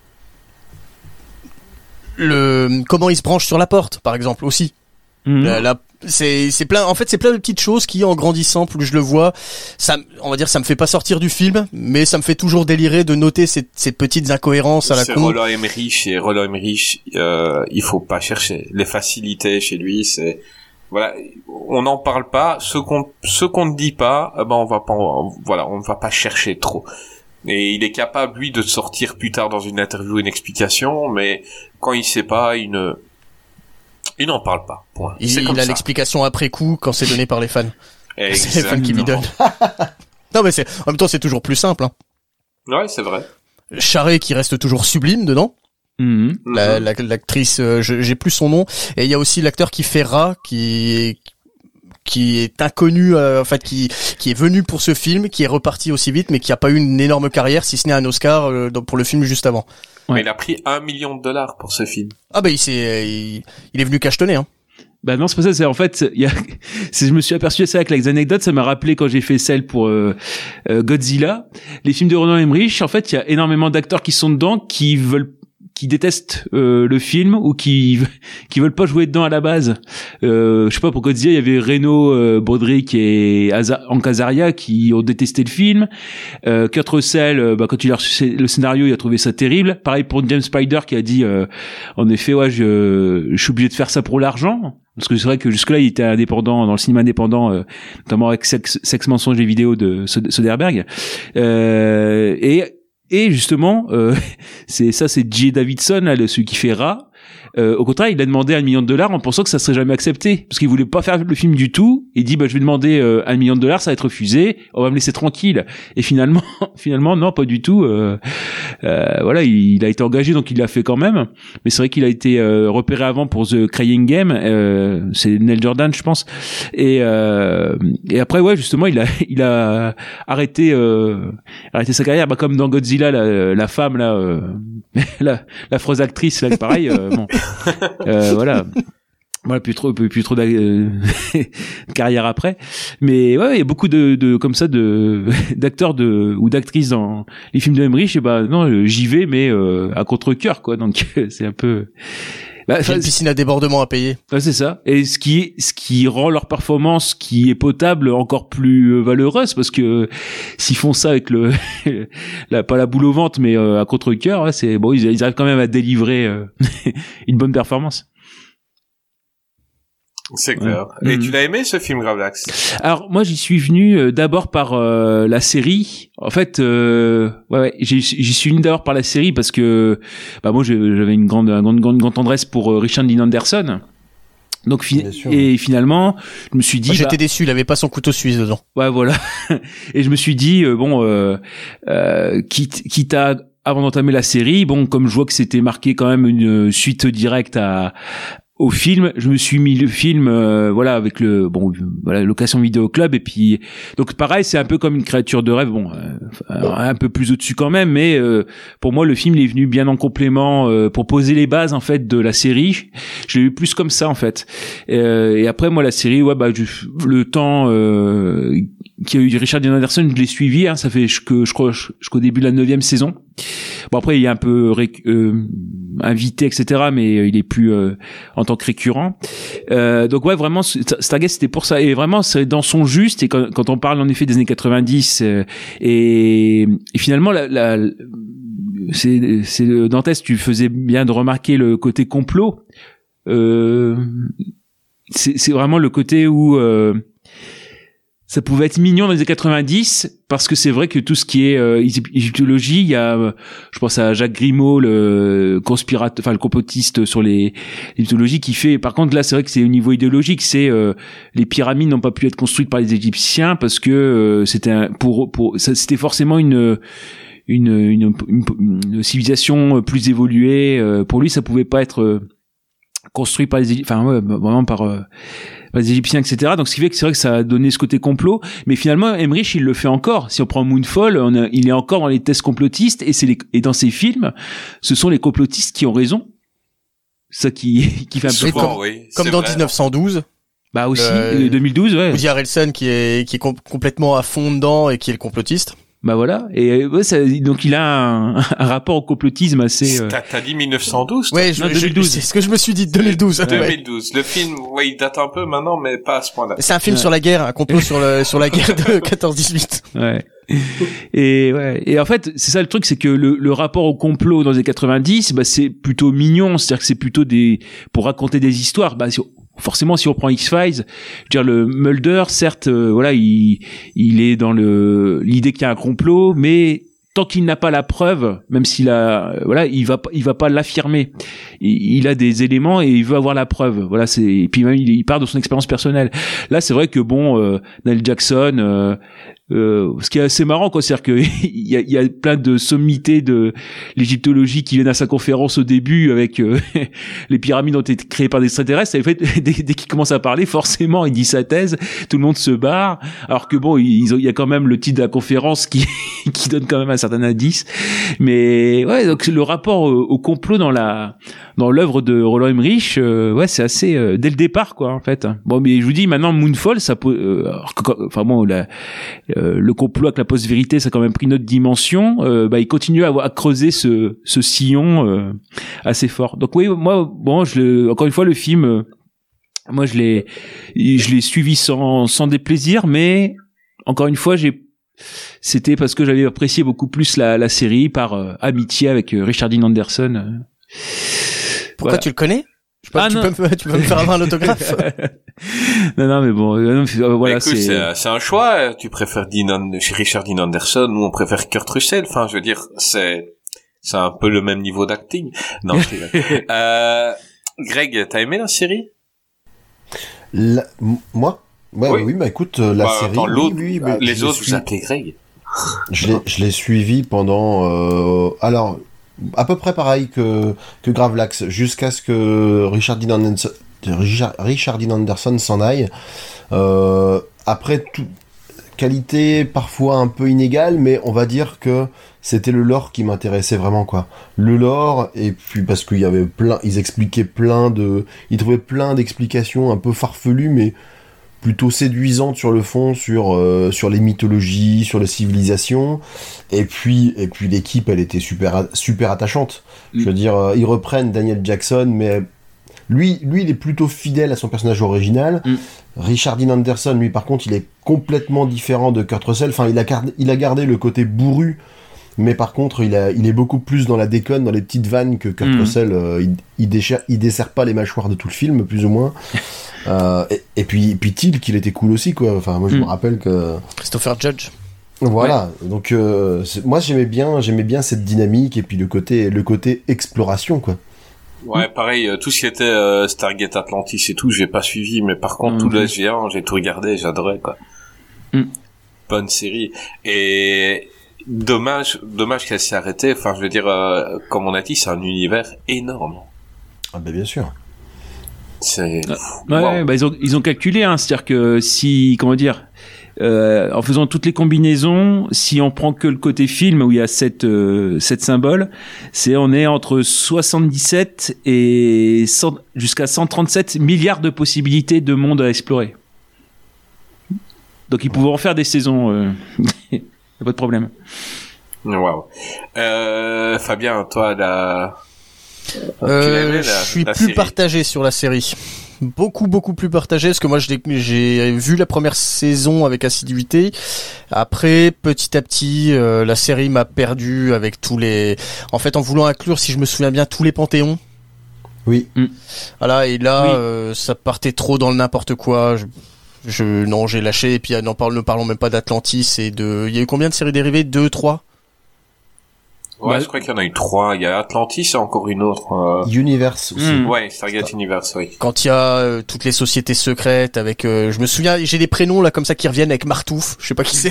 le, comment ils se branchent sur la porte, par exemple, aussi. Mmh. La, la, c'est, c'est plein, en fait, c'est plein de petites choses qui, en grandissant, plus je le vois, ça, on va dire, ça me fait pas sortir du film, mais ça me fait toujours délirer de noter ces, ces petites incohérences à la c'est con. Roland Emmerich, et Roland Emmerich, euh, il faut pas chercher. Les facilités chez lui, c'est, voilà, on n'en parle pas. Ce qu'on, ce qu'on ne dit pas, ben, on va pas, on, voilà, on ne va pas chercher trop. Et il est capable, lui, de sortir plus tard dans une interview une explication, mais quand il sait pas, il ne, il n'en parle pas. Point. Il, c'est il comme a ça. L'explication après coup quand c'est donné par les fans. Exactement. C'est les fans qui lui donnent. Non mais c'est, en même temps c'est toujours plus simple. Hein. Ouais, c'est vrai. Charret qui reste toujours sublime dedans. Mmh. La, la, l'actrice, euh, je, j'ai plus son nom. Et il y a aussi l'acteur qui fait Ra, qui qui est inconnu, euh, en fait, qui qui est venu pour ce film, qui est reparti aussi vite, mais qui a pas eu une énorme carrière, si ce n'est un Oscar euh, pour le film juste avant. Ouais. Mais il a pris un million de dollars pour ce film. Ah bah il s'est, il, il est venu cachetonner, hein. Bah non, c'est pas ça, c'est en fait, il y a, c'est, je me suis aperçu de ça avec les anecdotes, ça m'a rappelé quand j'ai fait celle pour euh, euh, Godzilla, les films de Roland Emmerich, en fait, il y a énormément d'acteurs qui sont dedans, qui veulent qui détestent euh, le film ou qui qui veulent pas jouer dedans à la base. Euh, je sais pas, pour Godzilla, il y avait Reno, euh, Broderick et Aza- Hank Azaria qui ont détesté le film. Euh, Kurt Russell, euh, bah, quand il a reçu le scénario, il a trouvé ça terrible. Pareil pour James Spader qui a dit, euh, en effet, ouais, je, je suis obligé de faire ça pour l'argent. Parce que c'est vrai que jusque-là, il était indépendant, dans le cinéma indépendant, euh, notamment avec Sex, Sex Mensonge et Vidéo de Soderbergh. Euh, et Et justement, euh, c'est ça, c'est J. Davidson, là, le, celui qui fait Ra. Euh, au contraire, il a demandé un million de dollars en pensant que ça serait jamais accepté, parce qu'il voulait pas faire le film du tout. Il dit, bah, je vais demander euh, un million de dollars, ça va être refusé, on va me laisser tranquille. Et finalement, finalement, non, pas du tout. Euh, euh, voilà, il, il a été engagé, donc il l'a fait quand même. Mais c'est vrai qu'il a été euh, repéré avant pour The Crying Game. Euh, c'est Neil Jordan, je pense. Et euh, et après, ouais, justement, il a il a arrêté euh, arrêté sa carrière, bah, comme dans Godzilla, la, la femme là, euh, la l'affreuse actrice là, pareil. Euh, bon. Euh, voilà. Voilà, plus trop, plus, plus trop de carrière après. Mais ouais, il y a beaucoup de, de comme ça, de d'acteurs de ou d'actrices dans les films de Emmerich. Et bah non, j'y vais, mais euh, à contre-cœur, quoi. Donc c'est un peu. Bah, il y a une piscine à débordement à payer. Ouais, c'est ça. Et ce qui, ce qui rend leur performance, qui est potable, encore plus valeureuse, parce que s'ils font ça avec le, la, pas la boule au ventre, mais euh, à contre-cœur, ouais, c'est bon, ils, ils arrivent quand même à délivrer euh, une bonne performance. C'est clair. Ouais. Et mmh. tu l'as aimé ce film, Gravelax? Alors moi j'y suis venu euh, d'abord par euh, la série. En fait, euh, ouais, ouais j'y, j'y suis venu d'abord par la série parce que bah moi j'avais une grande, une grande, grande, grande tendresse pour euh, Richard Dean Anderson. Donc fi- et finalement, je me suis dit, moi, j'étais bah, déçu, il avait pas son couteau suisse dedans. Ouais, voilà. Et je me suis dit euh, bon, euh, euh, quitte, quitte à avant d'entamer la série, bon, comme je vois que c'était marqué quand même une suite directe à au film, je me suis mis le film euh, voilà avec le bon voilà location vidéo club et puis donc pareil, c'est un peu comme une créature de rêve, bon euh, un peu plus au-dessus quand même, mais euh, pour moi le film il est venu bien en complément euh, pour poser les bases en fait de la série. Je l'ai eu plus comme ça en fait. Euh, et après moi la série ouais bah je, le temps euh, qu'il y a eu Richard Dean Anderson, je l'ai suivi hein, ça fait que je crois jusqu'au début de la neuvième saison. Bon après il est un peu ré, euh, invité et cetera mais il est plus euh, en tant que récurrent. Euh, donc ouais vraiment Stargate c'était pour ça et vraiment c'est dans son juste et quand, quand on parle en effet des années quatre-vingt-dix euh, et, et finalement la, la c'est c'est Dantès tu faisais bien de remarquer le côté complot. Euh, c'est c'est vraiment le côté où euh, ça pouvait être mignon dans les années quatre-vingt-dix parce que c'est vrai que tout ce qui est euh, égyptologie, il y a, euh, je pense à Jacques Grimaud, le conspirateur, enfin le complotiste sur les égyptologies, qui fait. Par contre, là, c'est vrai que c'est au niveau idéologique, c'est euh, les pyramides n'ont pas pu être construites par les Égyptiens parce que euh, c'était un, pour pour ça, c'était forcément une une, une une une civilisation plus évoluée. Euh, pour lui, ça pouvait pas être euh, construit par les Égyptiens, enfin ouais, vraiment par euh, les Égyptiens, et cetera. Donc, ce qui fait que c'est vrai que ça a donné ce côté complot. Mais finalement, Emmerich, il le fait encore. Si on prend Moonfall, on a, il est encore dans les thèses complotistes et c'est les, et dans ses films, ce sont les complotistes qui ont raison. Ça qui, qui fait un peu Souvent, fort. oui, comme dans vrai. dix-neuf cent douze. Bah aussi, euh, deux mille douze, ouais. Woody Harrelson qui est, qui est com- complètement à fond dedans et qui est le complotiste. Bah voilà, et ouais, ça, donc il a un, un rapport au complotisme assez. Euh... T'as, t'as dit mille neuf cent douze? Ouais, je, non, je, deux mille douze. c'est ce que je me suis dit, deux mille douze. deux mille douze. Le film, ouais, il date un peu maintenant, mais pas à ce point-là. C'est un film ouais. sur la guerre, un complot sur le sur la guerre de quatorze dix-huit. Ouais. Et ouais. Et en fait, c'est ça le truc, c'est que le, le rapport au complot dans les quatre-vingt-dix, bah c'est plutôt mignon, c'est-à-dire que c'est plutôt des pour raconter des histoires. Bah si, forcément, si on prend X-Files, je veux dire le Mulder, certes, euh, voilà, il il est dans le l'idée qu'il y a un complot, mais tant qu'il n'a pas la preuve, même s'il a, euh, voilà, il va il va pas l'affirmer. Il, il a des éléments et il veut avoir la preuve. Voilà, c'est et puis même il, il part de son expérience personnelle. Là, c'est vrai que bon, euh, Neil Jackson. Euh, Euh, ce qui est assez marrant, quoi, c'est-à-dire que il y a, il y a plein de sommités de l'égyptologie qui viennent à sa conférence au début avec euh, les pyramides ont été créées par des extraterrestres. Et en fait, dès, dès qu'il commence à parler, forcément, il dit sa thèse, tout le monde se barre. Alors que bon, il, il y a quand même le titre de la conférence qui qui donne quand même un certain indice. Mais ouais, donc le rapport au, au complot dans la dans l'œuvre de Roland Emmerich, euh, ouais, c'est assez euh, dès le départ, quoi, en fait. Bon, mais je vous dis maintenant, Moonfall, ça peut, euh, enfin bon, la Euh, le complot avec la post-vérité, ça a quand même pris une autre dimension. Euh, bah, il continue à, à creuser ce, ce sillon euh, assez fort. Donc oui, moi, bon, je le, encore une fois, le film, euh, moi, je l'ai, je l'ai suivi sans, sans déplaisir, mais encore une fois, j'ai, c'était parce que j'avais apprécié beaucoup plus la, la série par euh, amitié avec euh, Richard Dean Anderson. Euh. Pourquoi voilà. Tu le connais? Je sais pas, ah, tu, non. peux me, tu peux me faire avoir un autographe? non, non, mais bon, euh, euh, voilà, Écoute, c'est... c'est... c'est un choix. Tu préfères Dean, Richard Dean Anderson, ou on préfère Kurt Russell. Enfin, je veux dire, c'est, c'est un peu le même niveau d'acting. Non, je rigole. euh, Greg, t'as aimé la série? La... M- moi ouais, Oui. oui, bah écoute, euh, la Bah, série. attends, l'autre, oui, oui, bah, les je autres, l'ai vous appelez Greg. Je l'ai, je l'ai suivi pendant, euh, alors, à peu près pareil que, que Gravelax, jusqu'à ce que Richard Dean Anderson, Richard, Richard Dean Anderson s'en aille. Euh, après, tout, qualité parfois un peu inégale, mais on va dire que c'était le lore qui m'intéressait vraiment, quoi. Le lore, et puis parce qu'il y avait plein, ils expliquaient plein de, ils trouvaient plein d'explications un peu farfelues, mais plutôt séduisante sur le fond, sur euh, sur les mythologies, sur les civilisations, et puis et puis l'équipe, elle était super super attachante. Mm. Je veux dire, euh, ils reprennent Daniel Jackson, mais lui lui il est plutôt fidèle à son personnage original. Mm. Richard Dean Anderson, lui par contre, il est complètement différent de Kurt Russell. Enfin, il a gardé, il a gardé le côté bourru, mais par contre, il a il est beaucoup plus dans la déconne, dans les petites vannes que Kurt mm. Russell. Euh, il il, déchire, il dessert pas les mâchoires de tout le film, plus ou moins. Euh, et, et puis, puis Till, qu'il était cool aussi, quoi. Enfin, moi, je mm. me rappelle que Christopher Judge. Voilà. Ouais. Donc, euh, moi, j'aimais bien, j'aimais bien cette dynamique et puis le côté, le côté exploration, quoi. Ouais, pareil. Tout ce qui était euh, Stargate Atlantis et tout, j'ai pas suivi, mais par contre, mm. tout le S G un, j'ai tout regardé, j'adorais, quoi. Mm. Bonne série. Et dommage, dommage qu'elle s'est arrêtée. Enfin, je veux dire, euh, comme on a dit, c'est un univers énorme. Ah ben bien sûr. C'est... Ouais, wow. bah ils ont ils ont calculé, hein, c'est-à-dire que si, comment dire, euh, en faisant toutes les combinaisons, si on prend que le côté film où il y a sept euh, sept symboles, c'est on est entre soixante-dix-sept et cent, jusqu'à cent trente-sept milliards de possibilités de mondes à explorer. Donc ils pouvaient en faire des saisons, euh... y a pas de problème. Waouh. Euh, Fabien, toi la Euh, je suis plus série. partagé sur la série. Beaucoup, beaucoup plus partagé, parce que moi, j'ai, j'ai vu la première saison avec assiduité. Après, petit à petit, euh, la série m'a perdu avec tous les... En fait, en voulant inclure, si je me souviens bien, tous les panthéons. Oui. Mm. Voilà, et là, oui. euh, ça partait trop dans le n'importe quoi. Je... Je, non, j'ai lâché, et puis n'en parle, ne parlons même pas d'Atlantis et de... Il y a eu combien de séries dérivées? Deux, trois? Ouais, bah, je crois qu'il y en a eu trois. Il y a Atlantis et encore une autre. Euh... Universe aussi. Mmh. Ouais, Stargate Universe, oui. Quand il y a euh, toutes les sociétés secrètes avec... Euh, je me souviens, j'ai des prénoms là comme ça qui reviennent avec Martouf. Je sais pas qui c'est.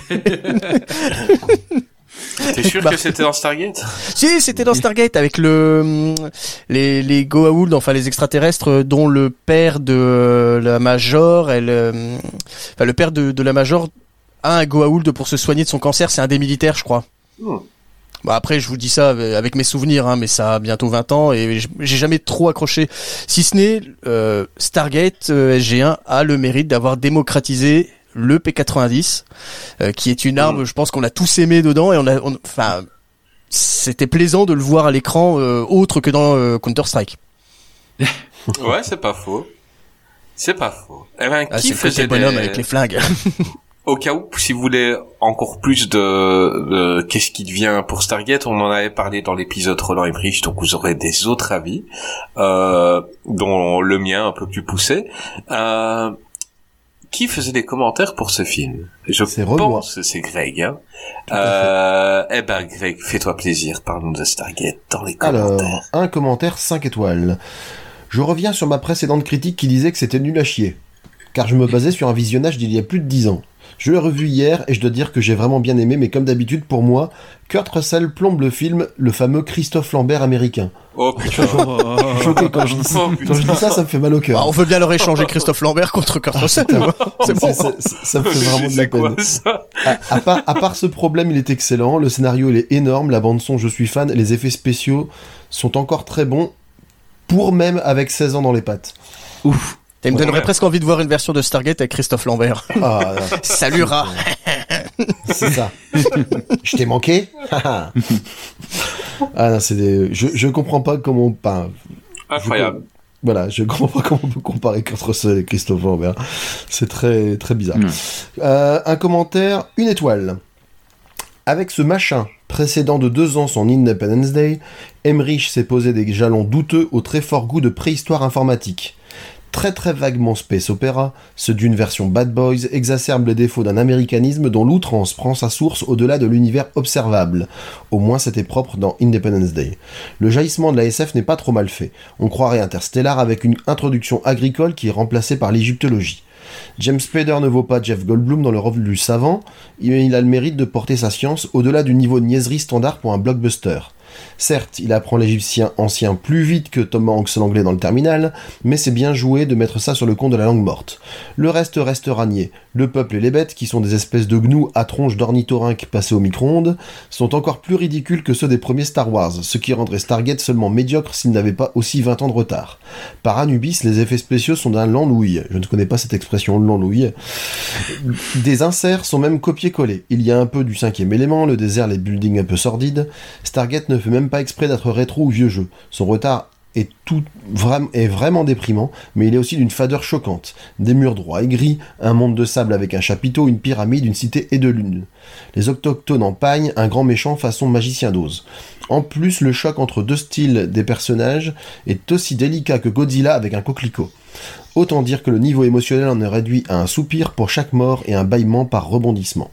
T'es sûr Mar- que c'était dans Stargate? Si, c'était dans Stargate avec le les les Goa'uld, enfin les extraterrestres, dont le père de la Major, elle, euh, enfin le père de de la Major a un Goa'uld pour se soigner de son cancer. C'est un des militaires, je crois. Mmh. Bah après, je vous dis ça avec mes souvenirs, hein, mais ça a bientôt vingt ans et j'ai jamais trop accroché. Si ce n'est euh, Stargate euh, S G un a le mérite d'avoir démocratisé le P quatre-vingt-dix, euh, qui est une arme, mmh. je pense qu'on a tous aimé dedans et on a, enfin, c'était plaisant de le voir à l'écran euh, autre que dans euh, Counter-Strike. Ouais, c'est pas faux. C'est pas faux. Eh ben, ah, qui c'est faisait le bonhomme des... avec les flingues. Au cas où, si vous voulez encore plus de, de qu'est-ce qui devient pour Stargate, on en avait parlé dans l'épisode Roland Emmerich, donc vous aurez des autres avis, euh, dont le mien un peu plus poussé. Euh, qui faisait des commentaires pour ce film? Je c'est pense Renoir. que c'est Greg. Hein. Euh, eh ben Greg, fais-toi plaisir, parle-nous de Stargate dans les commentaires. Alors, un commentaire cinq étoiles. Je reviens sur ma précédente critique qui disait que c'était nul à chier, car je me basais sur un visionnage d'il y a plus de dix ans. Je l'ai revu hier et je dois dire que j'ai vraiment bien aimé, mais comme d'habitude pour moi, Kurt Russell plombe le film, le fameux Christophe Lambert américain. Oh putain. Je suis choqué quand je dis ça. Quand je dis ça, ça me fait mal au cœur. Bah, on veut bien leur échanger Christophe Lambert contre Kurt Russell. C'est bon. C'est, c'est, ça me fait vraiment de la peine. À, à, part, à part ce problème, il est excellent. Le scénario, il est énorme. La bande son, je suis fan. Les effets spéciaux sont encore très bons, pour même avec seize ans dans les pattes. Ouf. Ça me donnerait ouais. presque envie de voir une version de Stargate avec Christophe Lambert. Ah, salut rat. C'est ça. Je t'ai manqué. Ah non, c'est des... Je, je comprends pas comment on... Enfin, incroyable. Je... Voilà, je comprends pas comment on peut comparer Kurt Russell et Christophe Lambert. C'est très, très bizarre. Mmh. Euh, un commentaire, une étoile. Avec ce machin précédent de deux ans son Independence Day, Emmerich s'est posé des jalons douteux au très fort goût de préhistoire informatique. Très très vaguement space opéra, ce d'une version Bad Boys exacerbe les défauts d'un américanisme dont l'outrance prend sa source au-delà de l'univers observable. Au moins c'était propre dans Independence Day. Le jaillissement de la S F n'est pas trop mal fait. On croirait Interstellar avec une introduction agricole qui est remplacée par l'égyptologie. James Spader ne vaut pas Jeff Goldblum dans le rôle du savant, il a le mérite de porter sa science au-delà du niveau de niaiserie standard pour un blockbuster. Certes, il apprend l'égyptien ancien plus vite que Tom Hanks l'anglais dans le terminal, mais c'est bien joué de mettre ça sur le compte de la langue morte. Le reste restera niais. Le peuple et les bêtes, qui sont des espèces de gnous à tronche d'ornithorynque passés au micro-ondes, sont encore plus ridicules que ceux des premiers Star Wars, ce qui rendrait Stargate seulement médiocre s'il n'avait pas aussi vingt ans de retard. Par Anubis, les effets spéciaux sont d'un lent-louille. Je ne connais pas cette expression, lent-louille. Des inserts sont même copiés-collés. Il y a un peu du cinquième élément, le désert, les buildings un peu sordides. Stargate ne fait même pas exprès d'être rétro ou vieux jeu. Son retard est, tout, vra- est vraiment déprimant, mais il est aussi d'une fadeur choquante. Des murs droits et gris, un monde de sable avec un chapiteau, une pyramide, une cité et de lune. Les autochtones en pagne, un grand méchant façon magicien d'Oz. En plus, le choc entre deux styles des personnages est aussi délicat que Godzilla avec un coquelicot. Autant dire que le niveau émotionnel en est réduit à un soupir pour chaque mort et un bâillement par rebondissement.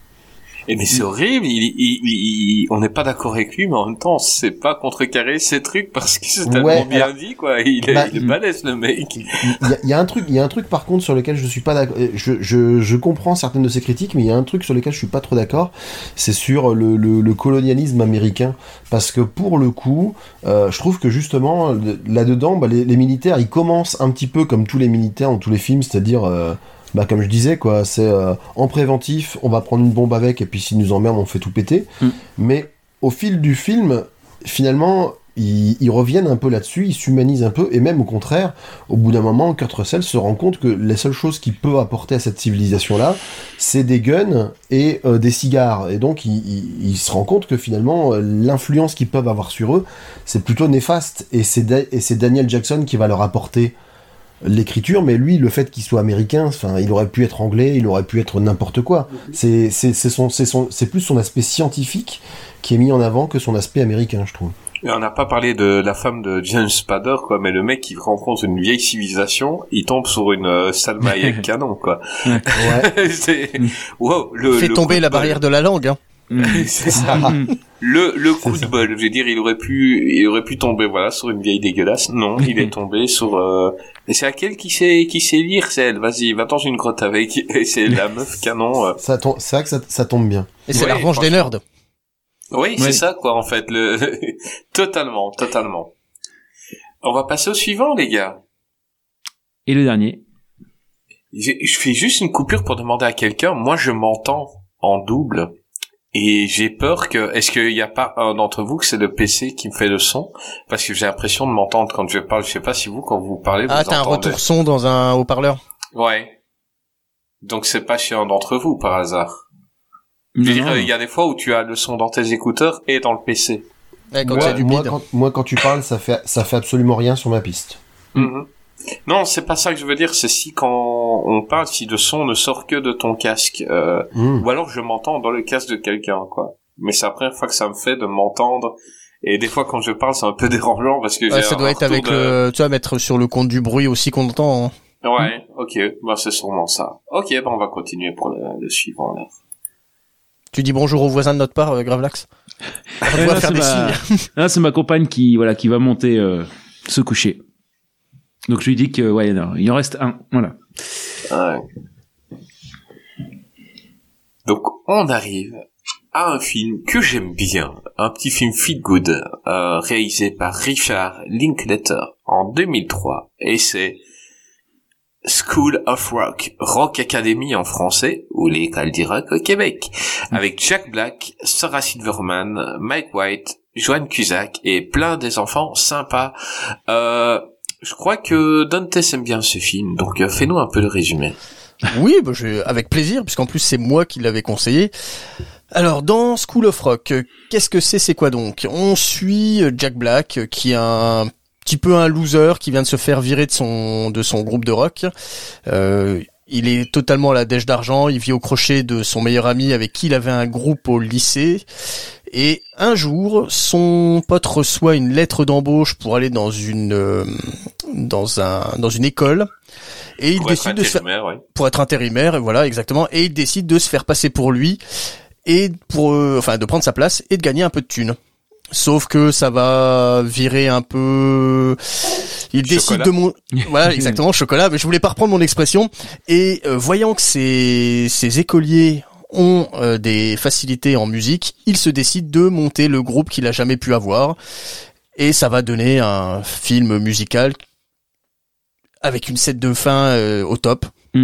Et mais c'est horrible, il, il, il, il, on n'est pas d'accord avec lui, mais en même temps, on sait pas contrecarrer ces trucs parce que c'est tellement ouais, bien alors, dit, quoi. Il est, bah, il est balèze, le mec. Il y, y a un truc, il y a un truc par contre sur lequel je suis pas d'accord. Je, je, je comprends certaines de ses critiques, mais il y a un truc sur lequel je suis pas trop d'accord. C'est sur le, le, le colonialisme américain, parce que pour le coup, euh, je trouve que justement là-dedans, bah, les, les militaires, ils commencent un petit peu comme tous les militaires dans tous les films, c'est-à-dire euh, bah comme je disais quoi, c'est euh, en préventif, on va prendre une bombe avec et puis s'ils nous emmerdent, on fait tout péter. Mm. Mais au fil du film, finalement, ils, ils reviennent un peu là-dessus, ils s'humanisent un peu et même au contraire, au bout d'un moment, Kurt Russell se rend compte que les seules choses qu'il peut apporter à cette civilisation-là, c'est des guns et euh, des cigares. Et donc il, il, il se rend compte que finalement, l'influence qu'ils peuvent avoir sur eux, c'est plutôt néfaste et c'est, da- et c'est Daniel Jackson qui va leur apporter l'écriture, mais lui, le fait qu'il soit américain, enfin, il aurait pu être anglais, il aurait pu être n'importe quoi. C'est, c'est, c'est son, c'est son, c'est plus son aspect scientifique qui est mis en avant que son aspect américain, je trouve. Et on n'a pas parlé de la femme de James Spader, quoi, mais le mec qui rencontre une vieille civilisation, il tombe sur une euh, Salma Hayek canon, quoi. Ouais. c'est, wow, le, fait le tomber la bol. barrière de la langue, hein. C'est ça. Le, le coup de bol. Je veux dire, il aurait pu, il aurait pu tomber, voilà, sur une vieille dégueulasse. Non, il est tombé sur, euh... et c'est laquelle qui sait, qui sait lire, c'est elle. Vas-y, va dans une grotte avec, et c'est la meuf canon. Euh... Ça tombe, c'est vrai que ça, ça tombe bien. Et c'est ouais, la revanche des nerds. Oui, Ouais. c'est ça, quoi, en fait, le, totalement, totalement. On va passer au suivant, les gars. Et le dernier. Je, je fais juste une coupure pour demander à quelqu'un. Moi, je m'entends en double. Et j'ai peur que, est-ce qu'il n'y a pas un d'entre vous que c'est le P C qui me fait le son? Parce que j'ai l'impression de m'entendre quand je parle. Je sais pas si vous, quand vous parlez, vous Ah, t'as un entendez. retour son dans un haut-parleur? Ouais. Donc c'est pas chez un d'entre vous, par hasard. Je veux Non, dire, non. il y a des fois où tu as le son dans tes écouteurs et dans le P C. Ouais, quand Moi, c'est du moi, bide. quand, moi, quand tu parles, ça fait, ça fait absolument rien sur ma piste. Mhm. Non, c'est pas ça que je veux dire. C'est si quand on parle, si le son ne sort que de ton casque, euh, Mmh. ou alors je m'entends dans le casque de quelqu'un, quoi. Mais c'est la première fois que ça me fait de m'entendre. Et des fois, quand je parle, c'est un peu dérangeant parce que Ouais, j'ai ça un doit être retour avec de... le, tu vois, mettre sur le compte du bruit aussi qu'on entend, hein. Ouais, ok, bah c'est sûrement ça. Ok, bah on va continuer pour le, le suivant alors. Tu dis bonjour aux voisins de notre part, euh, Gravelax. On Ouais, doit là, faire c'est des ma... signes. là, c'est ma compagne qui, voilà, qui va monter, euh, se coucher. Donc je lui dis que, ouais, non, il en reste un, voilà. Ouais. Donc on arrive à un film que j'aime bien, un petit film feel good, euh, réalisé par Richard Linklater en deux mille trois, et c'est School of Rock, Rock Academy en français, ou l'école du rock au Québec, avec Jack Black, Sarah Silverman, Mike White, Joan Cusack et plein des enfants sympas. Euh, je crois que Dante aime bien ce film, donc euh, fais-nous un peu le résumé. Oui, bah, je, avec plaisir, puisqu'en plus c'est moi qui l'avais conseillé. Alors, dans School of Rock, euh, qu'est-ce que c'est, c'est quoi donc? On suit euh, Jack Black, euh, qui est un petit peu un loser, qui vient de se faire virer de son de son groupe de rock. Euh, il est totalement à la dèche d'argent, il vit au crochet de son meilleur ami avec qui il avait un groupe au lycée. Et un jour, son pote reçoit une lettre d'embauche pour aller dans une euh, dans un dans une école et il pour décide être de se faire intérimaire, ouais. pour être intérimaire, et voilà exactement, et il décide de se faire passer pour lui et pour euh, enfin de prendre sa place et de gagner un peu de thunes. Sauf que ça va virer un peu. Il décide Chocolat. de mon. Voilà, exactement, chocolat. Mais je voulais pas reprendre mon expression. Et euh, voyant que ces ces écoliers ont euh, des facilités en musique, il se décide de monter le groupe qu'il a jamais pu avoir. Et ça va donner un film musical avec une scène de fin euh, au top. Mm.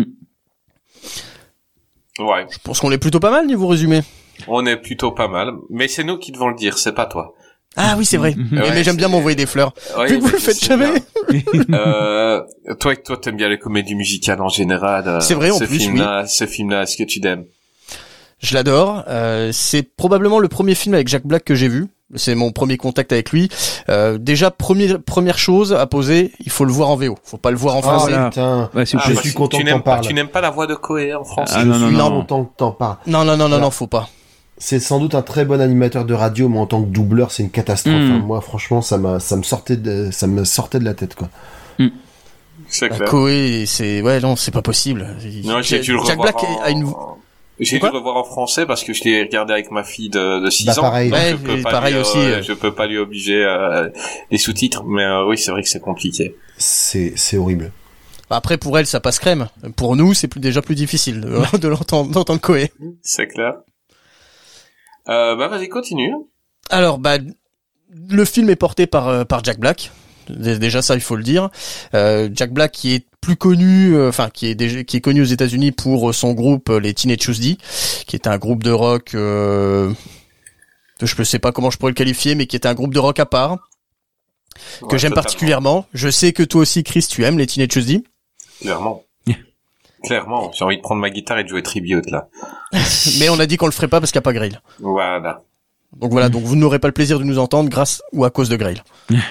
Ouais. Je pense qu'on est plutôt pas mal niveau résumé. On est plutôt pas mal, mais c'est nous qui devons le dire, c'est pas toi. Ah oui, c'est vrai. Mais, Ouais, mais j'aime bien c'est- m'envoyer des fleurs. Ouais, Vu que vous mais le je faites sais jamais. bien. euh, toi, toi, t'aimes bien les comédies musicales en général. euh, C'est vrai, en ce plus, film-là, ce film-là, est-ce que tu l'aimes? Je l'adore. Euh, c'est probablement le premier film avec Jack Black que j'ai vu. C'est mon premier contact avec lui. Euh, déjà, première première chose à poser, il faut le voir en V O. Faut pas le voir en Ah, français. voilà. putain. Ouais, c'est Ah, je bah, suis tu- content tu que n'aimes t'en pas, parles. tu n'aimes pas la voix de Coé en français? Ah, je non, non, suis non. content que t'en parles. Non, non, non, non, Voilà. non, faut pas. C'est sans doute un très bon animateur de radio, mais en tant que doubleur, c'est une catastrophe. Mm. hein. Moi, franchement, ça m'a, ça me sortait de, ça me sortait de la tête, quoi. C'est Bah, clair. Koé, c'est ouais, non, c'est pas possible. Non, j'ai dû le Jack revoir Black en... a une. J'ai dû Quoi le revoir en français parce que je l'ai regardé avec ma fille de, de six Bah, ans. pareil. donc Ouais, je peux et pas pareil lui, euh, aussi, euh. Je peux pas lui obliger euh, les sous-titres, mais euh, oui, c'est vrai que c'est compliqué. C'est, c'est horrible. Après, pour elle, ça passe crème. Pour nous, c'est plus, déjà plus difficile de, de l'entendre, d'entendre Koé. C'est clair. Euh, bah vas-y, continue. Alors, bah, le film est porté par euh, par Jack Black. Dé- Déjà ça, il faut le dire. Euh, Jack Black qui est plus connu, euh, enfin qui est déjà, qui est connu aux États-Unis pour son groupe euh, les Teenage Tuesday, qui est un groupe de rock. Euh, je ne sais pas comment je pourrais le qualifier, mais qui est un groupe de rock à part que Ouais, j'aime totalement. particulièrement. Je sais que toi aussi, Chris, tu aimes les Teenage Tuesday. Clairement. Clairement, j'ai envie de prendre ma guitare et de jouer Tribute, là. Mais on a dit qu'on le ferait pas parce qu'il n'y a pas Grail. Voilà. Donc voilà, donc vous n'aurez pas le plaisir de nous entendre grâce ou à cause de Grail.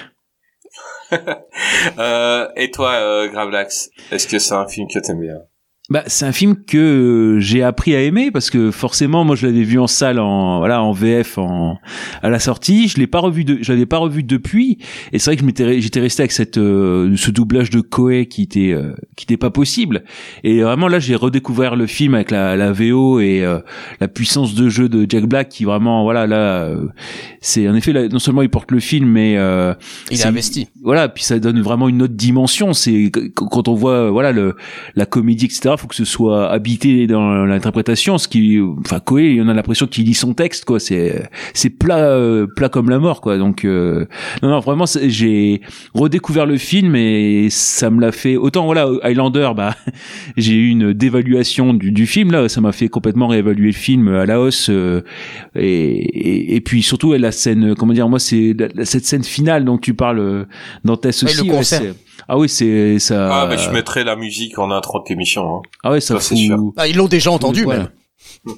Euh, et toi, euh, Gravelax, est-ce que c'est un film que t'aimes bien? Bah, c'est un film que euh, j'ai appris à aimer parce que forcément, moi, je l'avais vu en salle, en voilà, en V F, en à la sortie. Je l'ai pas revu, de, je l'avais pas revu depuis. Et c'est vrai que je m'étais, j'étais resté avec cette, euh, ce doublage de Koé qui était, euh, qui était pas possible. Et vraiment là, j'ai redécouvert le film avec la, la V O et euh, la puissance de jeu de Jack Black qui vraiment, voilà, là, euh, c'est en effet, là, non seulement il porte le film, mais euh, Il est c'est- investi. Voilà, puis ça donne vraiment une autre dimension. C'est qu- quand on voit, voilà, le la comédie, et cetera. Faut que ce soit habité dans l'interprétation. Ce qui, enfin, Koé, on a l'impression qu'il lit son texte, quoi. C'est c'est plat, euh, plat comme la mort, quoi. Donc, euh, non, non, vraiment, c'est- j'ai redécouvert le film et ça me l'a fait. Autant, voilà, Highlander, bah, j'ai eu une dévaluation du, du film. Là, ça m'a fait complètement réévaluer le film à la hausse. euh, et, et, et puis surtout, la scène, comment dire, moi, c'est la- la- cette scène finale dont tu parles, euh, Dantès Ouais, aussi. le ouais, concert. c'est- ah oui, c'est ça. Ah, mais je mettrai la musique en intro de l'émission, hein. Ah ouais, ça, ça, c'est fout. sûr. Ah, ils l'ont déjà entendu Voilà. même.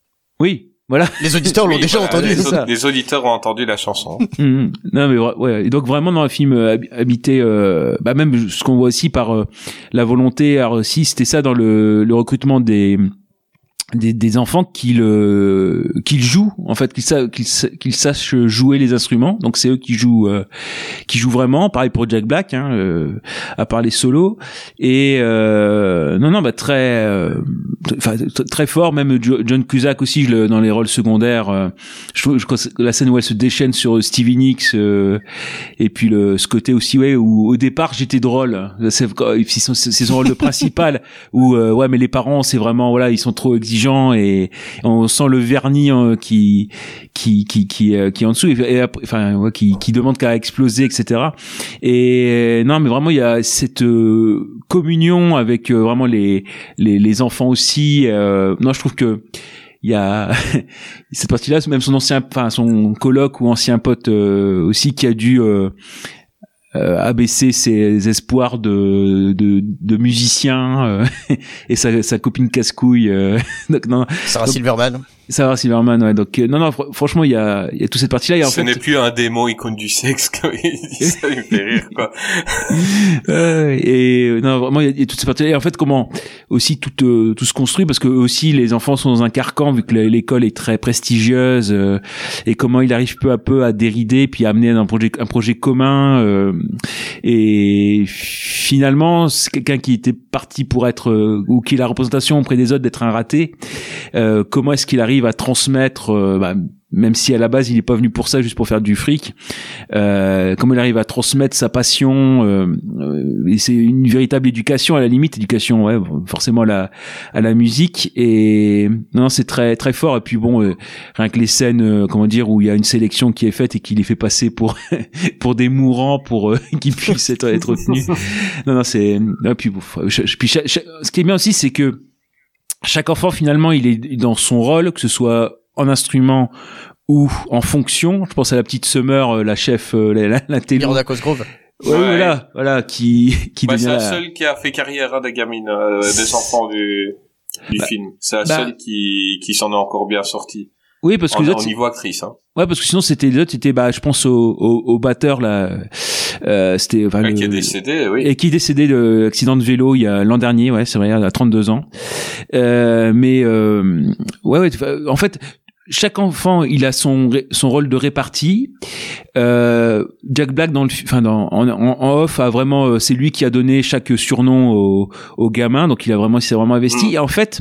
Oui, voilà. Les auditeurs l'ont Oui, déjà voilà, entendu. Les, c'est ça. au- les auditeurs ont entendu la chanson. Mhm. Non mais vra- ouais. Et donc vraiment dans un film euh, hab- habité, euh, bah même ce qu'on voit aussi par euh, la volonté, alors aussi c'était ça dans le, le recrutement des des, des enfants qu'ils euh, qu'ils jouent en fait, qu'ils sa- qu'ils sa- qu'ils sachent jouer les instruments. Donc c'est eux qui jouent euh, qui jouent vraiment. Pareil pour Jack Black, hein, euh, à part les solos. Et euh, non non bah très euh, enfin t- très fort. Même Jo- John Cusack aussi je le, dans les rôles secondaires. euh, je trouve je crois que la scène où elle se déchaîne sur Stevie Nicks euh, et puis le ce côté aussi ouais où au départ j'étais drôle. C'est c'est son, c'est son rôle de principal où euh, ouais mais les parents c'est vraiment voilà ils sont trop exigeants et on sent le vernis euh, qui qui qui qui euh, qui est en dessous et, et après, enfin ouais, qui qui demande qu'à exploser etc. Et non mais vraiment il y a cette euh, communion avec euh, vraiment les les les enfants aussi. Euh, non je trouve que il y a cette partie-là, même son ancien, enfin son coloc ou ancien pote euh, aussi qui a dû euh, euh, abaisser ses espoirs de de, de musicien euh, et sa, sa copine casse-couille. Euh, donc, non, Sarah Donc- Silverman. Sarah Silverman, ouais. Donc euh, non, non, fr- franchement, il y a, il y a toute cette partie-là. Et en Ce fait, n'est plus un démon icône du sexe, comme il dit ça, il me fait rire, quoi. euh, et euh, non, vraiment, il y, a, il y a toute cette partie-là. Et en fait, comment aussi tout euh, tout se construit, parce que aussi les enfants sont dans un carcan vu que l'école est très prestigieuse, euh, et comment il arrive peu à peu à dérider, puis à amener un projet un projet commun. Euh, et finalement, c'est quelqu'un qui était parti pour être euh, ou qui est la représentation auprès des autres d'être un raté. Euh, comment est-ce qu'il arrive à transmettre, euh, bah, même si à la base il est pas venu pour ça, juste pour faire du fric, euh, comment il arrive à transmettre sa passion, euh, euh, et c'est une véritable éducation à la limite, éducation, ouais, forcément à la à la musique. Et non, c'est très très fort. Et puis bon, euh, rien que les scènes, euh, comment dire, où il y a une sélection qui est faite et qui les fait passer pour pour des mourants pour euh, qu'ils puissent être être retenus. Non, non, c'est. Et puis, je, je, puis je, je, ce qui est bien aussi, c'est que chaque enfant, finalement, il est dans son rôle, que ce soit en instrument ou en fonction. Je pense à la petite Summer, la chef, la, la, la télé. Miranda Cosgrove. Ouais, ouais, voilà, voilà, qui, qui bah, devient c'est la la... seule qui a fait carrière, hein, des gamines, euh, des enfants du, du bah, film. C'est la bah, seule qui, qui s'en est encore bien sortie. Oui, parce que en, les autres, au niveau actrice, hein. Ouais, parce que sinon c'était les autres, c'était bah je pense au au, au batteur là, euh, c'était enfin ouais, le, qui est décédé, oui. Et qui est décédé de l'accident de vélo il y a l'an dernier, ouais, c'est vrai, à trente-deux ans. Euh, mais euh, ouais, ouais, en fait. Chaque enfant, il a son son rôle de répartie. Euh, Jack Black dans le, enfin dans en, en off a vraiment, c'est lui qui a donné chaque surnom au au gamin, donc il a vraiment, il s'est vraiment investi. Mmh. Et en fait,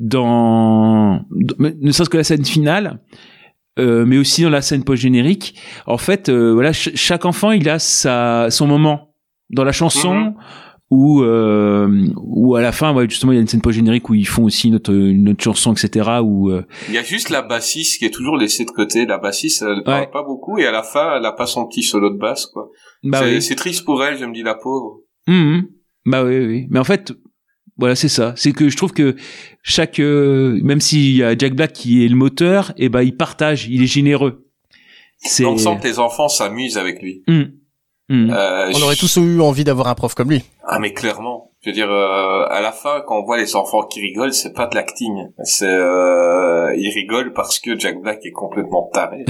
dans ne serait-ce que la scène finale, euh, mais aussi dans la scène post-générique, en fait, euh, voilà, ch- chaque enfant, il a sa son moment dans la chanson. Mmh. Ou euh, ou à la fin, ouais, justement, il y a une scène post-générique où ils font aussi notre notre chanson, et cetera. Où euh... il y a juste la bassiste qui est toujours laissée de côté. La bassiste, elle parle ouais. pas beaucoup, et à la fin, elle a pas son petit solo de basse, quoi. Bah c'est, oui. c'est triste pour elle, je me dis, la pauvre. Mmh. Bah oui, oui. Mais en fait, voilà, c'est ça. C'est que je trouve que chaque, euh, même s'il y a Jack Black qui est le moteur, et eh ben bah, il partage, il est généreux. C'est... On sent que les enfants s'amusent avec lui. Mmh. Mmh. Euh, on aurait tous eu envie d'avoir un prof comme lui. Ah mais clairement, je veux dire, euh, à la fin, quand on voit les enfants qui rigolent, c'est pas de l'acting, c'est euh, ils rigolent parce que Jack Black est complètement taré.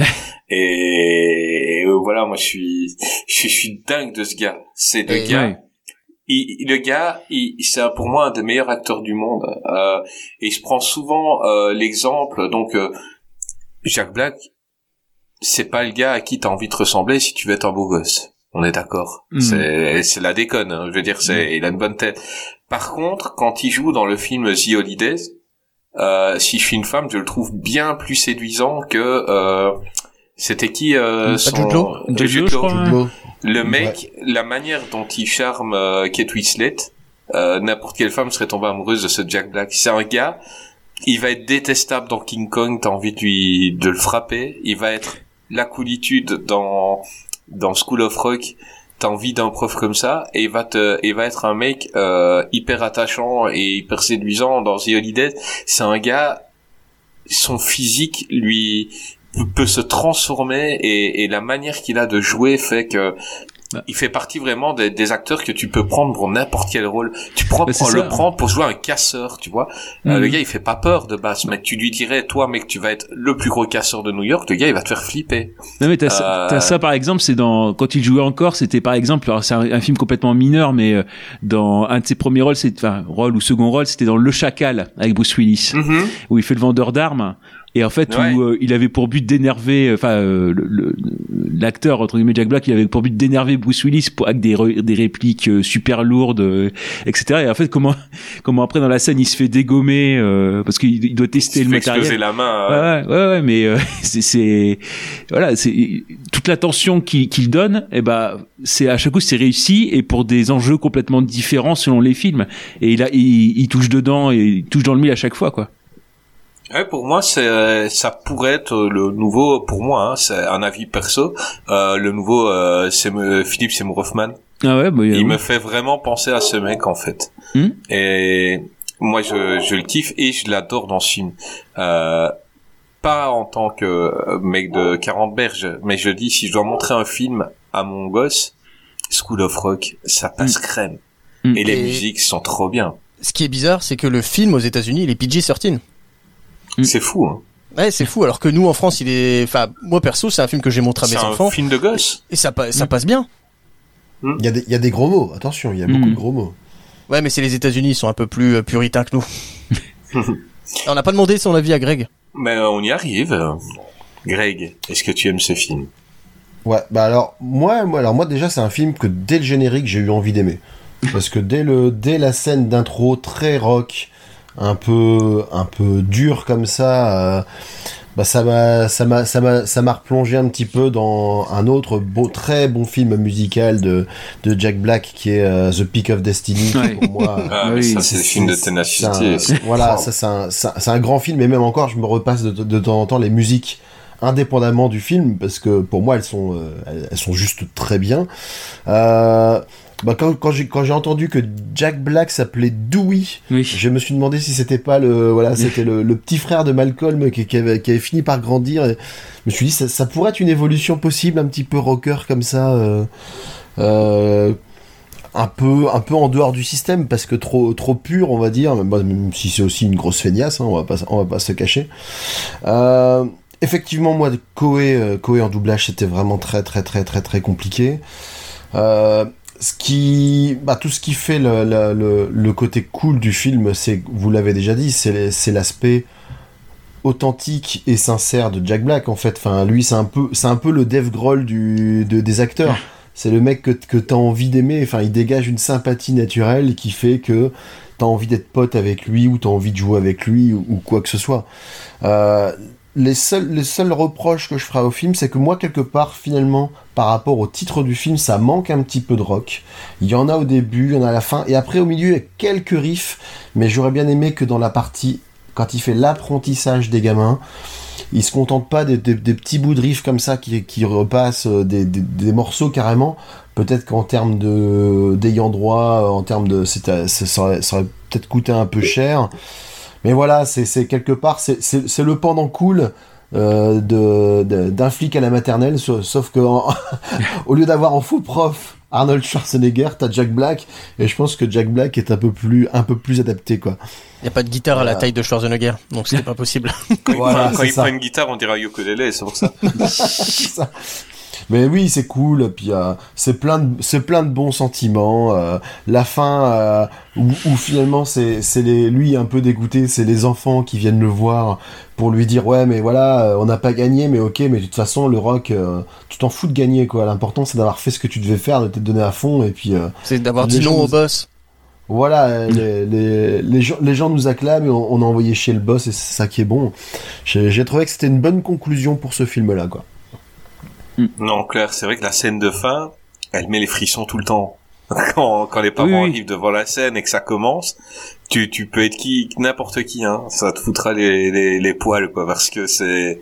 et, et euh, voilà, moi je suis, je suis dingue de ce gars. C'est le et gars. Ouais. Il, le gars, il, c'est pour moi un des meilleurs acteurs du monde. Euh, et je prends souvent euh, l'exemple, donc euh, Jack Black, c'est pas le gars à qui t'as envie de ressembler si tu veux être un beau gosse. On est d'accord. Mmh. C'est, c'est la déconne, hein. Je veux dire, c'est, mmh. il a une bonne tête. Par contre, quand il joue dans le film The Holidays, euh, si je suis une femme, je le trouve bien plus séduisant que, euh, c'était qui, euh, son, Jude Law, Jude Jude Law, Law. Le mec, ouais. La manière dont il charme, euh, Kate Winslet, euh, n'importe quelle femme serait tombée amoureuse de ce Jack Black. C'est un gars, il va être détestable dans King Kong, t'as envie de lui, de le frapper. Il va être la coolitude dans, dans School of Rock, t'as envie d'un prof comme ça, et il va te, il va être un mec euh, hyper attachant et hyper séduisant dans The Holidays. C'est un gars, son physique lui peut se transformer, et, et la manière qu'il a de jouer fait que il fait partie vraiment des, des acteurs que tu peux prendre pour n'importe quel rôle. Tu prends, bah, le prendre pour jouer un casseur, tu vois. Mmh. Euh, le gars, il fait pas peur de base, mais tu lui dirais, toi, mec, tu vas être le plus gros casseur de New York, le gars, il va te faire flipper. Non, mais t'as, euh... ça, t'as ça, par exemple, c'est dans, quand il jouait encore, c'était par exemple, alors c'est un, un film complètement mineur, mais euh, dans un de ses premiers rôles, c'est, enfin, rôle ou second rôle, c'était dans Le Chacal, avec Bruce Willis, mmh. où il fait le vendeur d'armes. Et en fait, ouais. où euh, il avait pour but d'énerver, enfin, euh, le, le, l'acteur entre guillemets Jack Black, il avait pour but d'énerver Bruce Willis pour, avec des re, des répliques euh, super lourdes, euh, et cetera. Et en fait, comment comment après dans la scène il se fait dégommer euh, parce qu'il il doit tester il le matériel. Exploser la main. Ouais, ouais, ouais, ouais mais euh, c'est, c'est voilà, c'est toute l'attention qu'il, qu'il donne. Et ben, c'est à chaque coup c'est réussi, et pour des enjeux complètement différents selon les films. Et il a, il, il touche dedans et il touche dans le mille à chaque fois, quoi. Ouais, pour moi, c'est, ça pourrait être le nouveau, pour moi, hein, c'est un avis perso, euh, le nouveau, euh, c'est Philippe Seymour Hoffman. Ah ouais, bah, il ouais. me fait vraiment penser à ce mec, en fait. Hmm? Et moi, je, je le kiffe et je l'adore dans ce film. Euh, pas en tant que mec de quarante berges, mais je dis, si je dois montrer un film à mon gosse, School of Rock, ça passe hmm. crème. Hmm. Et les et musiques sont trop bien. Ce qui est bizarre, c'est que le film aux États-Unis, il est P G treize. C'est fou, hein. Ouais, c'est fou. Alors que nous, en France, il est, enfin, moi perso, c'est un film que j'ai montré à mes C'est enfants. un film de gosse. Et ça, pa- ça passe bien. Il y a des, il y a des gros mots. Attention, il y a Mm. beaucoup de gros mots. Ouais, mais c'est les États-Unis, ils sont un peu plus euh, puritains que nous. On n'a pas demandé son avis à Greg. Mais euh, on y arrive. Greg, est-ce que tu aimes ce film? Ouais, bah alors moi, moi, alors moi déjà c'est un film que dès le générique j'ai eu envie d'aimer, parce que dès le, dès la scène d'intro très rock, un peu, un peu dur comme ça, euh, bah ça m'a, ça m'a, ça m'a, ça m'a replongé un petit peu dans un autre beau, très bon film musical de, de Jack Black qui est euh, The Peak of Destiny. Qui, Ouais. pour moi, Ah, mais oui, ça, c'est le film de c'est ténacité. un- c'est- voilà, Oh. ça c'est un, c'est un, c'est un grand film, et même encore, je me repasse de, de temps en temps les musiques indépendamment du film, parce que pour moi elles sont, euh, elles, elles sont juste très bien. Euh, bah quand, quand j'ai quand j'ai entendu que Jack Black s'appelait Dewey, Oui. je me suis demandé si c'était pas le voilà c'était le, le petit frère de Malcolm qui, qui, avait, qui avait fini par grandir. Et je me suis dit ça, ça pourrait être une évolution possible, un petit peu rocker comme ça. Euh, euh, un peu un peu en dehors du système, parce que trop trop pur, on va dire, même, même si c'est aussi une grosse feignasse, hein, on va pas on va pas se cacher. Euh, effectivement, moi Koé euh, Koé en doublage, c'était vraiment très très très très très compliqué. Euh, ce qui bah, tout ce qui fait le, le, le, le côté cool du film, c'est, vous l'avez déjà dit, c'est c'est l'aspect authentique et sincère de Jack Black, en fait. Enfin, lui, c'est un peu c'est un peu le Dave Grohl du de, des acteurs. C'est le mec que, que t'as envie d'aimer. Enfin, il dégage une sympathie naturelle qui fait que t'as envie d'être pote avec lui, ou t'as envie de jouer avec lui, ou, ou quoi que ce soit. Euh, les seuls, les seuls reproches que je ferai au film, c'est que moi, quelque part, finalement, par rapport au titre du film, ça manque un petit peu de rock. Il y en a au début, il y en a à la fin, et après, au milieu, il y a quelques riffs, mais j'aurais bien aimé que dans la partie, quand il fait l'apprentissage des gamins, il se contente pas des, des, des petits bouts de riff comme ça qui, qui repassent des, des, des morceaux carrément. Peut-être qu'en termes de d'ayant droit, en termes de, c'est, ça aurait, ça aurait peut-être coûté un peu cher. Mais voilà, c'est, c'est quelque part, c'est, c'est, c'est le pendant cool euh, de, de, d'un flic à la maternelle, sauf, sauf que en, au lieu d'avoir en faux prof Arnold Schwarzenegger, t'as Jack Black, et je pense que Jack Black est un peu plus, un peu plus adapté, quoi. Il y a pas de guitare à la Voilà. taille de Schwarzenegger, donc c'était pas possible. Quand, Voilà, il, prend, quand c'est il ça. prend une guitare, on dirait ukulélé, c'est pour ça. C'est ça. Mais oui, c'est cool, puis euh, c'est plein de c'est plein de bons sentiments. Euh, la fin euh, où, où finalement c'est c'est les lui un peu dégoûté, c'est les enfants qui viennent le voir pour lui dire ouais mais voilà euh, on n'a pas gagné, mais ok, mais de toute façon le rock euh, tu t'en fous de gagner, quoi. L'important c'est d'avoir fait ce que tu devais faire, de t'être donné à fond, et puis euh, C'est d'avoir Les dit non gens- au boss. voilà, euh, les, les, les, gens, les gens nous acclament, et on, on a envoyé chez le boss, et c'est ça qui est bon. J'ai, j'ai trouvé que c'était une bonne conclusion pour ce film-là, quoi. Non, Claire, c'est vrai que la scène de fin, elle met les frissons tout le temps. Quand, quand les parents Oui, oui. arrivent devant la scène et que ça commence, tu, tu peux être qui, n'importe qui, hein. Ça te foutra les, les, les poils, quoi, parce que c'est,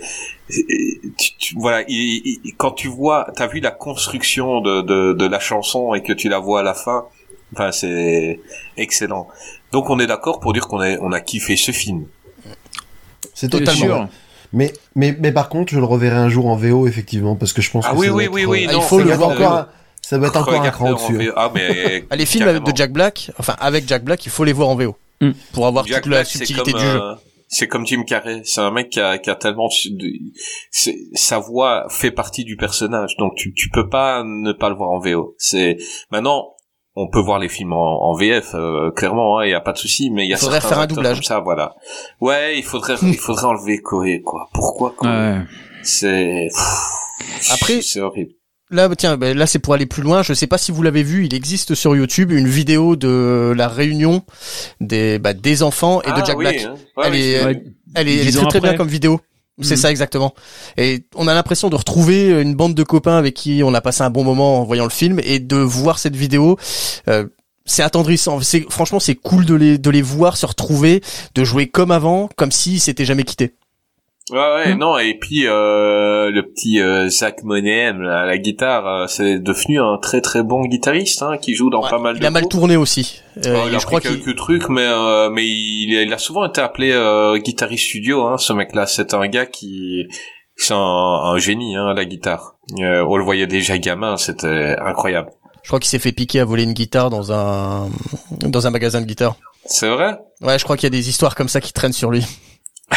tu, tu, voilà, il, il, quand tu vois, t'as vu la construction de, de, de la chanson et que tu la vois à la fin, enfin, c'est excellent. Donc, on est d'accord pour dire qu'on a, on a kiffé ce film. C'est Bien totalement sûr. vrai. Mais, mais, mais par contre, je le reverrai un jour en V O, effectivement, parce que je pense Ah que oui, ça doit oui, être, oui, euh, oui, Ah, non, il faut ça le doit être voir encore, en un- ça doit être encore un Regarde-le cran en au-dessus. V O. Ah, mais, Ah, les films carrément. de Jack Black, enfin avec Jack Black, il faut les voir en V O Mm. pour avoir Jack toute la Black, c'est subtilité comme, du jeu. euh, c'est comme Jim Carrey. C'est un mec qui a, qui a tellement, de- c'est- sa voix fait partie du personnage. Donc tu, tu peux pas ne pas le voir en V O. C'est, maintenant, on peut voir les films en, en V F, euh, clairement, hein, y a pas de souci, mais il y a Il faudrait certains faire un acteurs doublage. comme ça, voilà. Ouais, il faudrait, il faudrait enlever Corée, quoi. Pourquoi, Corée? Ouais. C'est, pff, Après- c'est horrible. Là, tiens, ben, là c'est pour aller plus loin. Je sais pas si vous l'avez vu, il existe sur YouTube une vidéo de la réunion des bah, des enfants et de Ah, Jack oui, Black. hein. Ouais, Elle oui, est- c'est- Ouais. Elle est, elle est Dix très ans très bien après. comme vidéo. C'est Mhm. ça exactement. Et on a l'impression de retrouver une bande de copains avec qui on a passé un bon moment en voyant le film, et de voir cette vidéo. Euh, c'est attendrissant. C'est franchement c'est cool de les de les voir se retrouver, de jouer comme avant, comme s'ils s'étaient jamais quittés. Ouais, ouais, Mm. non, et puis euh, le petit euh, Zach Monem à la guitare, euh, c'est devenu un très très bon guitariste, hein, qui joue dans Ouais, pas mal il de a mal groupes. tourné aussi. Euh, Ouais, et il a je crois pris qu'il quelques trucs, mais euh, mais il, il a souvent été appelé euh, guitariste studio, hein, ce mec-là. C'est un gars qui, c'est un, un génie, hein, à la guitare. Euh, on le voyait déjà gamin, c'était incroyable. je crois qu'il s'est fait piquer à voler une guitare dans un dans un magasin de guitare. C'est vrai? Ouais, je crois qu'il y a des histoires comme ça qui traînent sur lui.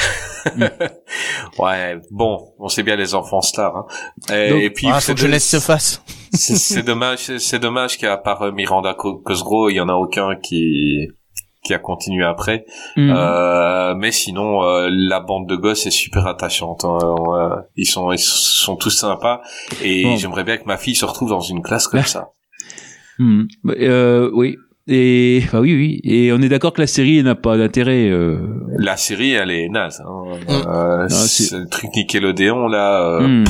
Ouais, bon, on sait bien les enfants stars. Hein. Et, Donc, et puis, ah, faut que jeunesse se fasse. c'est, c'est dommage, c'est dommage qu'à part Miranda Cosgrove, il y en a aucun qui qui a continué après. Mm. Euh, mais sinon, euh, la bande de gosses est super attachante. Hein. Euh, ils sont ils sont tous sympas et Bon. j'aimerais bien que ma fille se retrouve dans une classe comme ça. Mm. Euh, oui. Et enfin oui oui et on est d'accord que la série n'a pas d'intérêt. Euh... La série, elle est naze. Hein. Mm. Euh, c'est- c'est le truc Nickelodeon là. Euh, Mm.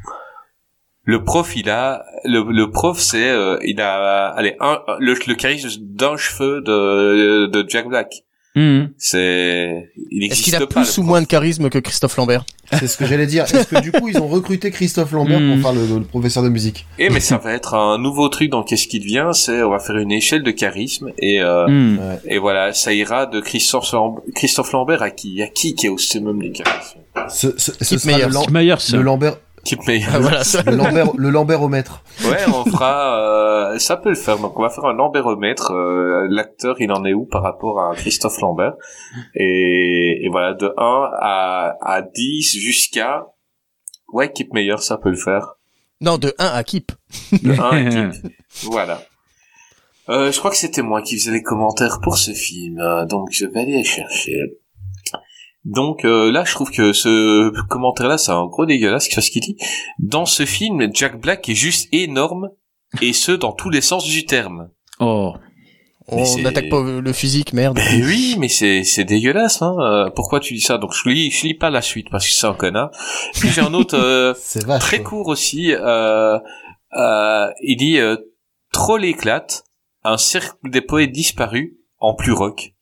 Le prof, il a le, le prof, c'est euh, il a allez un le, le charisme d'un cheveu de de Jack Black. Mm. C'est il Est-ce existe qu'il a pas. plus le ou prof. moins de charisme que Christophe Lambert? C'est ce que j'allais dire. Est-ce que du coup ils ont recruté Christophe Lambert Mm. pour faire le, le professeur de musique? Et mais ça va être un nouveau truc dans Qu'est-ce qui devient, c'est on va faire une échelle de charisme et euh, Mm. Ouais. et voilà, ça ira de Christophe Lam- Christophe Lambert à qui à qui qui a au summum du charisme. Ce, ce, ce Kip sera Meyers. le, Lam- Myers, ça. le Lambert, Kip Meyers. Ah, voilà, ça. le Lambert, le Lambert au maître. Ouais, on fera, euh, ça peut le faire. Donc, on va faire un Lambéromètre. Euh, l'acteur, il en est où par rapport à Christophe Lambert? Et, et voilà, de un à, à dix jusqu'à, ouais, Kip Meyer, ça peut le faire. Non, de un à Kip. De un à Kip. Voilà. Euh, je crois que c'était moi qui faisais les commentaires pour ce film. euh, Donc, je vais aller les chercher. Donc euh, là, je trouve que ce commentaire-là, c'est un gros dégueulasse. Qu'est-ce qu'il dit? Dans ce film, Jack Black est juste énorme, et ce, dans tous les sens du terme. Oh. Mais On c'est- n'attaque pas le physique, merde. Eh oui, mais c'est c'est dégueulasse. Hein. Euh, pourquoi tu dis ça? Donc je lis je lis pas la suite parce que c'est un connard. Puis j'ai un autre euh, C'est vache. très quoi. court aussi. Euh, euh, il dit euh, Troll éclate, un cercle des poètes disparus en plus rock.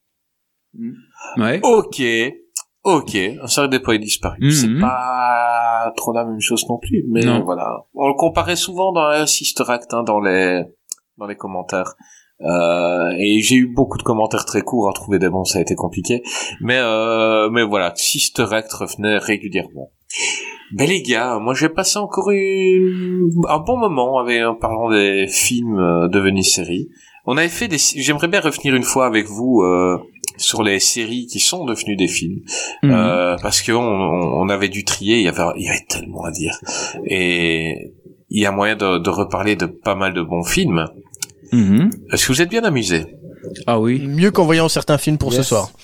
Ouais. Ok, ok, un cercle des poètes disparus. Mhm. C'est pas trop la même chose non plus, mais Non. voilà. On le comparait souvent dans un Sister Act, hein, dans les dans les commentaires. Euh, et j'ai eu beaucoup de commentaires très courts à trouver des bons, ça a été compliqué. Mais euh, mais voilà, Sister Act revenait régulièrement. Ben les gars, moi j'ai passé encore une, un bon moment avec en parlant des films euh, devenus séries. On avait fait des, j'aimerais bien revenir une fois avec vous euh, sur les séries qui sont devenues des films, Mm. euh, parce que on, on on avait dû trier, il y avait il y avait tellement à dire, et il y a moyen de, de reparler de pas mal de bons films. Mhm. Est-ce que vous êtes bien amusés? Ah oui. Mieux qu'en voyant certains films pour ce Yes. soir.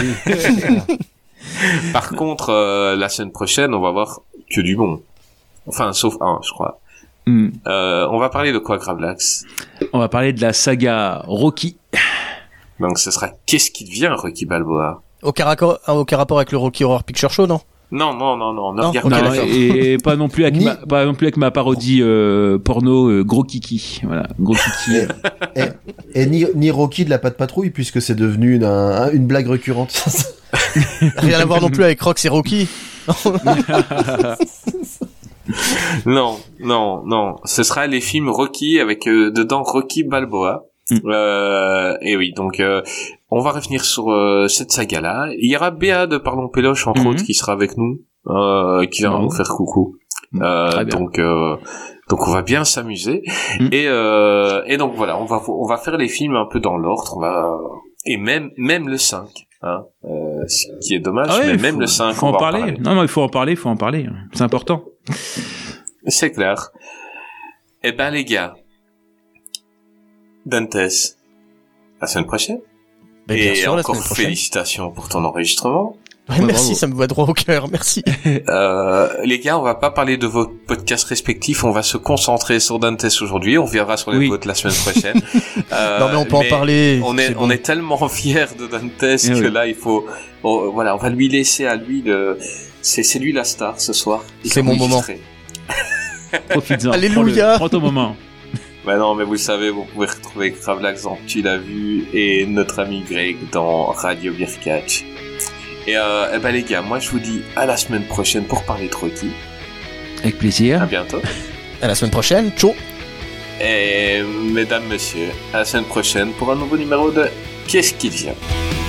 Par contre, euh, la semaine prochaine, on va voir que du bon. Enfin, sauf un, je crois. Mm. Euh, on va parler de quoi, Gravelax? On va parler de la saga Rocky. Donc, ce sera Qu'est-ce qui devient Rocky Balboa? Aucun rapport, aucun rapport avec le Rocky Horror Picture Show, non? Non, non, non, non, ne Non, regarde ok, pas Non, la d'accord. et pas non plus avec Ni- ma, pas non plus avec ma parodie euh, porno euh, Gros Kiki. Voilà, Gros Kiki. Et, et ni, ni Rocky de la patte patrouille puisque c'est devenu une, un- une blague récurrente. Rien à voir non plus avec Rox et Rocky. Non, non, non. Ce sera les films Rocky avec euh, dedans Rocky Balboa. Mm. Euh, et oui, donc euh, on va revenir sur euh, cette saga-là. Il y aura Béa de Parlons Péloche, entre Mhm. autres, qui sera avec nous, euh, qui viendra Bravo. nous faire coucou. Euh, Très bien. donc, euh, donc on va bien s'amuser. Mm. Et, euh, et donc voilà, on va on va faire les films un peu dans l'ordre. On va et même même le cinq. Hein, euh, ce qui est dommage, Ah ouais, mais il même faut- le cinq, faut on en va parler. Non, non, il faut en parler, il faut en parler. C'est important. C'est clair. Eh ben les gars, Dantes, la semaine prochaine. Ben, bien Et sûr, la encore semaine prochaine. félicitations pour ton enregistrement. Ouais, Ouais, merci, bravo. ça me va droit au cœur, merci. Euh, les gars, on va pas parler de vos podcasts respectifs, on va se concentrer sur Dantes aujourd'hui, on reviendra sur les Oui. vôtres la semaine prochaine. Euh, non mais on peut en parler. On est, c'est on bon. est tellement fiers de Dantes que oui. là, il faut, oh, voilà, on va lui laisser à lui le, c'est, c'est lui la star ce soir. Il C'est faut mon moment. enregistrer. Profites-en. Alléluia. Prends, le- prends ton moment. Bah non, mais vous le savez, vous pouvez retrouver Gravelax dans Tu l'as vu et notre ami Greg dans Radio Birkatch. Et euh, eh ben les gars, moi je vous dis à la semaine prochaine pour parler de Rocky. Avec À plaisir. bientôt. À la semaine prochaine, ciao. Et mesdames, messieurs, à la semaine prochaine pour un nouveau numéro de Qu'est-ce qui vient?